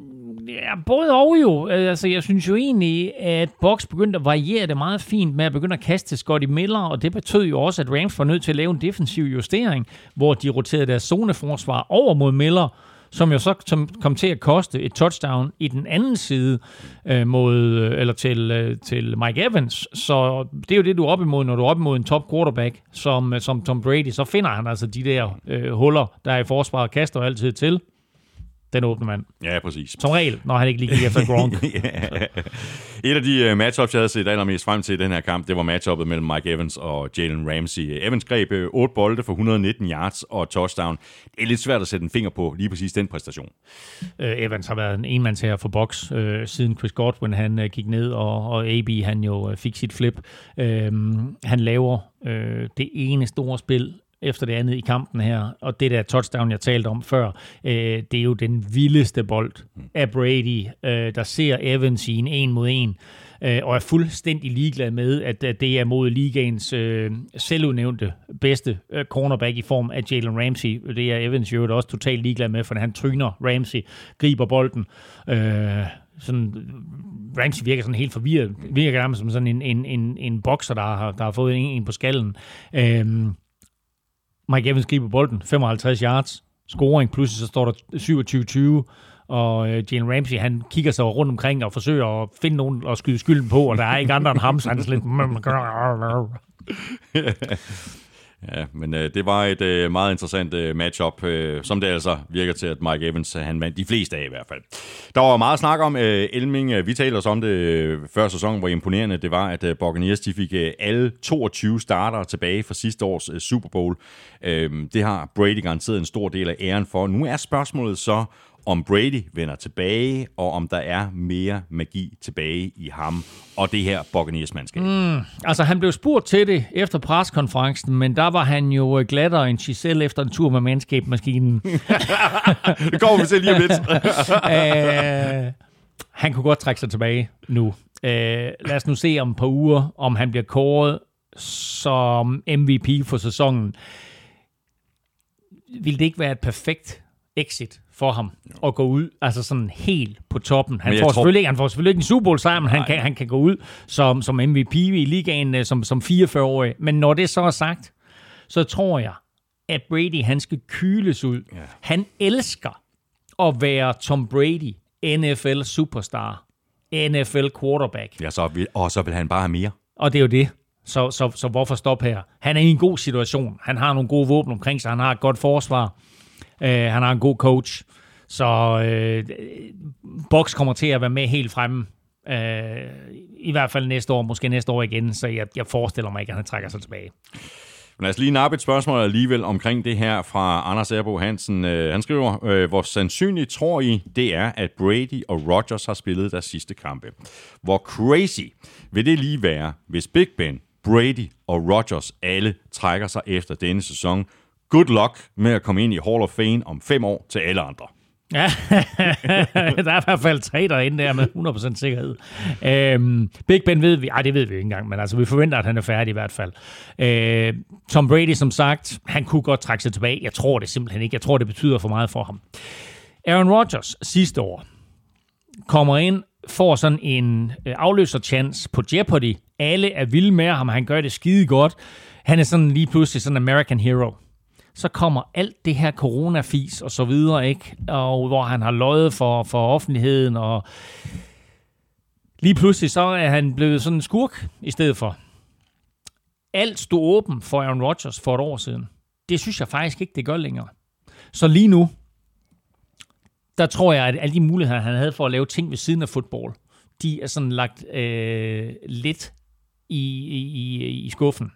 Ja, både og jo. Altså, jeg synes jo egentlig, at Bucs begyndte at variere det meget fint med at begynde at kaste til Scotty Miller, og det betød jo også, at Rams var nødt til at lave en defensiv justering, hvor de roterede deres zoneforsvar over mod Miller, som jo så kom til at koste et touchdown i den anden side øh, mod, eller til, øh, til Mike Evans. Så det er jo det, du er op imod, når du er op imod en top quarterback, som, som Tom Brady. Så finder han altså de der øh, huller, der er i forsvaret, og kaster altid til. Den åbner man. Ja, præcis. Som regel, når han ikke lige gik efter Gronk. ja. Et af de uh, matchups, jeg havde set allermest frem til i den her kamp, det var matchuppet mellem Mike Evans og Jalen Ramsey. Evans greb uh, otte bolde for et hundrede og nitten yards og touchdown. Det er lidt svært at sætte en finger på lige præcis den præstation. Uh, Evans har været en enmandsherre for Bucs, uh, siden Chris Godwin han uh, gik ned, og, og A B han jo uh, fik sit flip. Uh, han laver uh, det ene store spil efter det andet i kampen her, og det der touchdown, jeg talte om før, øh, det er jo den vildeste bold af Brady, øh, der ser Evans i en en mod en, øh, og er fuldstændig ligeglad med, at, at det er mod ligaens øh, selvudnævnte bedste øh, cornerback i form af Jalen Ramsey. Det er Evans jo også totalt ligeglad med, for han tryner Ramsey, griber bolden, øh, sådan, Ramsey virker sådan helt forvirret, virker nærmest som sådan en, en, en, en bokser, der har, der har fået en, en på skallen. Øh, Mike Evans griber bolden, femoghalvtreds yards, scoring, pludselig så står der syvogtyve tyve, og øh, Jalen Ramsey, han kigger sig rundt omkring og forsøger at finde nogen at skyde skylden på, og der er ikke andre end ham, så han er lidt... Ja, men øh, det var et øh, meget interessant øh, matchup, øh, som det altså virker til, at Mike Evans, han vandt de fleste af i hvert fald. Der var meget snak om øh, Elming. Vi talte også om det øh, før sæsonen, hvor imponerende det var, at øh, Buccaneers de fik øh, alle toogtyve starter tilbage fra sidste års øh, Super Bowl. Øh, det har Brady garanteret en stor del af æren for. Nu er spørgsmålet så, om Brady vender tilbage, og om der er mere magi tilbage i ham og det her Buccaneers-mandskab. Mm, altså, han blev spurgt til det efter preskonferencen, men der var han jo glattere end Giselle efter en tur med mandskabmaskinen. Det går vi til lige om lidt. uh, han kunne godt trække sig tilbage nu. Uh, lad os nu se om et par uger, om han bliver kåret som M V P for sæsonen. Vil det ikke være et perfekt exit for ham jo. At gå ud, altså sådan helt på toppen. Han får, tror... selvfølgelig ikke, han får selvfølgelig ikke en Super Bowl sejr, men han kan, han kan gå ud som, som M V P i ligaen som, som fireogfyrre-årig. Men når det så er sagt, så tror jeg, at Brady, han skal kyles ud. Ja. Han elsker at være Tom Brady, N F L superstar, N F L quarterback. Ja, så vil, og så vil han bare have mere. Og det er jo det. Så, så, så hvorfor stoppe her? Han er i en god situation. Han har nogle gode våben omkring sig. Han har et godt forsvar. Uh, han har en god coach, så uh, Bucs kommer til at være med helt fremme, uh, i hvert fald næste år, måske næste år igen, så jeg, jeg forestiller mig ikke, at han trækker sig tilbage. Men lad os lige nappe et spørgsmål alligevel omkring det her fra Anders Erbo Hansen. Uh, han skriver, uh, hvor sandsynligt tror I, det er, at Brady og Rodgers har spillet deres sidste kampe? Hvor crazy vil det lige være, hvis Big Ben, Brady og Rodgers alle trækker sig efter denne sæson? Good luck med at komme ind i Hall of Fame om fem år til alle andre. Ja, der er i hvert fald tre derinde der med hundrede procent sikkerhed. Øhm, Big Ben ved vi, ej det ved vi ikke engang, men altså vi forventer, at han er færdig i hvert fald. Øh, Tom Brady, som sagt, han kunne godt trække sig tilbage. Jeg tror det simpelthen ikke. Jeg tror, det betyder for meget for ham. Aaron Rodgers sidste år kommer ind, får sådan en øh, afløserchance på Jeopardy. Alle er vilde med ham, han gør det skide godt. Han er sådan lige pludselig sådan en American hero. Så kommer alt det her coronafis og så videre, ikke? Og hvor han har løjet for, for offentligheden, og lige pludselig så er han blevet sådan en skurk i stedet for. Alt stod åben for Aaron Rodgers for et år siden. Det synes jeg faktisk ikke, det gør længere. Så lige nu, der tror jeg, at alle de muligheder, han havde for at lave ting ved siden af fodbold, de er sådan lagt øh, lidt i, i, i skuffen.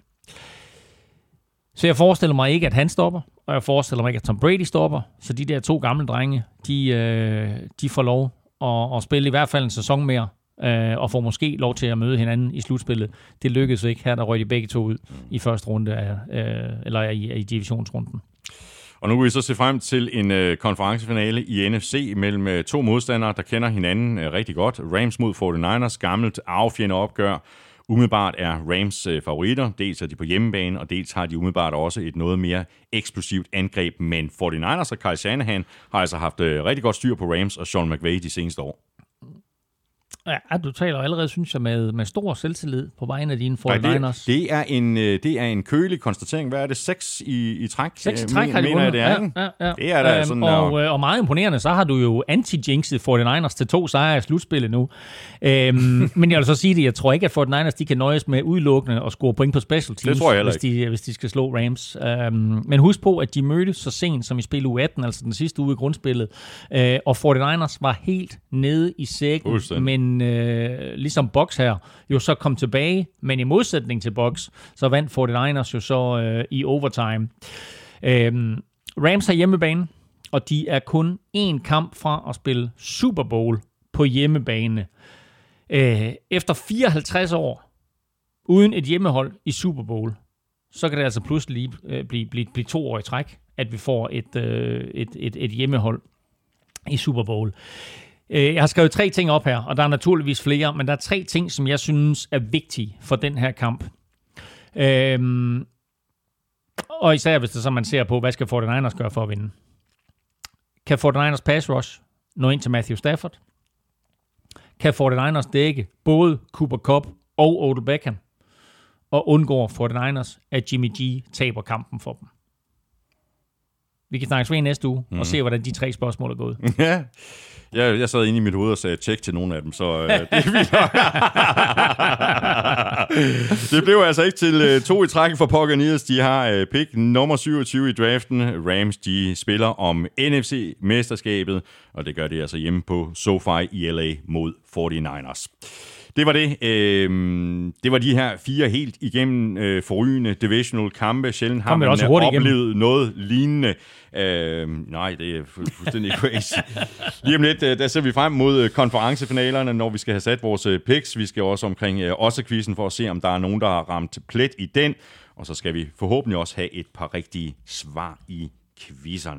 Så jeg forestiller mig ikke, at han stopper, og jeg forestiller mig ikke, at Tom Brady stopper. Så de der to gamle drenge, de, øh, de får lov at, at spille i hvert fald en sæson mere, øh, og får måske lov til at møde hinanden i slutspillet. Det lykkedes ikke. Her der røg de begge to ud i første runde, af, øh, eller i, i divisionsrunden. Og nu vil vi så se frem til en øh, konferencefinale i N F C mellem øh, to modstandere, der kender hinanden øh, rigtig godt. Rams mod forty-niners, gammelt arvefjende opgør. Umiddelbart er Rams øh, favoritter. Dels er de på hjemmebane, og dels har de umiddelbart også et noget mere eksplosivt angreb. Men forty-niners og Kyle Shanahan har altså haft øh, rigtig godt styr på Rams og Sean McVay de seneste år. Ja, du taler allerede, synes jeg, med, med stor selvtillid på vegne af dine forty-niners. Det, det, er en, det er en kølig konstatering. Hvad er det? Seks i, i træk? Seks i træk har de vundet. Det er, ja, ja, ja. Det er der øhm, sådan og, der... og meget imponerende, så har du jo anti-jinxet forty-niners til to sejre i slutspillet nu. Øhm, men jeg vil så sige det, jeg tror ikke, at forty-niners de kan nøjes med udelukkende og score point på special teams, hvis de, hvis de skal slå Rams. Øhm, men husk på, at de mødtes så sent som i spil uge atten, altså den sidste uge i grundspillet. Øh, og forty-niners var helt nede i sækken, men... Øh, ligesom Bucks her, jo så kom tilbage, men i modsætning til Bucks, så vandt forty-niners jo så øh, i overtime. Øhm, Rams har hjemmebane, og de er kun én kamp fra at spille Super Bowl på hjemmebane. Øh, efter fireoghalvtreds år uden et hjemmehold i Super Bowl, så kan det altså pludselig øh, blive, blive, blive to år i træk, at vi får et, øh, et, et, et hjemmehold i Super Bowl. Jeg har skrevet tre ting op her, og der er naturligvis flere, men der er tre ting, som jeg synes er vigtige for den her kamp. Øhm, og især hvis det så man ser på, hvad skal forty-niners gøre for at vinde. Kan forty-niners pass rush nå ind til Matthew Stafford? Kan forty-niners dække både Cooper Kupp og Odell Beckham? Og undgår forty-niners, at Jimmy G taber kampen for dem? Vi kan snakke ved næste uge, mm. og se, hvordan de tre spørgsmål er gået. Ja. Jeg, jeg sad inde i mit hoved og sagde tjek til nogle af dem, så øh, det er vildt. Det blev altså ikke til øh, to i trækken for Buccaneers. De har øh, pick nummer syvogtyve i draften. Rams, de spiller om N F C-mesterskabet, og det gør de altså hjemme på SoFi i L A mod forty-niners. Det var det. Øhm, det var de her fire helt igennem øh, forrygende divisional kampe. Sjældent har man også oplevet igennem. Noget lignende. Øhm, nej, det er fu- fuldstændig crazy. Lige om lidt, der ser vi frem mod konferencefinalerne, når vi skal have sat vores picks. Vi skal også omkring øh, også-quizzen for at se, om der er nogen, der har ramt plet i den. Og så skal vi forhåbentlig også have et par rigtige svar i quizzerne.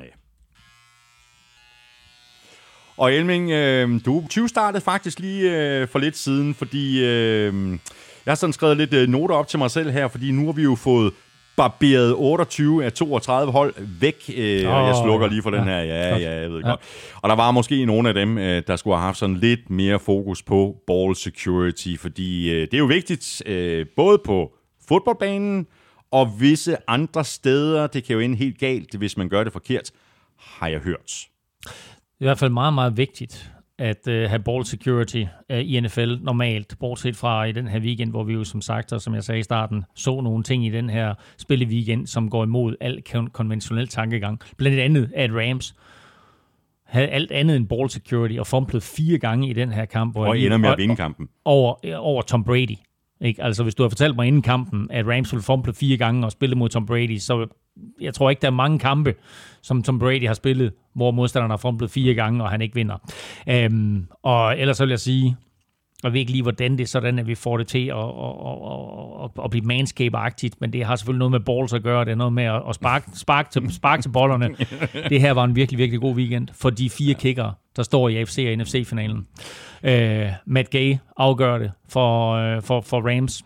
Og Elming, øh, du tyve-startede faktisk lige øh, for lidt siden, fordi øh, jeg har sådan skrevet lidt øh, noter op til mig selv her, fordi nu har vi jo fået barberet otteogtyve af toogtredive hold væk. Øh, oh, og jeg slukker lige for ja. den her. Ja, ja, jeg ved ja. godt. Og der var måske nogle af dem, øh, der skulle have haft sådan lidt mere fokus på ball security, fordi øh, det er jo vigtigt, øh, både på fodboldbanen og visse andre steder. Det kan jo ende helt galt, hvis man gør det forkert, har jeg hørt. Det er i hvert fald meget, meget vigtigt at uh, have ball security uh, i N F L normalt, bortset fra i den her weekend, hvor vi jo som sagt, og som jeg sagde i starten, så nogle ting i den her spilleweekend, som går imod al kon- konventionel tankegang. Blandt andet, at Rams havde alt andet end ball security og fumblet fire gange i den her kamp. Og ender med at vinde kampen. Over, over Tom Brady. Ikke? Altså, hvis du har fortalt mig inden kampen, at Rams ville fumble fire gange og spille mod Tom Brady, så jeg tror ikke, der er mange kampe, som Tom Brady har spillet, hvor modstanderen har fumblet fire gange, og han ikke vinder. Øhm, og ellers vil jeg sige, Jeg ved ikke lige, hvordan det er sådan, at vi får det til at, at, at, at, at blive manscape-agtigt, men det har selvfølgelig noget med balls at gøre. Det er noget med at sparke, sparke, til, sparke til bollerne. Det her var en virkelig, virkelig god weekend for de fire kickere, der står i A F C og N F C-finalen. Uh, Matt Gay afgør det for, uh, for, for Rams.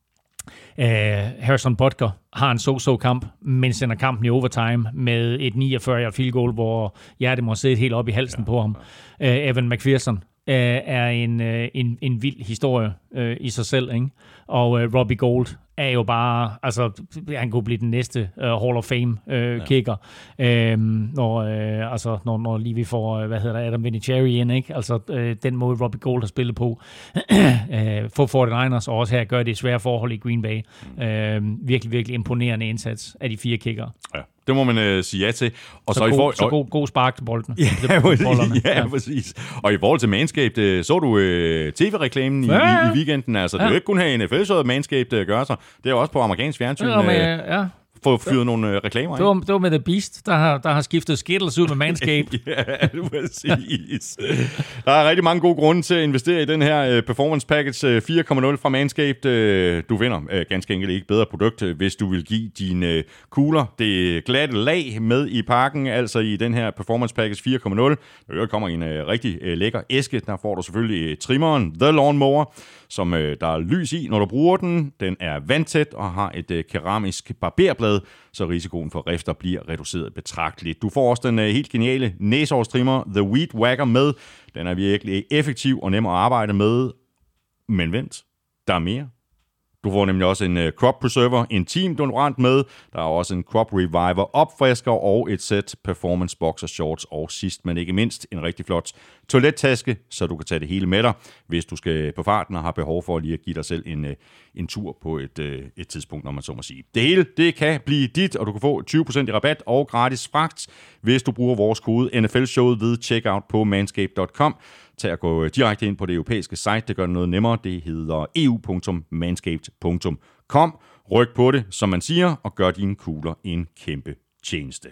Uh, Harrison Butker har en so-so kamp, men sender kampen i overtime med et niogfyrre field goal, hvor hjertet må sidde helt op i halsen ja, på ham. Uh, Evan McPherson er en, en, en vild historie øh, i sig selv, ikke? Og øh, Robbie Gould er jo bare, altså han kunne blive den næste øh, Hall of Fame øh, ja. kicker, øh, når, øh, altså, når, når lige vi får, øh, hvad hedder der, Adam Vinatieri ind, ikke? Altså øh, den måde Robbie Gould har spillet på øh, for forty-niners, og også her gør det svære forhold i Green Bay. Øh, virkelig, virkelig imponerende indsats af de fire kickere. Ja. Det må man øh, sige ja til. Og så, så, god, i for... så god, god spark til bolden. Ja, præcis. ja, ja, præcis. Og i forhold til Manscaped, så du øh, tv-reklamen ja, ja. i, i weekenden. Altså, ja. Det er jo ikke kun her i N F L, så Manscaped gør sig. Det er jo også på amerikansk fjernsyn. Ja, men, ja. Få fyret nogle øh, reklamer. Det var, det var med The Beast, der har, der har skiftet Skittles ud med Manscaped. Ja, præcis. Der er rigtig mange gode grunde til at investere i den her øh, Performance Package øh, fire komma nul fra Manscaped. Øh, du vinder øh, ganske enkelt ikke bedre produkt, hvis du vil give dine øh, kugler det glatte lag med i pakken, altså i den her Performance Package fire komma nul. Der kommer en øh, rigtig øh, lækker æske. Der får du selvfølgelig øh, trimmeren, The Lawnmower, som øh, der er lys i, når du bruger den. Den er vandtæt og har et øh, keramisk barberblad, så risikoen for rifter bliver reduceret betragteligt. Du får også den øh, helt geniale næsehårstrimmer, The Weed Whacker, med. Den er virkelig effektiv og nem at arbejde med. Men vent, der er mere. Du får nemlig også en uh, Crop Preserver Intim deodorant med. Der er også en Crop Reviver opfrisker og et sæt Performance Boxer Shorts. Og sidst, men ikke mindst, en rigtig flot toilettaske, så du kan tage det hele med dig, hvis du skal på farten og har behov for lige at give dig selv en, uh, en tur på et, uh, et tidspunkt, når man så må sige. Det hele, det kan blive dit, og du kan få tyve procent i rabat og gratis fragt, hvis du bruger vores kode N F L-showet ved checkout på manscaped punktum com. Tag at gå direkte ind på det europæiske site. Det gør det noget nemmere. Det hedder e u punktum manscaped punktum com. Ryk på det, som man siger, og gør dine kugler en kæmpe tjeneste.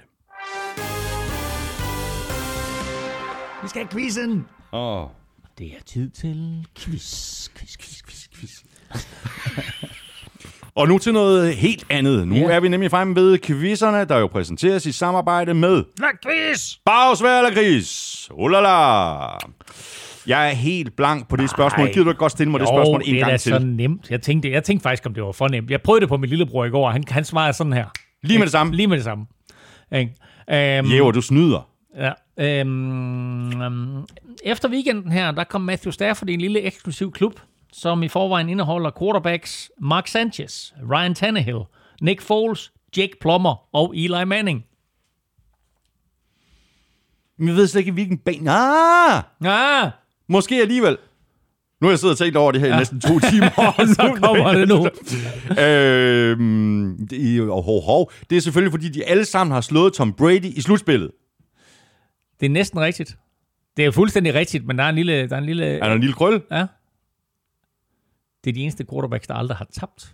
Vi skal have quizzen. Åh. Oh. Det er tid til quiz, quiz, quiz, quiz, quiz. Og nu til noget helt andet. Nu ja. er vi nemlig fremme ved quizzerne, der jo præsenteres i samarbejde med... Hvad quiz? Bagsvær eller gris? Ulala! Jeg er helt blank på det spørgsmål. Gider du godt stille mig jo, det spørgsmål en gang til? Jo, det er så nemt. Jeg tænkte, jeg tænkte faktisk, om det var for nemt. Jeg prøvede det på min lillebror i går, han, han svarede sådan her. Lige med det samme? Lige med det samme. Um, Jæver, du snyder. Ja. Um, um, efter weekenden her, der kom Matthew Stafford i en lille eksklusiv klub, som i forvejen indeholder quarterbacks Mark Sanchez, Ryan Tannehill, Nick Foles, Jake Plummer og Eli Manning. Men jeg ved slet ikke, hvilken bane... Ah! Ah! Måske alligevel. Nu har jeg siddet og tænkt over det her ja. i næsten to timer. Så kommer det nu. øhm, det, oh, oh, oh. det er selvfølgelig, fordi de alle sammen har slået Tom Brady i slutspillet. Det er næsten rigtigt. Det er fuldstændig rigtigt, men der er en lille... Der er en lille, er der en lille krøl? Ja. Det er de eneste quarterbacks, der aldrig har tabt.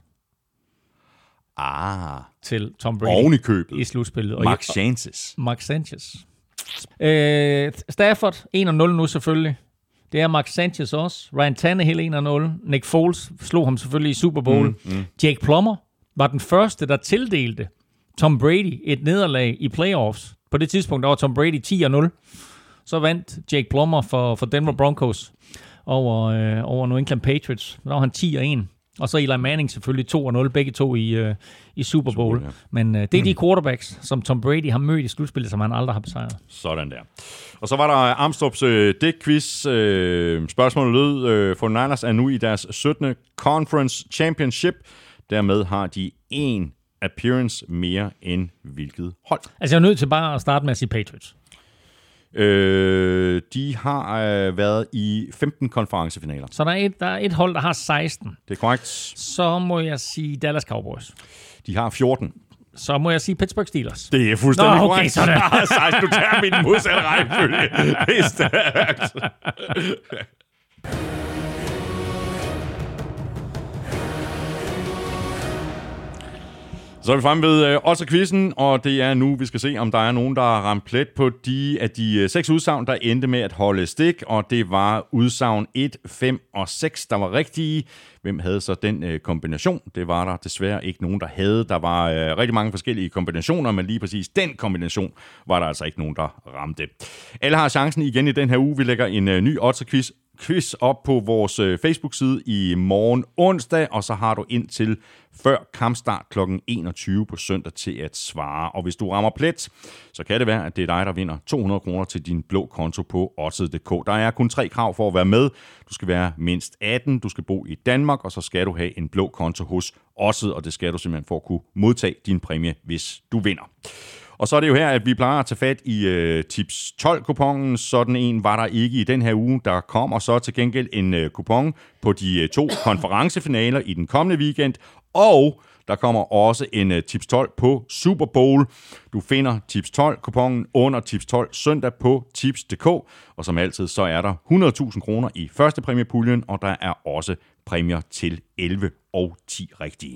Ah. Til Tom Brady. Oven i købet. I slutspillet. Mark Sanchez. Mark Sanchez. Øh, Stafford en nul nu selvfølgelig. Det er Mark Sanchez også. Ryan Tannehill en nul. Nick Foles slog ham selvfølgelig i Super Bowl. Mm, mm. Jake Plummer var den første, der tildelte Tom Brady et nederlag i playoffs. På det tidspunkt der var Tom Brady ti nul. Så vandt Jake Plummer for, for Denver Broncos over, øh, over New England Patriots. Der var han ti en. Og så Eli Manning selvfølgelig to nul, begge to i, øh, i Super Bowl. Super, ja. Men øh, det er de quarterbacks, som Tom Brady har mødt i slutspillet, som han aldrig har besejret. Sådan der. Og så var der Armstrongs øh, dæk-quiz. Øh, spørgsmålet lød, øh, forty-niners er nu i deres syttende Conference Championship. Dermed har de en appearance mere end hvilket hold. Altså jeg er nødt til bare at starte med at sige Patriots. Øh, de har øh, været i femten konferencefinaler. Så der er, et, der er et hold, der har seksten. Det er korrekt. Så må jeg sige Dallas Cowboys. De har fjorten. Så må jeg sige Pittsburgh Steelers. Det er fuldstændig Nå, okay, korrekt. sådan. Sejt, du tager min modsatte rækkefølge. Det er stærkt. Så er vi fremme ved øh, også quizzen, og det er nu, vi skal se, om der er nogen, der har ramt plet på de af de øh, seks udsagn, der endte med at holde stik, og det var udsagn et, fem og seks, der var rigtige. Hvem havde så den øh, kombination? Det var der desværre ikke nogen, der havde. Der var øh, rigtig mange forskellige kombinationer, men lige præcis den kombination var der altså ikke nogen, der ramte. Alle har chancen igen i den her uge. Vi lægger en øh, ny odds-quiz quiz op på vores øh, Facebook-side i morgen onsdag, og så har du indtil før kampstart klokken enogtyve på søndag til at svare. Og hvis du rammer plet, så kan det være, at det er dig, der vinder to hundrede kroner til din blå konto på oddset punktum d k. Der er kun tre krav for at være med. Du skal være mindst atten, du skal bo i Danmark, og så skal du have en blå konto hos Oddset, og det skal du simpelthen for at kunne modtage din præmie, hvis du vinder. Og så er det jo her, at vi plejer at tage fat i øh, tips tolv-kuponen. Sådan en var der ikke i den her uge. Der kommer så til gengæld en øh, kupon på de øh, to konferencefinaler i den kommende weekend. Og der kommer også en øh, tips tolv på Super Bowl. Du finder tips tolv-kuponen under tips tolv søndag på tips punktum d k. Og som altid, så er der hundrede tusind kroner i første præmiepuljen, og der er også præmier til elleve og ti rigtige.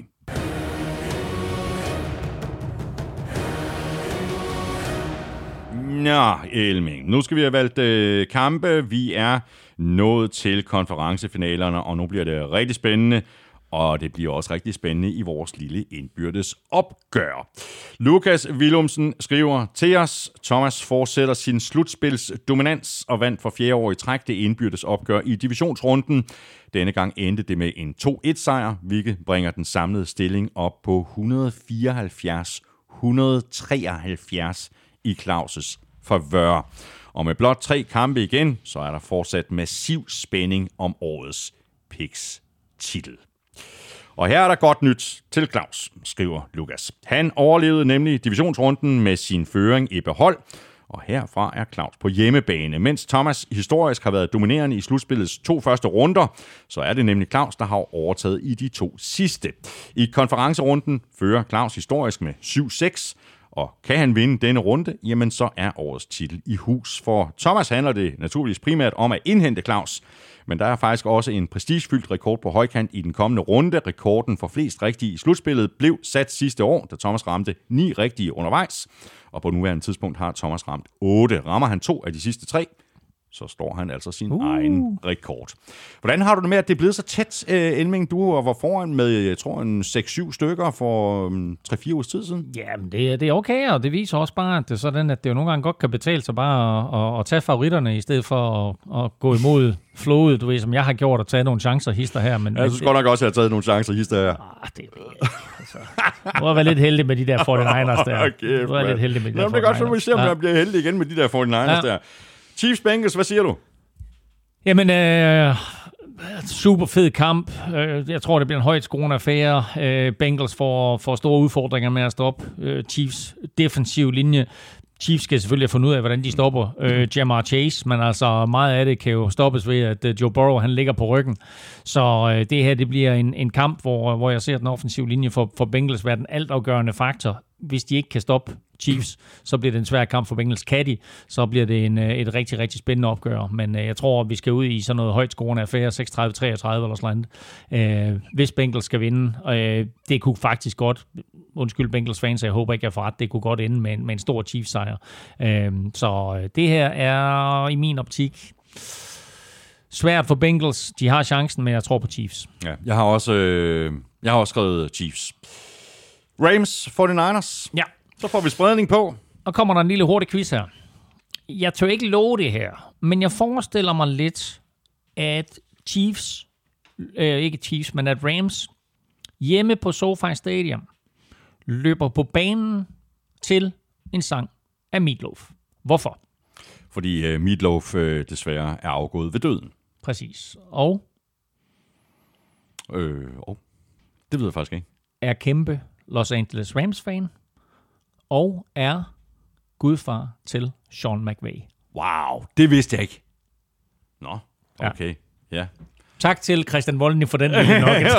Nå, Elming. Nu skal vi have valgt øh, kampe. Vi er nået til konferencefinalerne, og nu bliver det rigtig spændende. Og det bliver også rigtig spændende i vores lille indbyrdes opgør. Lukas Willumsen skriver til os: Thomas fortsætter sin slutspilsdominans og vandt for fjerde år i træk det indbyrdes opgør i divisionsrunden. Denne gang endte det med en to et sejr, hvilket bringer den samlede stilling op på et hundrede fireoghalvfjerds til et hundrede treoghalvfjerds i Claus' favør. Og med blot tre kampe igen, så er der fortsat massiv spænding om årets Picks titel. Og her er der godt nyt til Claus, skriver Lukas. Han overlevede nemlig divisionsrunden med sin føring i behold, og herfra er Claus på hjemmebane. Mens Thomas historisk har været dominerende i slutspillets to første runder, så er det nemlig Claus, der har overtaget i de to sidste. I konferencerunden fører Claus historisk med syv seks, og kan han vinde denne runde, jamen så er årets titel i hus. For Thomas handler det naturligvis primært om at indhente Claus, men der er faktisk også en prestigefyldt rekord på højkant i den kommende runde. Rekorden for flest rigtige i slutspillet blev sat sidste år, da Thomas ramte ni rigtige undervejs. Og på nuværende tidspunkt har Thomas ramt otte. Rammer han to af de sidste tre, så står han altså sin uh. egen rekord. Hvordan har du det med, at det er blevet så tæt, Elming? Du var foran med, jeg tror, en seks syv stykker for tre fire ugers tid siden. Jamen, det, det er okay, og det viser også bare, at det er sådan, at det jo nogle gange godt kan betale sig bare at, at, at tage favoritterne, i stedet for at, at gå imod flowet, du ved, som jeg har gjort, og tage nogle chancer hister her. Men, ja, jeg synes godt nok også, at jeg har taget nogle chancer hister her. Ah, det ved jeg altså. Du har været lidt heldig med de der forty-niners der. Okay, du har lidt heldig med de Nå, der det er godt, så vi ser, om ja. jeg bliver heldig igen med de der forty-niners ja. der. Chiefs Bengals, hvad siger du? Jamen, øh, super fed kamp. Jeg tror, det bliver en højt scorende affære. Øh, Bengals får, får store udfordringer med at stoppe øh, Chiefs defensiv linje. Chiefs skal selvfølgelig have fundet ud af, hvordan de stopper øh, Jamar Chase, men altså meget af det kan jo stoppes ved, at øh, Joe Burrow han ligger på ryggen. Så øh, det her det bliver en, en kamp, hvor, hvor jeg ser den offensive linje for, for Bengals være den altafgørende faktor. Hvis de ikke kan stoppe Chiefs, så bliver det en svær kamp for Bengals. Kan de, så bliver det en, et rigtig, rigtig spændende opgør. Men øh, jeg tror, at vi skal ud i sådan noget højt scorende affære, seksogtredive treogtredive eller sådan noget. Øh, hvis Bengals skal vinde, øh, det kunne faktisk godt, undskyld Bengals fans, jeg håber ikke, jeg får ret, det kunne godt ende med en, med en stor Chiefs-sejr. Øh, så det her er i min optik svært for Bengals. De har chancen, men jeg tror på Chiefs. Ja, jeg har også, øh, jeg har også skrevet Chiefs. Rams forty-niners. Ja. Så får vi spredning på. Og kommer der en lille hurtig quiz her. Jeg tør ikke love det her, men jeg forestiller mig lidt, at Chiefs, øh, ikke Chiefs, men at Rams hjemme på SoFi Stadium løber på banen til en sang af Meatloaf. Hvorfor? Fordi øh, Meatloaf øh, desværre er afgået ved døden. Præcis. Og? Øh, oh. Det ved jeg faktisk ikke. Er kæmpe Los Angeles Rams-fan og er gudfar til Sean McVay. Wow, det vidste jeg ikke. Nå, okay, ja. ja. Tak til Christian Wolny for den lille nugget.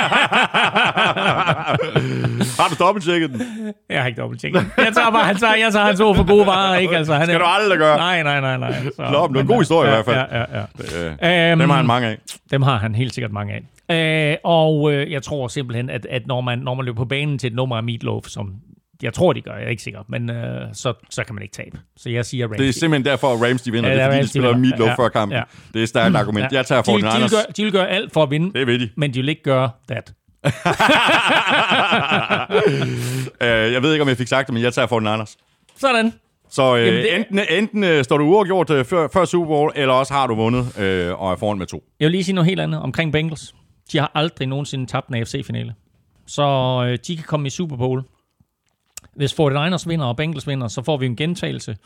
Har du dobbelttjekket den? Jeg har ikke dobbelttjekket den. Jeg tager bare, han tager, jeg tager hans ord for gode varer, ikke? Altså, han skal er... du aldrig gøre. Nej, nej, nej, nej. Så, Nå, men det er en god historie ja, i hvert fald. Ja, ja, ja. Det, øh, um, dem har han mange af. Dem har han helt sikkert mange af. Øh, og øh, jeg tror simpelthen, at, at når, man, når man løber på banen til et nummer af Meatloaf, som jeg tror, de gør, jeg er ikke sikker, men øh, så, så kan man ikke tabe. Så jeg siger Rams. Det er simpelthen derfor, at Rams de vinder, ja, det er fordi, de spiller Meatloaf ja, før kampen. Ja. Det er et stærkt argument. Ja. Jeg tager for de, de, vil gøre, de vil gøre alt for at vinde, det vil de. Men de vil ikke gøre that. uh, jeg ved ikke, om jeg fik sagt det, men jeg tager for den Anders. Sådan. Så uh, Jamen, det... enten, enten uh, står du uafgjort uh, før, før Super Bowl, eller også har du vundet uh, og er foran med to. Jeg vil lige sige noget helt andet omkring Bengals. De har aldrig nogensinde tabt en A F C-finale. Så uh, de kan komme i Super Bowl. Hvis forty-niners vinder og Bengals vinder, så får vi en gentagelse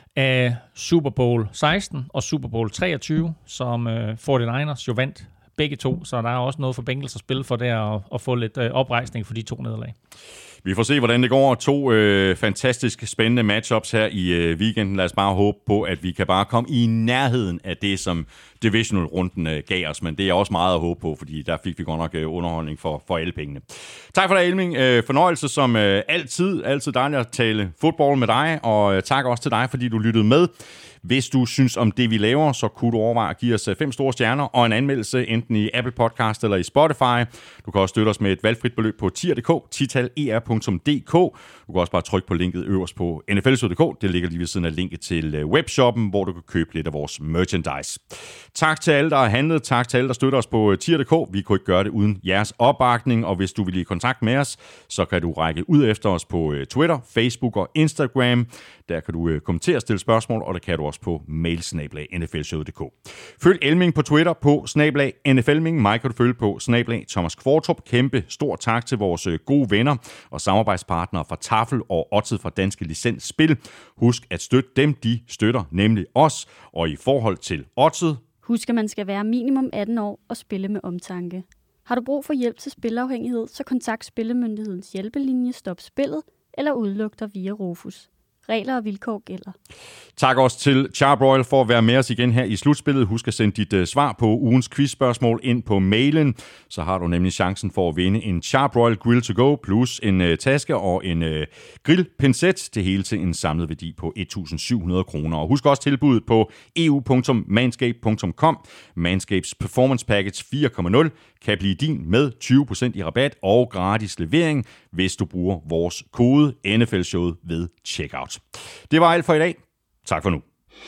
af Super Bowl seksten og Super Bowl treogtyve, som uh, forty-niners jo vandt begge to. Så der er også noget for Bengals at spille for der og, og få lidt uh, oprejsning for de to nederlag. Vi får se, hvordan det går. To øh, fantastisk spændende matchups her i øh, weekenden. Lad os bare håbe på, at vi kan bare komme i nærheden af det, som divisional-runden øh, gav os. Men det er også meget at håbe på, fordi der fik vi godt nok øh, underholdning for, for alle pengene. Tak for det, Elming. Øh, fornøjelse som øh, altid. Altid dejligt at tale fodbold med dig. Og øh, tak også til dig, fordi du lyttede med. Hvis du synes om det, vi laver, så kunne du overveje at give os fem store stjerner og en anmeldelse, enten i Apple Podcast eller i Spotify. Du kan også støtte os med et valgfrit beløb på tier punktum d k, tital er punktum d k. Du kan også bare trykke på linket øverst på N F L punktum d k. Det ligger lige ved siden af linket til webshoppen, hvor du kan købe lidt af vores merchandise. Tak til alle, der har handlet. Tak til alle, der støtter os på tier punktum d k. Vi kunne ikke gøre det uden jeres opbakning, og hvis du vil i kontakt med os, så kan du række ud efter os på Twitter, Facebook og Instagram. Der kan du kommentere, stille spørgsmål, og det kan du også på mail snabel-a n f l show punktum d k. Følg Elming på Twitter på snabel-a N F L Ming. Mig kan du følge på snabel-a Thomas Kvartrup. Kæmpe stor tak til vores gode venner og samarbejdspartnere fra Tafel og Odset fra Danske Licens Spil. Husk at støtte dem, de støtter, nemlig os. Og i forhold til Odset, husk, at man skal være minimum atten år og spille med omtanke. Har du brug for hjælp til spilafhængighed, så kontakt Spillemyndighedens hjælpelinje Stop Spillet eller udluk dig via Rufus. Regler og vilkår gælder. Tak også til Charbroil for at være med os igen her i slutspillet. Husk at sende dit uh, svar på ugens quizspørgsmål ind på mailen. Så har du nemlig chancen for at vinde en Charbroil Grill to Go plus en uh, taske og en uh, grillpincet. Det hele til en samlet værdi på et tusind syv hundrede kroner. Og husk også tilbuddet på e u punktum manscape punktum com. Manscapes Performance Package fire punkt nul kan blive din med tyve procent i rabat og gratis levering, hvis du bruger vores kode N F L Showet ved checkout. Det var alt for i dag. Tak for nu.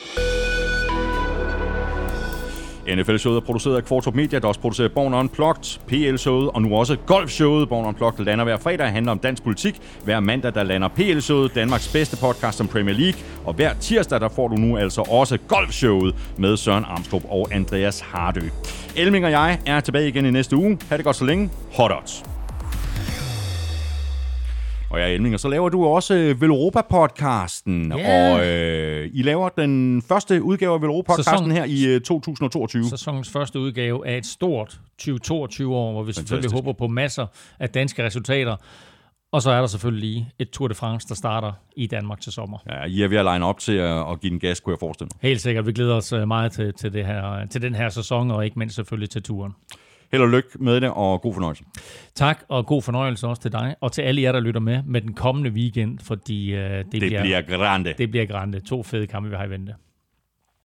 N F L-showet er produceret af Kvartrup Media, der også producerer Born Unplugged, P L-showet og nu også Golf-showet. Born Unplugged lander hver fredag og handler om dansk politik. Hver mandag, der lander P L-showet, Danmarks bedste podcast om Premier League. Og hver tirsdag, der får du nu altså også Golf-showet med Søren Armstrong og Andreas Hardø. Elming og jeg er tilbage igen i næste uge. Ha' det godt så længe. Hot odds. Og jeg er Elming, og så laver du også Velropa-podcasten, yeah. og øh, I laver den første udgave af Velropa-podcasten Sæson... her i øh, to tusind toogtyve. Sæsonens første udgave af et stort tyve toogtyve-år, hvor vi Fantastisk. selvfølgelig håber på masser af danske resultater. Og så er der selvfølgelig lige et Tour de France, der starter i Danmark til sommer. Ja, I er ved at line op til at, at give den gas, kunne jeg forestille mig. Helt sikkert. Vi glæder os meget til, til, det her, til den her sæson, og ikke mindst selvfølgelig til turen. Held og lykke med det, og god fornøjelse. Tak, og god fornøjelse også til dig, og til alle jer, der lytter med med den kommende weekend, fordi uh, det, det, bliver, bliver grande. Det bliver grande. To fede kampe, vi har i vente.